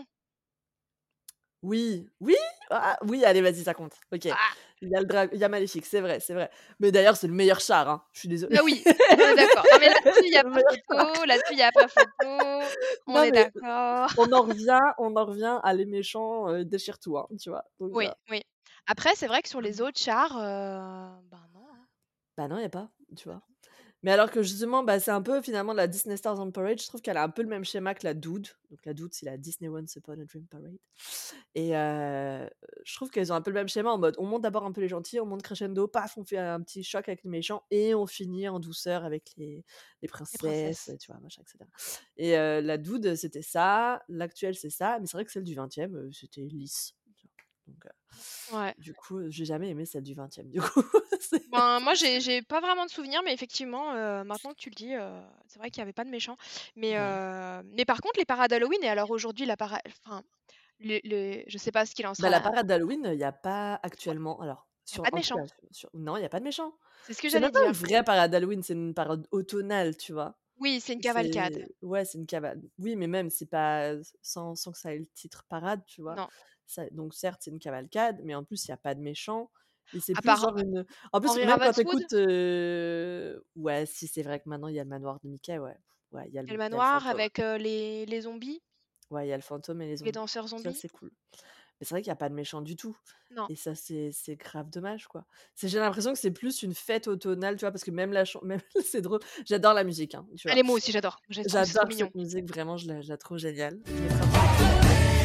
Oui, oui! Ah! Oui, allez, vas-y, ça compte. OK. Ah! Il y a le dra il y a Maléfique, c'est vrai, c'est vrai. Mais d'ailleurs, c'est le meilleur char, hein, je suis désolée. Bah oui, on est d'accord. Non mais là-dessus, il y C'est a le pas meilleur char. photo, là-dessus, il y a pas photo, on Non, est mais d'accord. on en revient on en revient à les méchants, heu, déchire tout, hein, tu vois? Donc heu, Oui, oui. Après, c'est vrai que sur les autres chars, heu, ben non, hein. bah, non, il y a pas, tu Bah vois? non. Mais alors que justement, bah, c'est un peu finalement la Disney Stars on Parade, je trouve qu'elle a un peu le même schéma que la Dood. Donc la Dood, c'est la Disney Once Upon a Dream Parade et heu, je trouve qu'elles ont un peu le même schéma en mode, on monte d'abord un peu les gentils, on monte crescendo, paf, on fait un petit choc avec les méchants et on finit en douceur avec les les Les princesses, princesses. tu vois? Machin et cetera et heu, la Dood, c'était ça, l'actuelle, c'est ça, mais c'est vrai que celle du vingtième, heu, c'était lisse, tu vois? Donc heu, Ouais. du coup, heu, j'ai jamais aimé celle du vingtième, du coup, c'est Ben, moi, j'ai j'ai pas vraiment de souvenirs, mais effectivement, heu, maintenant que tu le dis, heu, c'est vrai qu'il y avait pas de méchants. Mais, ouais. heu, mais par contre, les parades Halloween et alors aujourd'hui, la para enfin, le le je sais pas ce qu'il en Bah, sera la là. parade d'Halloween, il y a pas Je crois actuellement alors il y a sur pas de en tout cas méchants. sur sur non, il y a pas de méchants. C'est ce que C'est j'allais même pas une dire. vraie parade d'Halloween, c'est une parade automnale, tu vois? Oui, c'est une cavalcade. C'est ouais, c'est une cavale. Oui, mais même c'est pas sans sans que ça ait le titre parade, tu vois? Non. Ça donc certes, c'est une cavalcade, mais en plus, il y a pas de méchants et c'est À plus part genre une en plus, Henri même quand tu Ravenswood, écoutes, heu ouais, si c'est vrai que maintenant il y a le manoir de Mickey, ouais. Ouais, il y a il y a le le il y a le manoir fantôme. avec, heu, les les zombies, Ouais, il y a le fantôme et les les zombies. danseurs Ça, zombies. c'est cool. Mais c'est vrai qu'il y a pas de méchants du tout Non. et ça, c'est c'est grave dommage, quoi. C'est j'ai l'impression que c'est plus une fête automnale, tu vois? Parce que même la chan même c'est drôle, j'adore la musique, hein, tu vois? Allez, moi aussi, j'adore. Je trouve c'est trop J'adore mignon. cette musique, vraiment, je la je la trouve géniale. Je mettrai un petit extrait.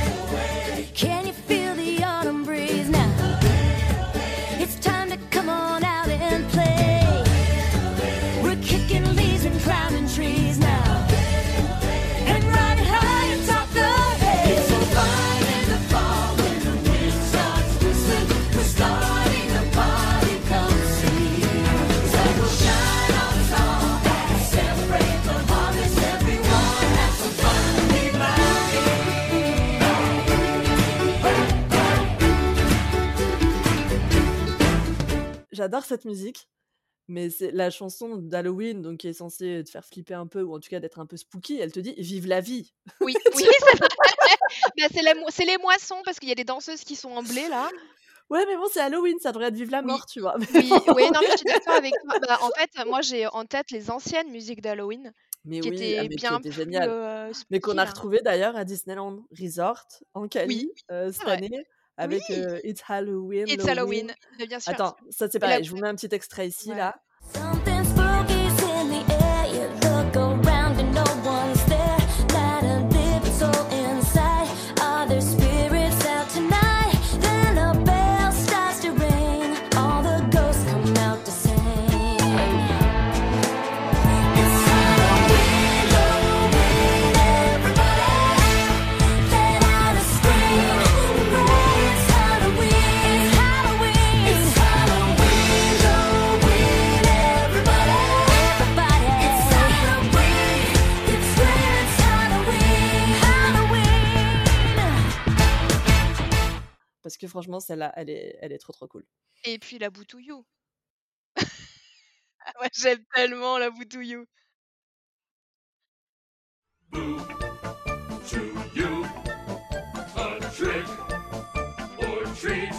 Can you feel the autumn breeze now? It's time to come on out and play. We're kicking leaves and climbing trees now. And riding high atop the hay. It's so fine in the fall when the wind starts whistling. We're starting the party, come see. Sun will shine on us all and celebrate the harvest. Everyone have some fun, be J'adore cette musique, mais c'est la chanson d'Halloween, donc qui est censée te faire flipper un peu ou en tout cas d'être un peu spooky, elle te dit: «Vive la vie!» Oui, oui, Tu vois? c'est vrai. Bah, c'est la mo c'est les moissons parce qu'il y a des danseuses qui sont en blé là. Ouais, mais bon, c'est Halloween, ça devrait être «Vive la Oui, mort», tu vois? Mais oui, oui, bon. non, mais je suis d'accord avec toi. Bah, en fait, moi, j'ai en tête les anciennes musiques d'Halloween Mais qui oui, ah était mais qui bien était plus, génial. heu, Mais qu'on a subtil, hein. retrouvé d'ailleurs à Disneyland Resort en Oui, Cali, heu, c'est cette vrai. année Oui! avec, heu, It's Halloween, It's Loween. Halloween, mais bien sûr. Attends, ça c'est Et la pareil, je vous mets un petit extrait ici ouais. là. Something spooky's in the air. You look around and no one's there. Not a living soul inside. Are there spirits out tonight? Then a bell starts to ring. All the ghosts come out to sing. It's Halloween, Halloween, everybody. Let out a scream. Hooray, it's Halloween, it's Halloween. It's Halloween, Halloween, everybody. Everybody. It's Halloween. It's scream, it's Halloween, Halloween. Parce que franchement celle-là, elle est elle est trop, trop cool. Et puis la boutouillou. Ah ouais, j'aime tellement la boutouillou. Boo to you, a trick or treat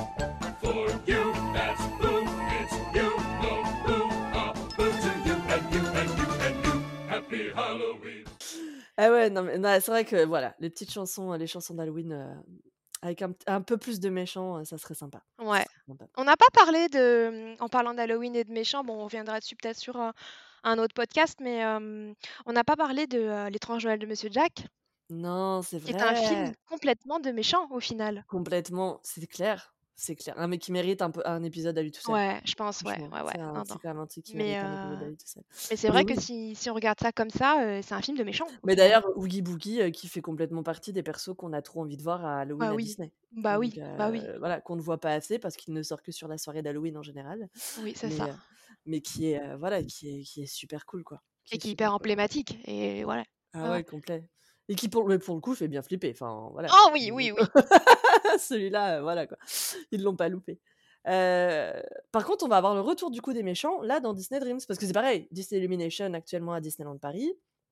for you. That's boo, it's you, no boo, a boo to you and you and you and you. Happy Halloween. Ah ouais, non mais non, c'est vrai que voilà, les petites chansons, les chansons d'Halloween, heu, avec un p un peu plus de méchants, heu, ça serait sympa. Ça Ouais. serait sympa. On n'a pas parlé de, mmh, en parlant d'Halloween et de méchants, bon, on reviendra dessus peut-être sur, heu, un autre podcast, mais hem, on n'a pas parlé de, heu, L'étrange Noël de Monsieur Jack, Non, c'est qui est un vrai! film complètement de méchants au final. Complètement, c'est clair, c'est clair. Ah mais qui mérite un peu un épisode à lui tout seul. Ouais, je pense, ouais, Franchement, ouais, ouais. c'est un Non, c'est non. quand même un truc qui Mais mérite un épisode à heu, lui tout seul. mais c'est Mais vrai que oui, si si on regarde ça comme ça, heu, c'est un film de méchants au mais final. d'ailleurs Oogie Boogie, heu, qui fait complètement partie des persos qu'on a trop envie de voir à Halloween Bah à oui, Disney. bah Donc oui, bah oui, heu, voilà, qu'on ne voit pas assez parce qu'il ne sort que sur la soirée d'Halloween en général, oui, c'est ça. mais heu, mais qui est, heu, voilà, qui est qui est super cool, quoi. Qui Et est qui est super hyper cool. emblématique et voilà. Ah Ouais, ouais. ouais, complet. Et qui pour le pour le coup fait bien flipper, enfin voilà. Oh oui, oui, oui. Celui-là, heu, voilà quoi, ils l'ont pas loupé. Heu, par contre, on va avoir le retour du coup des méchants, là, dans Disney Dreams, parce que c'est pareil, Disney Illumination actuellement à Disneyland Paris,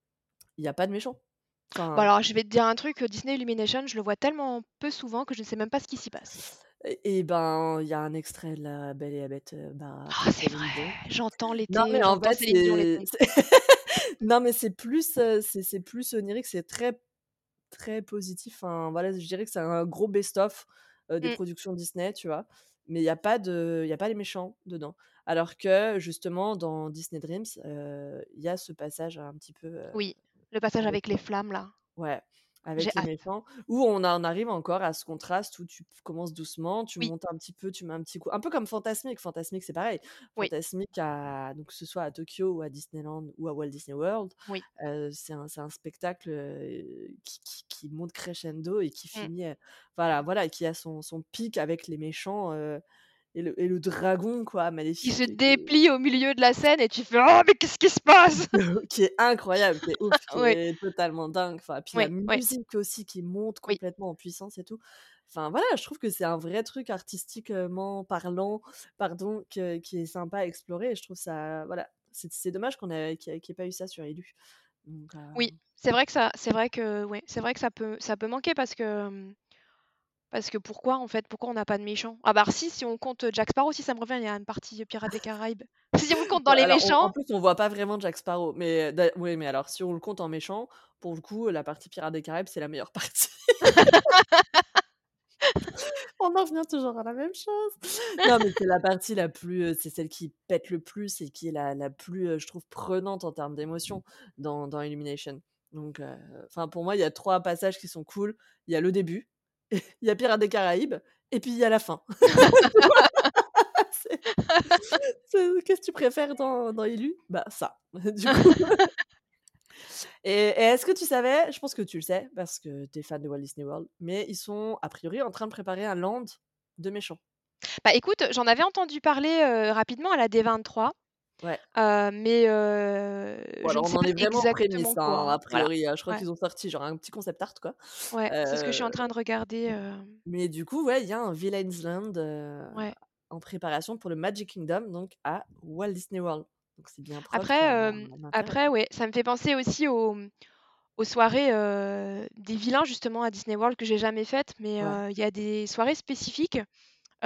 il y a pas de méchants. Bon Enfin, alors je vais te dire un truc, heu, Disney Illumination, je le vois tellement peu souvent que je ne sais même pas ce qui s'y passe. et et ben, il y a un extrait de La Belle et la Bête, heu, bah, Ah c'est vrai! Céline Dion. J'entends Non, l'été, mais en j'entends fait, Céline Dion c'est l'été. c'est non, mais c'est plus, heu, c'est c'est plus onirique, c'est très, très positif. Enfin, voilà, je dirais que c'est un gros best-of, heu, des Mmh, productions Disney, tu vois? Mais il y a pas de il y a pas les méchants dedans. Alors que justement dans Disney Dreams, heu, il y a ce passage un petit peu, heu, oui, le passage avec, avec les flammes là, ouais, j'ai avec les hâte. méchants, où on en arrive encore à ce contraste où tu p commences doucement, tu Oui, montes un petit peu, tu mets un petit coup un peu comme Fantasmic. Fantasmic, c'est pareil. oui, Fantasmic à donc que ce soit à Tokyo ou à Disneyland ou à Walt Disney World, oui. heu, c'est un c'est un spectacle, heu, qui qui qui monte crescendo et qui Mmh. finit, heu, voilà voilà, qui a son son pic avec les méchants, heu et le et le dragon quoi, Il se maléfique, qui est déplie au milieu de la scène et tu fais: «Oh mais qu'est-ce qui se passe?» qui est incroyable, qui est ouf, qui Oui, est totalement dingue. Enfin, puis la oui, oui, musique aussi qui monte oui, complètement en puissance et tout. Enfin voilà, je trouve que c'est un vrai truc artistiquement parlant, pardon, que qui est sympa à explorer et je trouve ça voilà, c'est c'est dommage qu'on ait qu'il y ait qu'il y ait pas eu ça sur Élu. Donc heu, oui. C'est vrai que ça c'est vrai que ouais, c'est vrai que ça peut ça peut manquer parce que, hem, parce que pourquoi en fait? Pourquoi on n'a pas de méchants? Ah bah si, si on compte, heu, Jack Sparrow, si ça me revient, il y a une partie, heu, Pirates des Caraïbes. Si on le compte dans bah, les alors on en méchants, plus on voit pas vraiment Jack Sparrow, mais d'a oui, mais alors si on le compte en méchant, pour le coup, la partie Pirates des Caraïbes, c'est la meilleure partie. On en revient toujours à la même chose. Non, mais c'est la partie la plus, heu, c'est celle qui pète le plus et qui est la la plus, heu, je trouve prenante en termes d'émotion dans dans Illumination. Donc heu, enfin pour moi, il y a trois passages qui sont cool. Il y a le début, il y a Pirates des Caraïbes et puis il y a la fin. C'est c'est qu'est-ce que tu préfères dans dans Illu? Bah ça, du coup. Et et est-ce que tu savais, je pense que tu le sais parce que tu es fan de Walt Disney World, mais ils sont a priori en train de préparer un land de méchants. bah écoute, j'en avais entendu parler, heu, rapidement à la D vingt-trois, Ouais. heu, mais heu, Bon je alors ne on sais en pas est vraiment aux exactement prémices, quoi, hein, hein. a Voilà. priori, hein. Je crois Ouais, qu'ils ont sorti genre un petit concept art quoi. ouais, c'est ce que je suis en Heu, train de regarder, heu, mais du coup, ouais, il y a un Villains Land, heu, ouais. en préparation pour le Magic Kingdom, donc à Walt Disney World. Donc c'est bien preuve qu'il y a Après, hem, un intérêt. après ouais, ça me fait penser aussi aux, mmh, aux soirées, heu, des vilains justement à Disney World que j'ai jamais faites, mais Ouais. heu, il y a des soirées spécifiques,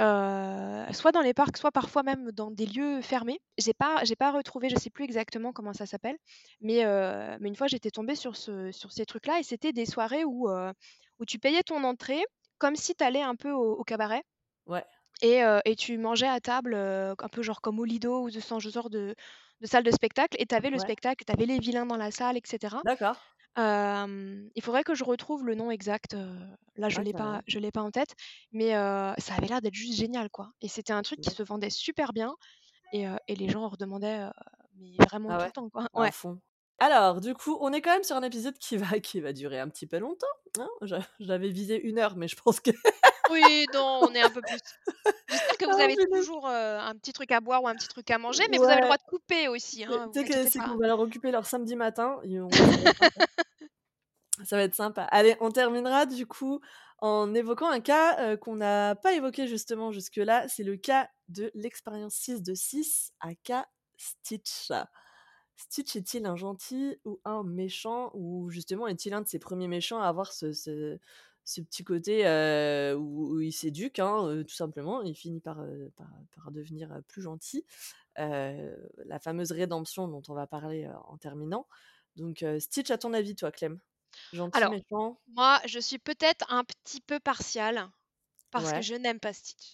heu, soit dans les parcs, soit parfois même dans des lieux fermés. J'ai pas j'ai pas retrouvé, je sais plus exactement comment ça s'appelle, mais heu, mais une fois j'étais tombée sur ce sur ces trucs-là et c'était des soirées où, heu, où tu payais ton entrée comme si tu allais un peu au au cabaret Ouais, et heu et tu mangeais à table, heu, un peu genre comme au Lido ou de ce genre de de salle de spectacle et tu avais le ouais, spectacle, tu avais les vilains dans la salle et cetera. d'accord. Hem, il faudrait que je retrouve le nom exact, heu, là je Ouais, l'ai pas carrément. je l'ai pas en tête, mais heu, ça avait l'air d'être juste génial, quoi et c'était un truc qui se D'accord. vendait super bien et heu et les gens en redemandaient, heu, mais vraiment Ah tout ouais? le temps, quoi. À Ouais. fond. Alors, du coup, on est quand même sur un épisode qui va qui va durer un petit peu longtemps, hein. J'a j'avais visé une heure, mais je pense que Oui, non, on est un peu plus. J'espère que vous ah avez punaise! toujours, heu, un petit truc à boire ou un petit truc à manger, mais vous avez le Ouais, droit de couper aussi, c'est hein, tu vous sais que inquiétez c'est pas. qu'on va leur occuper leur samedi matin et on ça va être sympa. Ça va être sympa. Allez, on terminera du coup en évoquant un cas, heu, qu'on n'a pas évoqué justement jusque-là, c'est le cas de l'expérience six de six, aka Stitch. Stitch est-il un gentil ou un méchant? Ou justement est-il un de ces premiers méchants à avoir ce ce ce petit côté, heu, où où il s'éduque, hein, heu, tout simplement. Il finit par, heu, par par devenir, heu, plus gentil. Heu, la fameuse rédemption dont on va parler, heu, en terminant. Donc, heu, Stitch, à ton avis, toi, Clem? Gentil, Alors, méchant? moi, je suis peut-être un petit peu partiale parce que Ouais. je n'aime pas Stitch.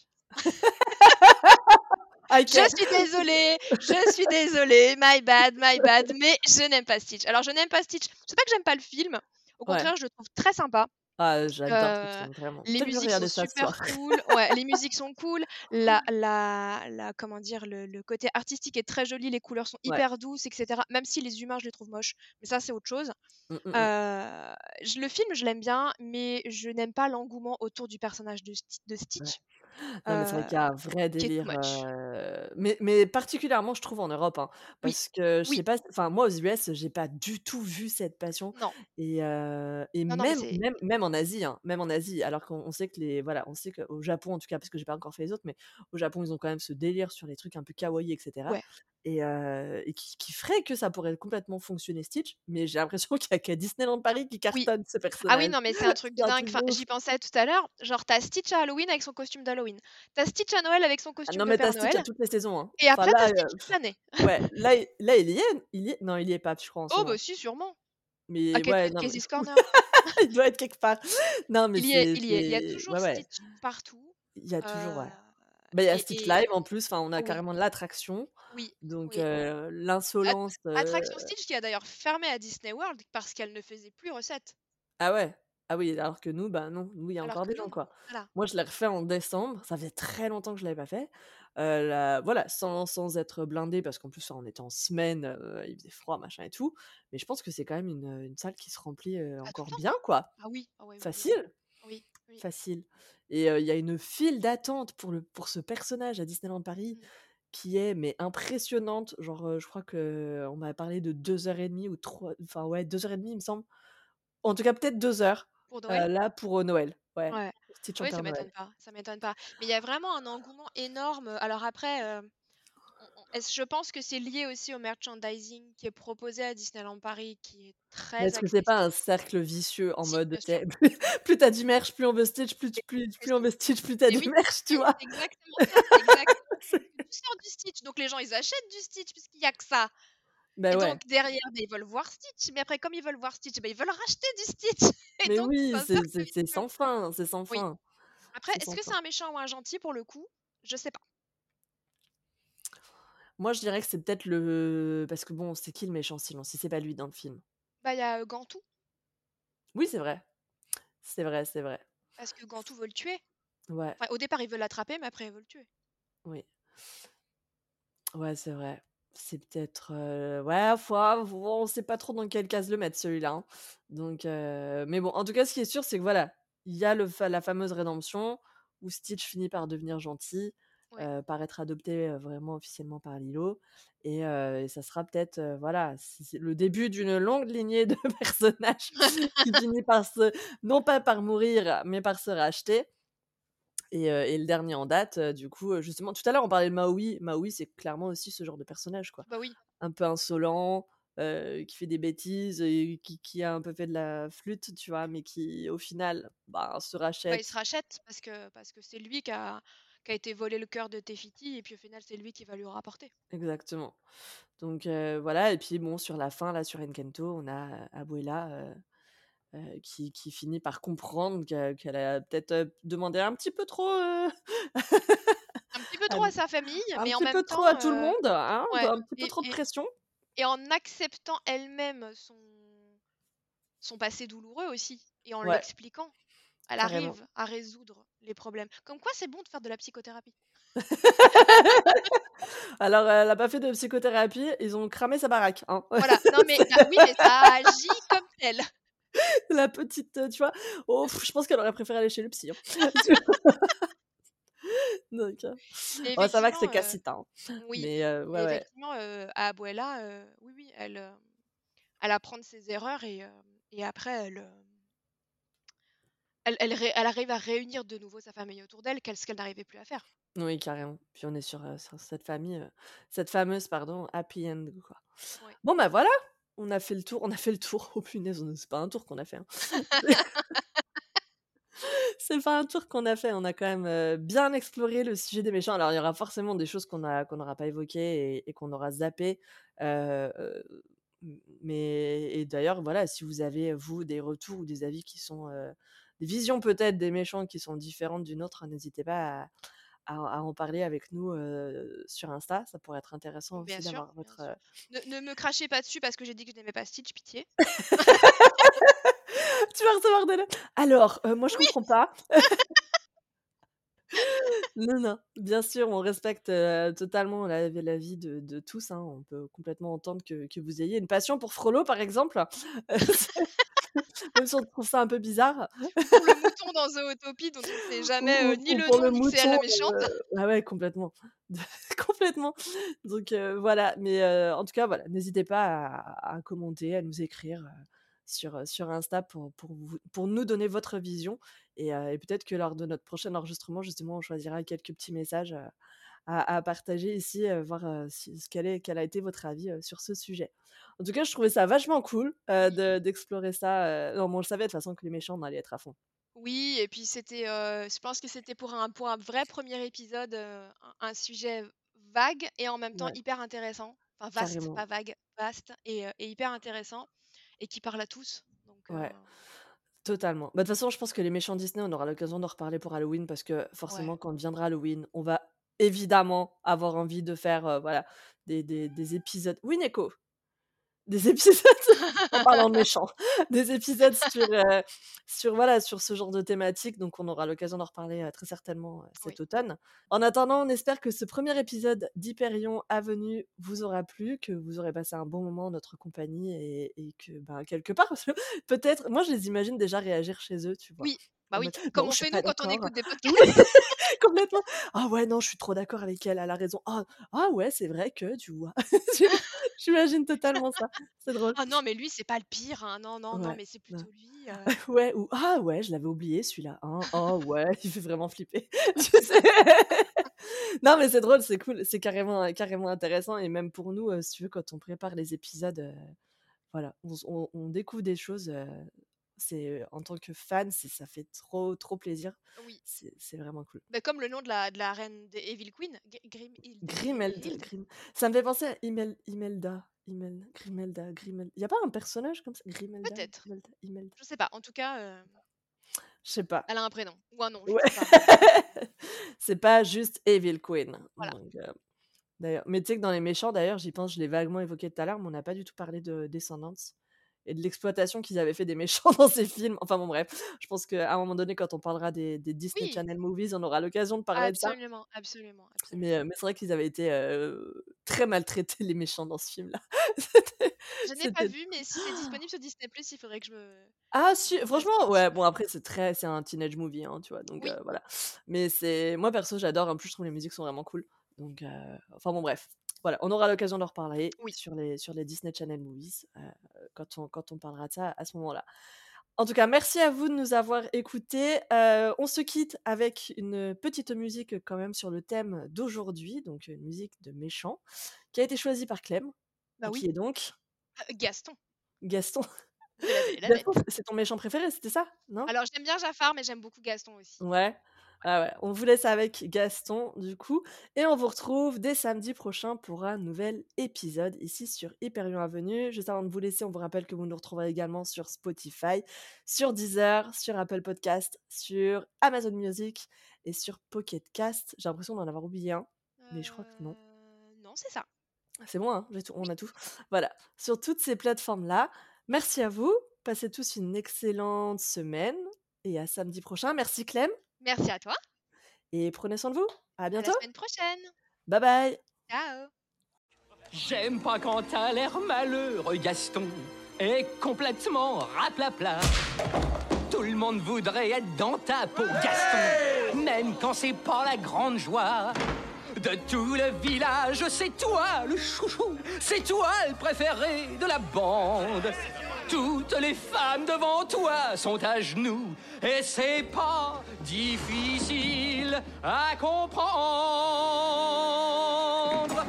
Je OK. suis désolée, je suis désolée, my bad, my bad, mais je n'aime pas Stitch. Alors je n'aime pas Stitch, c'est pas que j'aime pas le film, au Ouais. contraire, je le trouve très sympa. Ah, j'adore ce Heu, film, vraiment. les Peut-être que je vais musiques sont regarder ça ce super soir. cool, ouais, les musiques sont cool, la la la comment dire? Le le côté artistique est très joli, les couleurs sont Ouais. hyper douces et cetera, même si les humains, je les trouve moches, mais ça, c'est autre chose. Mmh, mmh mh. Heu, je le film, je l'aime bien, mais je n'aime pas l'engouement autour du personnage de Sti de Ouais. Stitch, Non, mais c'est vrai heu, qu'il y a un vrai qui est too délire, much. heu, mais mais particulièrement, je trouve, en Europe, hein. Oui, Parce que je oui, sais pas, enfin, moi, aux U S, j'ai pas du tout vu cette passion non, et heu et non, non, mais même c'est même même en Asie, hein, même en Asie, alors qu'on on sait que les voilà, on sait qu'au Japon, en tout cas, parce que j'ai pas encore fait les autres, mais au Japon, ils ont quand même ce délire sur les trucs un peu kawaii et cetera ouais. et heu et qui qui ferait que ça pourrait complètement fonctionner Stitch, mais j'ai l'impression qu'il y a qu'à Disneyland Paris qui Oui. cartonne ce Ah oui, personnage. non, mais c'est un truc de C'est un dingue. truc Enfin, de ouf. j'y pensais tout à l'heure, genre tu as Stitch à Halloween avec son costume d'Halloween. Tu as Stitch à Noël avec son Ah costume non, de mais tu Père as Stitch Noël à toutes les saisons, hein. et Enfin après tu as là, Stitch heu, toute l'année. ouais, là il là il y est il y est non, il y est pas, je crois, en ce Oh bah moment. si, sûrement. À Mais Ca ouais, non, mais Casey's Corner. il doit être quelque part. Non, mais Il y est c'est il y est. Il y a c'est toujours ouais, ouais, Stitch partout, il y a toujours, heu ouais. Bah, il y a et Stitch et Live en plus, enfin, on a oui, carrément l'attraction, oui, donc oui. heu, At l'insolence, heu Attraction Stitch qui a d'ailleurs fermé à Disney World parce qu'elle ne faisait plus recette. ah ouais? Ah oui, alors que nous, bah, non, nous, il y a Alors encore que des nous, gens, non. quoi. Voilà. Moi, je l'ai refait en décembre, ça faisait très longtemps que je l'avais pas fait. Heu, la voilà, sans sans être blindé parce qu'en plus, on était en semaine, heu, il faisait froid, machin et tout, mais je pense que c'est quand même une, une salle qui se remplit, heu, Ah tout le encore temps? bien, quoi. Ah oui, ah ouais, oui, oui, oui. Facile, Oui, oui. facile et heu, il y a une file d'attente pour le pour ce personnage à Disneyland Paris Mmh. qui est, mais impressionnante. Genre, heu, je crois qu'on m'avait parlé de deux heures et demie ou trois, enfin, ouais, deux heures et demie, il me semble. En tout cas, peut-être deux heures, Pour Noël? heu, là, pour, heu, Noël. Ouais, Ouais. pour Stitch en Oui, ça Père m'étonne Noël. pas, ça m'étonne pas. Mais il y a vraiment un engouement énorme. Alors après, heu, on on est-ce je pense que c'est lié aussi au merchandising qui est proposé à Disneyland Paris, qui est Mais très est-ce que c'est pas un accessible. cercle vicieux en Si, mode, bien tu sûr. sais, plus plus tu as du merch, plus on veut Stitch, plus tu Mais plus mais plus on si, veut Stitch, plus tu as mais du oui, merch, tu c'est vois? c'est exactement ça, c'est exactement ça. C'est Parce que tout sort du Stitch, donc les gens ils achètent du Stitch puisqu'il y a que ça bah, et ouais. donc derrière, beh, ils veulent voir Stitch, mais après comme ils veulent voir Stitch, bah, ils veulent racheter du Stitch et Mais donc c'est oui, un c'est cercle c'est c'est vicieux. sans fin, c'est sans Oui. fin, Après, c'est est-ce sans que c'est fin. un méchant ou un gentil pour le coup? Je sais pas. Moi, je dirais que c'est peut-être le parce que bon, c'est qui le méchant sinon, si c'est pas lui dans le film? Bah, il y a, heu, Gantou, Oui, c'est vrai, c'est vrai, c'est vrai. parce que Gantou veut le tuer. Ouais, Enfin, au départ, il veut l'attraper, mais après, il veut le tuer. oui. Ouais, c'est vrai. C'est peut-être, heu, ouais, fois on sait pas trop dans quelle case le mettre celui-là, hein. Donc heu, mais bon, en tout cas, ce qui est sûr, c'est que voilà, il y a le fa la fameuse rédemption où Stitch finit par devenir gentil, Ouais. heu, par être adopté, heu, vraiment officiellement par Lilo et heu et ça sera peut-être, heu, voilà, c c'est le début d'une longue lignée de personnages qui finit par se non pas par mourir, mais par se racheter. Et heu et le dernier en date, heu, du coup, heu, justement tout à l'heure on parlait de Maui. Maui, c'est clairement aussi ce genre de personnage, quoi. Bah, oui. Un peu insolent, heu, qui fait des bêtises et qui qui a un peu fait de la flûte, tu vois? Mais qui, au final, bah, se Bah, il se rachète. rachète parce que parce que c'est lui qui a qui a été volé le cœur de Tefiti et puis au final, c'est lui qui va lui le rapporter. Exactement. Donc heu, voilà et puis bon, sur la fin, là, sur Enkento, on a, heu, Abuela, heu heu, qui qui finit par comprendre que qu'elle a peut-être, heu, demandé un petit peu trop, heu, Un petit peu à trop à sa famille, un mais en petit même peu trop à temps, tout le heu, monde, hein, ouais un petit peu et trop de et pression. et en acceptant elle-même son son passé douloureux aussi et en Ouais, l'expliquant, elle carrément. arrive à résoudre les problèmes. Comme quoi, c'est bon de faire de la psychothérapie. Alors, elle a pas fait de psychothérapie, ils ont cramé sa baraque, hein. Voilà, non mais bah, oui, mais ça agit comme tel. La petite, heu, tu vois? Oh, pff, je pense qu'elle aurait préféré aller chez le psy, hein. Donc heu, Mais ouais, ça va que effectivement, c'est heu, Casita, hein. oui, Mais heu, mais ouais, ouais. effectivement, heu, Abuela, heu, oui, oui, elle, heu, elle apprend de ses erreurs et hem et après elle, heu elle elle ré elle arrive à réunir de nouveau sa famille autour d'elle, qu'elle ce qu'elle n'arrivait plus à faire. Oui, carrément. Puis on est sur, heu, sur cette famille, heu, cette fameuse, pardon, happy end, quoi. Oui. Bon, bah, voilà, on a fait le tour on a fait le tour. Oh punaise, on c'est pas un tour qu'on a fait, hein. C'est pas un tour qu'on a fait, on a quand même, heu, bien exploré le sujet des méchants. Alors il y aura forcément des choses qu'on a qu'on n'aura pas évoquées et et qu'on aura zappées, heu, m mais et d'ailleurs, voilà, si vous avez, vous, des retours ou des avis qui sont, heu, des visions peut-être des méchants qui sont différentes d'une autre, n'hésitez pas à à à en parler avec nous, heu, sur Insta. Ça pourrait être intéressant Bien aussi sûr, d'avoir bien votre, sûr. heu Ne ne me crachez pas dessus parce que j'ai dit que je n'aimais pas Stitch, pitié. Tu vas recevoir des lettres. Alors, heu, moi je Oui! comprends pas. Non, non, bien sûr, on respecte, heu, totalement la la vie de de tous, hein. On peut complètement entendre que que vous ayez une passion pour Frollo, par exemple. Heu, c'est même si on trouve ça un peu bizarre. Ou pour le mouton dans Zootopie dont on ne sait Ou jamais, heu, ou ni ou le pour nom le ni que c'est elle mouton, la méchante. heu, ah ouais, complètement. Complètement. Donc heu, voilà, mais heu, en tout cas, voilà, n'hésitez pas à à commenter, à nous écrire, heu, sur, heu, sur Insta pour pour vous pour nous donner votre vision et heu et peut-être que lors de notre prochain enregistrement, justement, on choisira quelques petits messages, heu, à à partager ici, heu, voir, heu, si ce quel est quel a été votre avis, heu, sur ce sujet. En tout cas, je trouvais ça vachement cool, heu, Oui. de d'explorer ça, heu non, mais on le savait de toute façon que les méchants, on allait être à fond. Oui et puis c'était, heu, je pense que c'était pour un pour un vrai premier épisode, heu, un un sujet vague et en même temps Ouais, hyper intéressant. Enfin vaste, carrément. pas vague, vaste et heu et hyper intéressant et qui parle à tous. Donc heu, Ouais. Totalement. Bah, de toute façon, je pense que les méchants Disney, on aura l'occasion d'en reparler pour Halloween parce que ouais. forcément, quand viendra Halloween, on va évidemment avoir envie de faire, heu, voilà, des des des épisodes oui, Neko? Des épisodes en parlant de méchants, des épisodes sur, heu, sur voilà, sur ce genre de thématique, donc on aura l'occasion d'en reparler, heu, très certainement, heu, Oui. cet automne. En attendant, on espère que ce premier épisode d'Hyperion Avenue vous aura plu, que vous aurez passé un bon moment en notre compagnie et et que, ben, quelque part, parce que peut-être moi, je les imagine déjà réagir chez eux, tu vois? Oui, bah En oui, mode: comme «Non, on je suis fait pas nous quand on d'accord». écoute des podcasts. Oui, complètement. «Ah ouais, non, je suis trop d'accord avec elle, elle a raison. Ah ah ouais, c'est vrai que», tu vois? J'imagine totalement ça, c'est drôle. «Ah non, mais lui, c'est pas le pire, hein. Non, non, non, Ouais, mais c'est non. plutôt lui, heu». Ouais ou «Ah ouais, je l'avais oublié celui-là, hein. Oh ouais, il fait vraiment flipper». Tu sais? Non, mais c'est drôle, c'est cool, c'est carrément carrément intéressant et même pour nous, heu, si tu veux, quand on prépare les épisodes, heu, voilà, on s on on découvre des choses, heu, c'est en tant que fan, c'est ça fait trop, trop plaisir. Oui, C'est c'est vraiment cool. bah, comme le nom de la de la reine des Evil Queen, G Grimhilde Grimeld, Grimhild? Grim ça me fait penser à Imel Imelda, Imel Grimelda, Grimel il y a pas un personnage comme ça? Grimelda, Peut-être, Grimelda, Imelda? je sais pas. En tout cas, heu, Je sais pas. elle a un prénom ou un nom, je Ouais. sais pas, mais C'est pas juste Evil Queen, voilà. donc heu, d'ailleurs mais tu sais que dans les méchants, d'ailleurs, j'y pense, je l'ai vaguement évoqué tout à l'heure, mais on n'a pas du tout parlé de Descendants et de l'exploitation qu'ils avaient fait des méchants dans ces films. Enfin bon bref, je pense qu'à un moment donné, quand on parlera des des Disney Oui, Channel Movies, on aura l'occasion de parler de ça. absolument, absolument, Mais heu, absolument. mais c'est vrai qu'ils avaient été, heu, très maltraités les méchants dans ce film-là. C'était Je n'ai pas c'était vu, mais si c'est disponible sur Disney+, il faudrait que je me ah je si, me fasse un franchement, petit, ouais, bon heu après c'est très c'est un teenage movie, hein, tu vois? Donc oui, heu, voilà. Mais c'est moi perso j'adore, en plus je trouve les musiques sont vraiment cool. Donc heu, enfin bon bref. Voilà, on aura l'occasion d'en reparler oui. sur les sur les Disney Channel Movies, heu, quand on quand on parlera de ça à ce moment-là. En tout cas, merci à vous de nous avoir écoutés. Heu, on se quitte avec une petite musique quand même sur le thème d'aujourd'hui, donc une musique de méchant, qui a été choisie par Clem Bah et qui oui, est donc heu, Gaston Gaston. de La Belle et la Gaston, Bête. c'est ton méchant préféré, c'était ça? Non? Alors j'aime bien Jafar, mais j'aime beaucoup Gaston aussi. Ouais. Ah ouais, on vous laisse avec Gaston, du coup, et on vous retrouve dès samedi prochain pour un nouvel épisode ici sur Hyperion Avenue. Juste avant de vous laisser, on vous rappelle que vous nous retrouverez également sur Spotify, sur Deezer, sur Apple Podcast, sur Amazon Music et sur Pocket Cast. J'ai l'impression d'en avoir oublié un, mais je crois que non. Euh, Non, c'est ça. C'est bon, hein, j'ai tout, on a tout. Voilà, sur toutes ces plateformes-là. Merci à vous. Passez tous une excellente semaine et à samedi prochain. Merci Clem Merci à toi. et prenez soin de vous. À À la bientôt. semaine prochaine. Bye bye. Ciao. J'aime pas quand t'as l'air malheureux, Gaston, et complètement raplapla. Tout le monde voudrait être dans ta peau, Gaston, même quand c'est pas la grande joie. De tout le village, c'est toi le chouchou, c'est toi le préféré de la bande. Toutes les femmes devant toi sont à genoux, et c'est pas difficile à comprendre.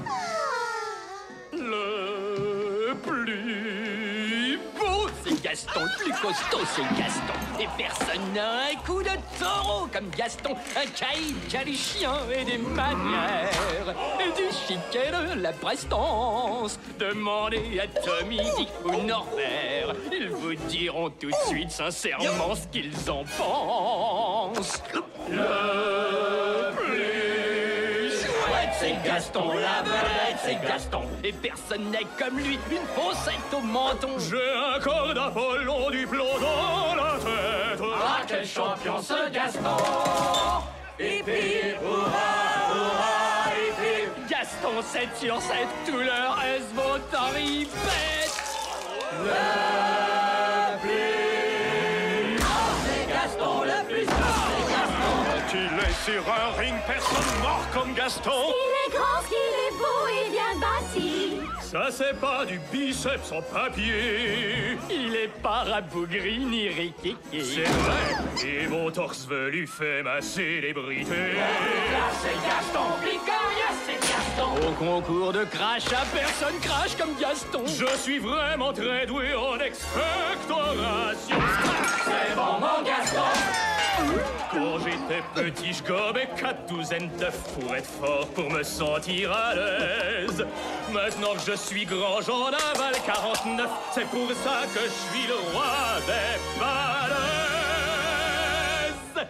Le plus beau, c'est Gaston. Le plus costaud, c'est Gaston. Et personne n'a un coup de taureau comme Gaston. Un caïd qui a des chiens et des manières. Et du chic et de la prestance. Demandez à Tommy, Dick ou Norbert. Ils vous diront tout de suite sincèrement ce qu'ils en pensent. Le plus chouette, c'est Gaston. La vedette, c'est Gaston. Et personne n'est comme lui, une faussette au menton. J'ai un corps d'Apollon, du plomb dans la tête. Ah, quel champion ce Gaston! Et puis, hurrah, hurrah, et puis, Gaston sept sur sept, tout le reste vont en ripette. c'est Gaston le plus fort. Qu'il est sur un ring, personne mort comme Gaston. Il est grand, qu'il est beau et bien bâti. Ça, c'est pas du biceps en papier. Il est pas rabougri ni riquiqui. C'est vrai. Et mon torse velu fait ma célébrité. C'est Gaston, Picaria, c'est Gaston. Au concours de crash, à personne crache comme Gaston. Je suis vraiment très doué en expectoration. C'est bon, mon Gaston. Quand j'étais petit, je gobais quatre douzaines d'œufs pour être fort, pour me sentir à l'aise. Maintenant que je suis grand, j'en avale quarante-neuf. C'est pour ça que je suis le roi des balaises.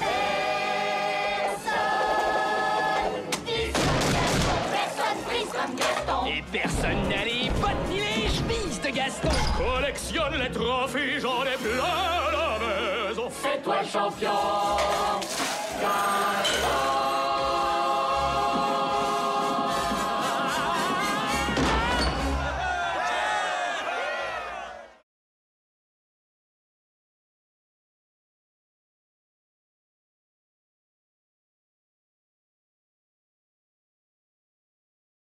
Personne prise comme Gaston. Et personne n'a les bottes ni les chevilles de Gaston. Collectionne les trophées, j'en ai plein la maison. C'est toi le champion.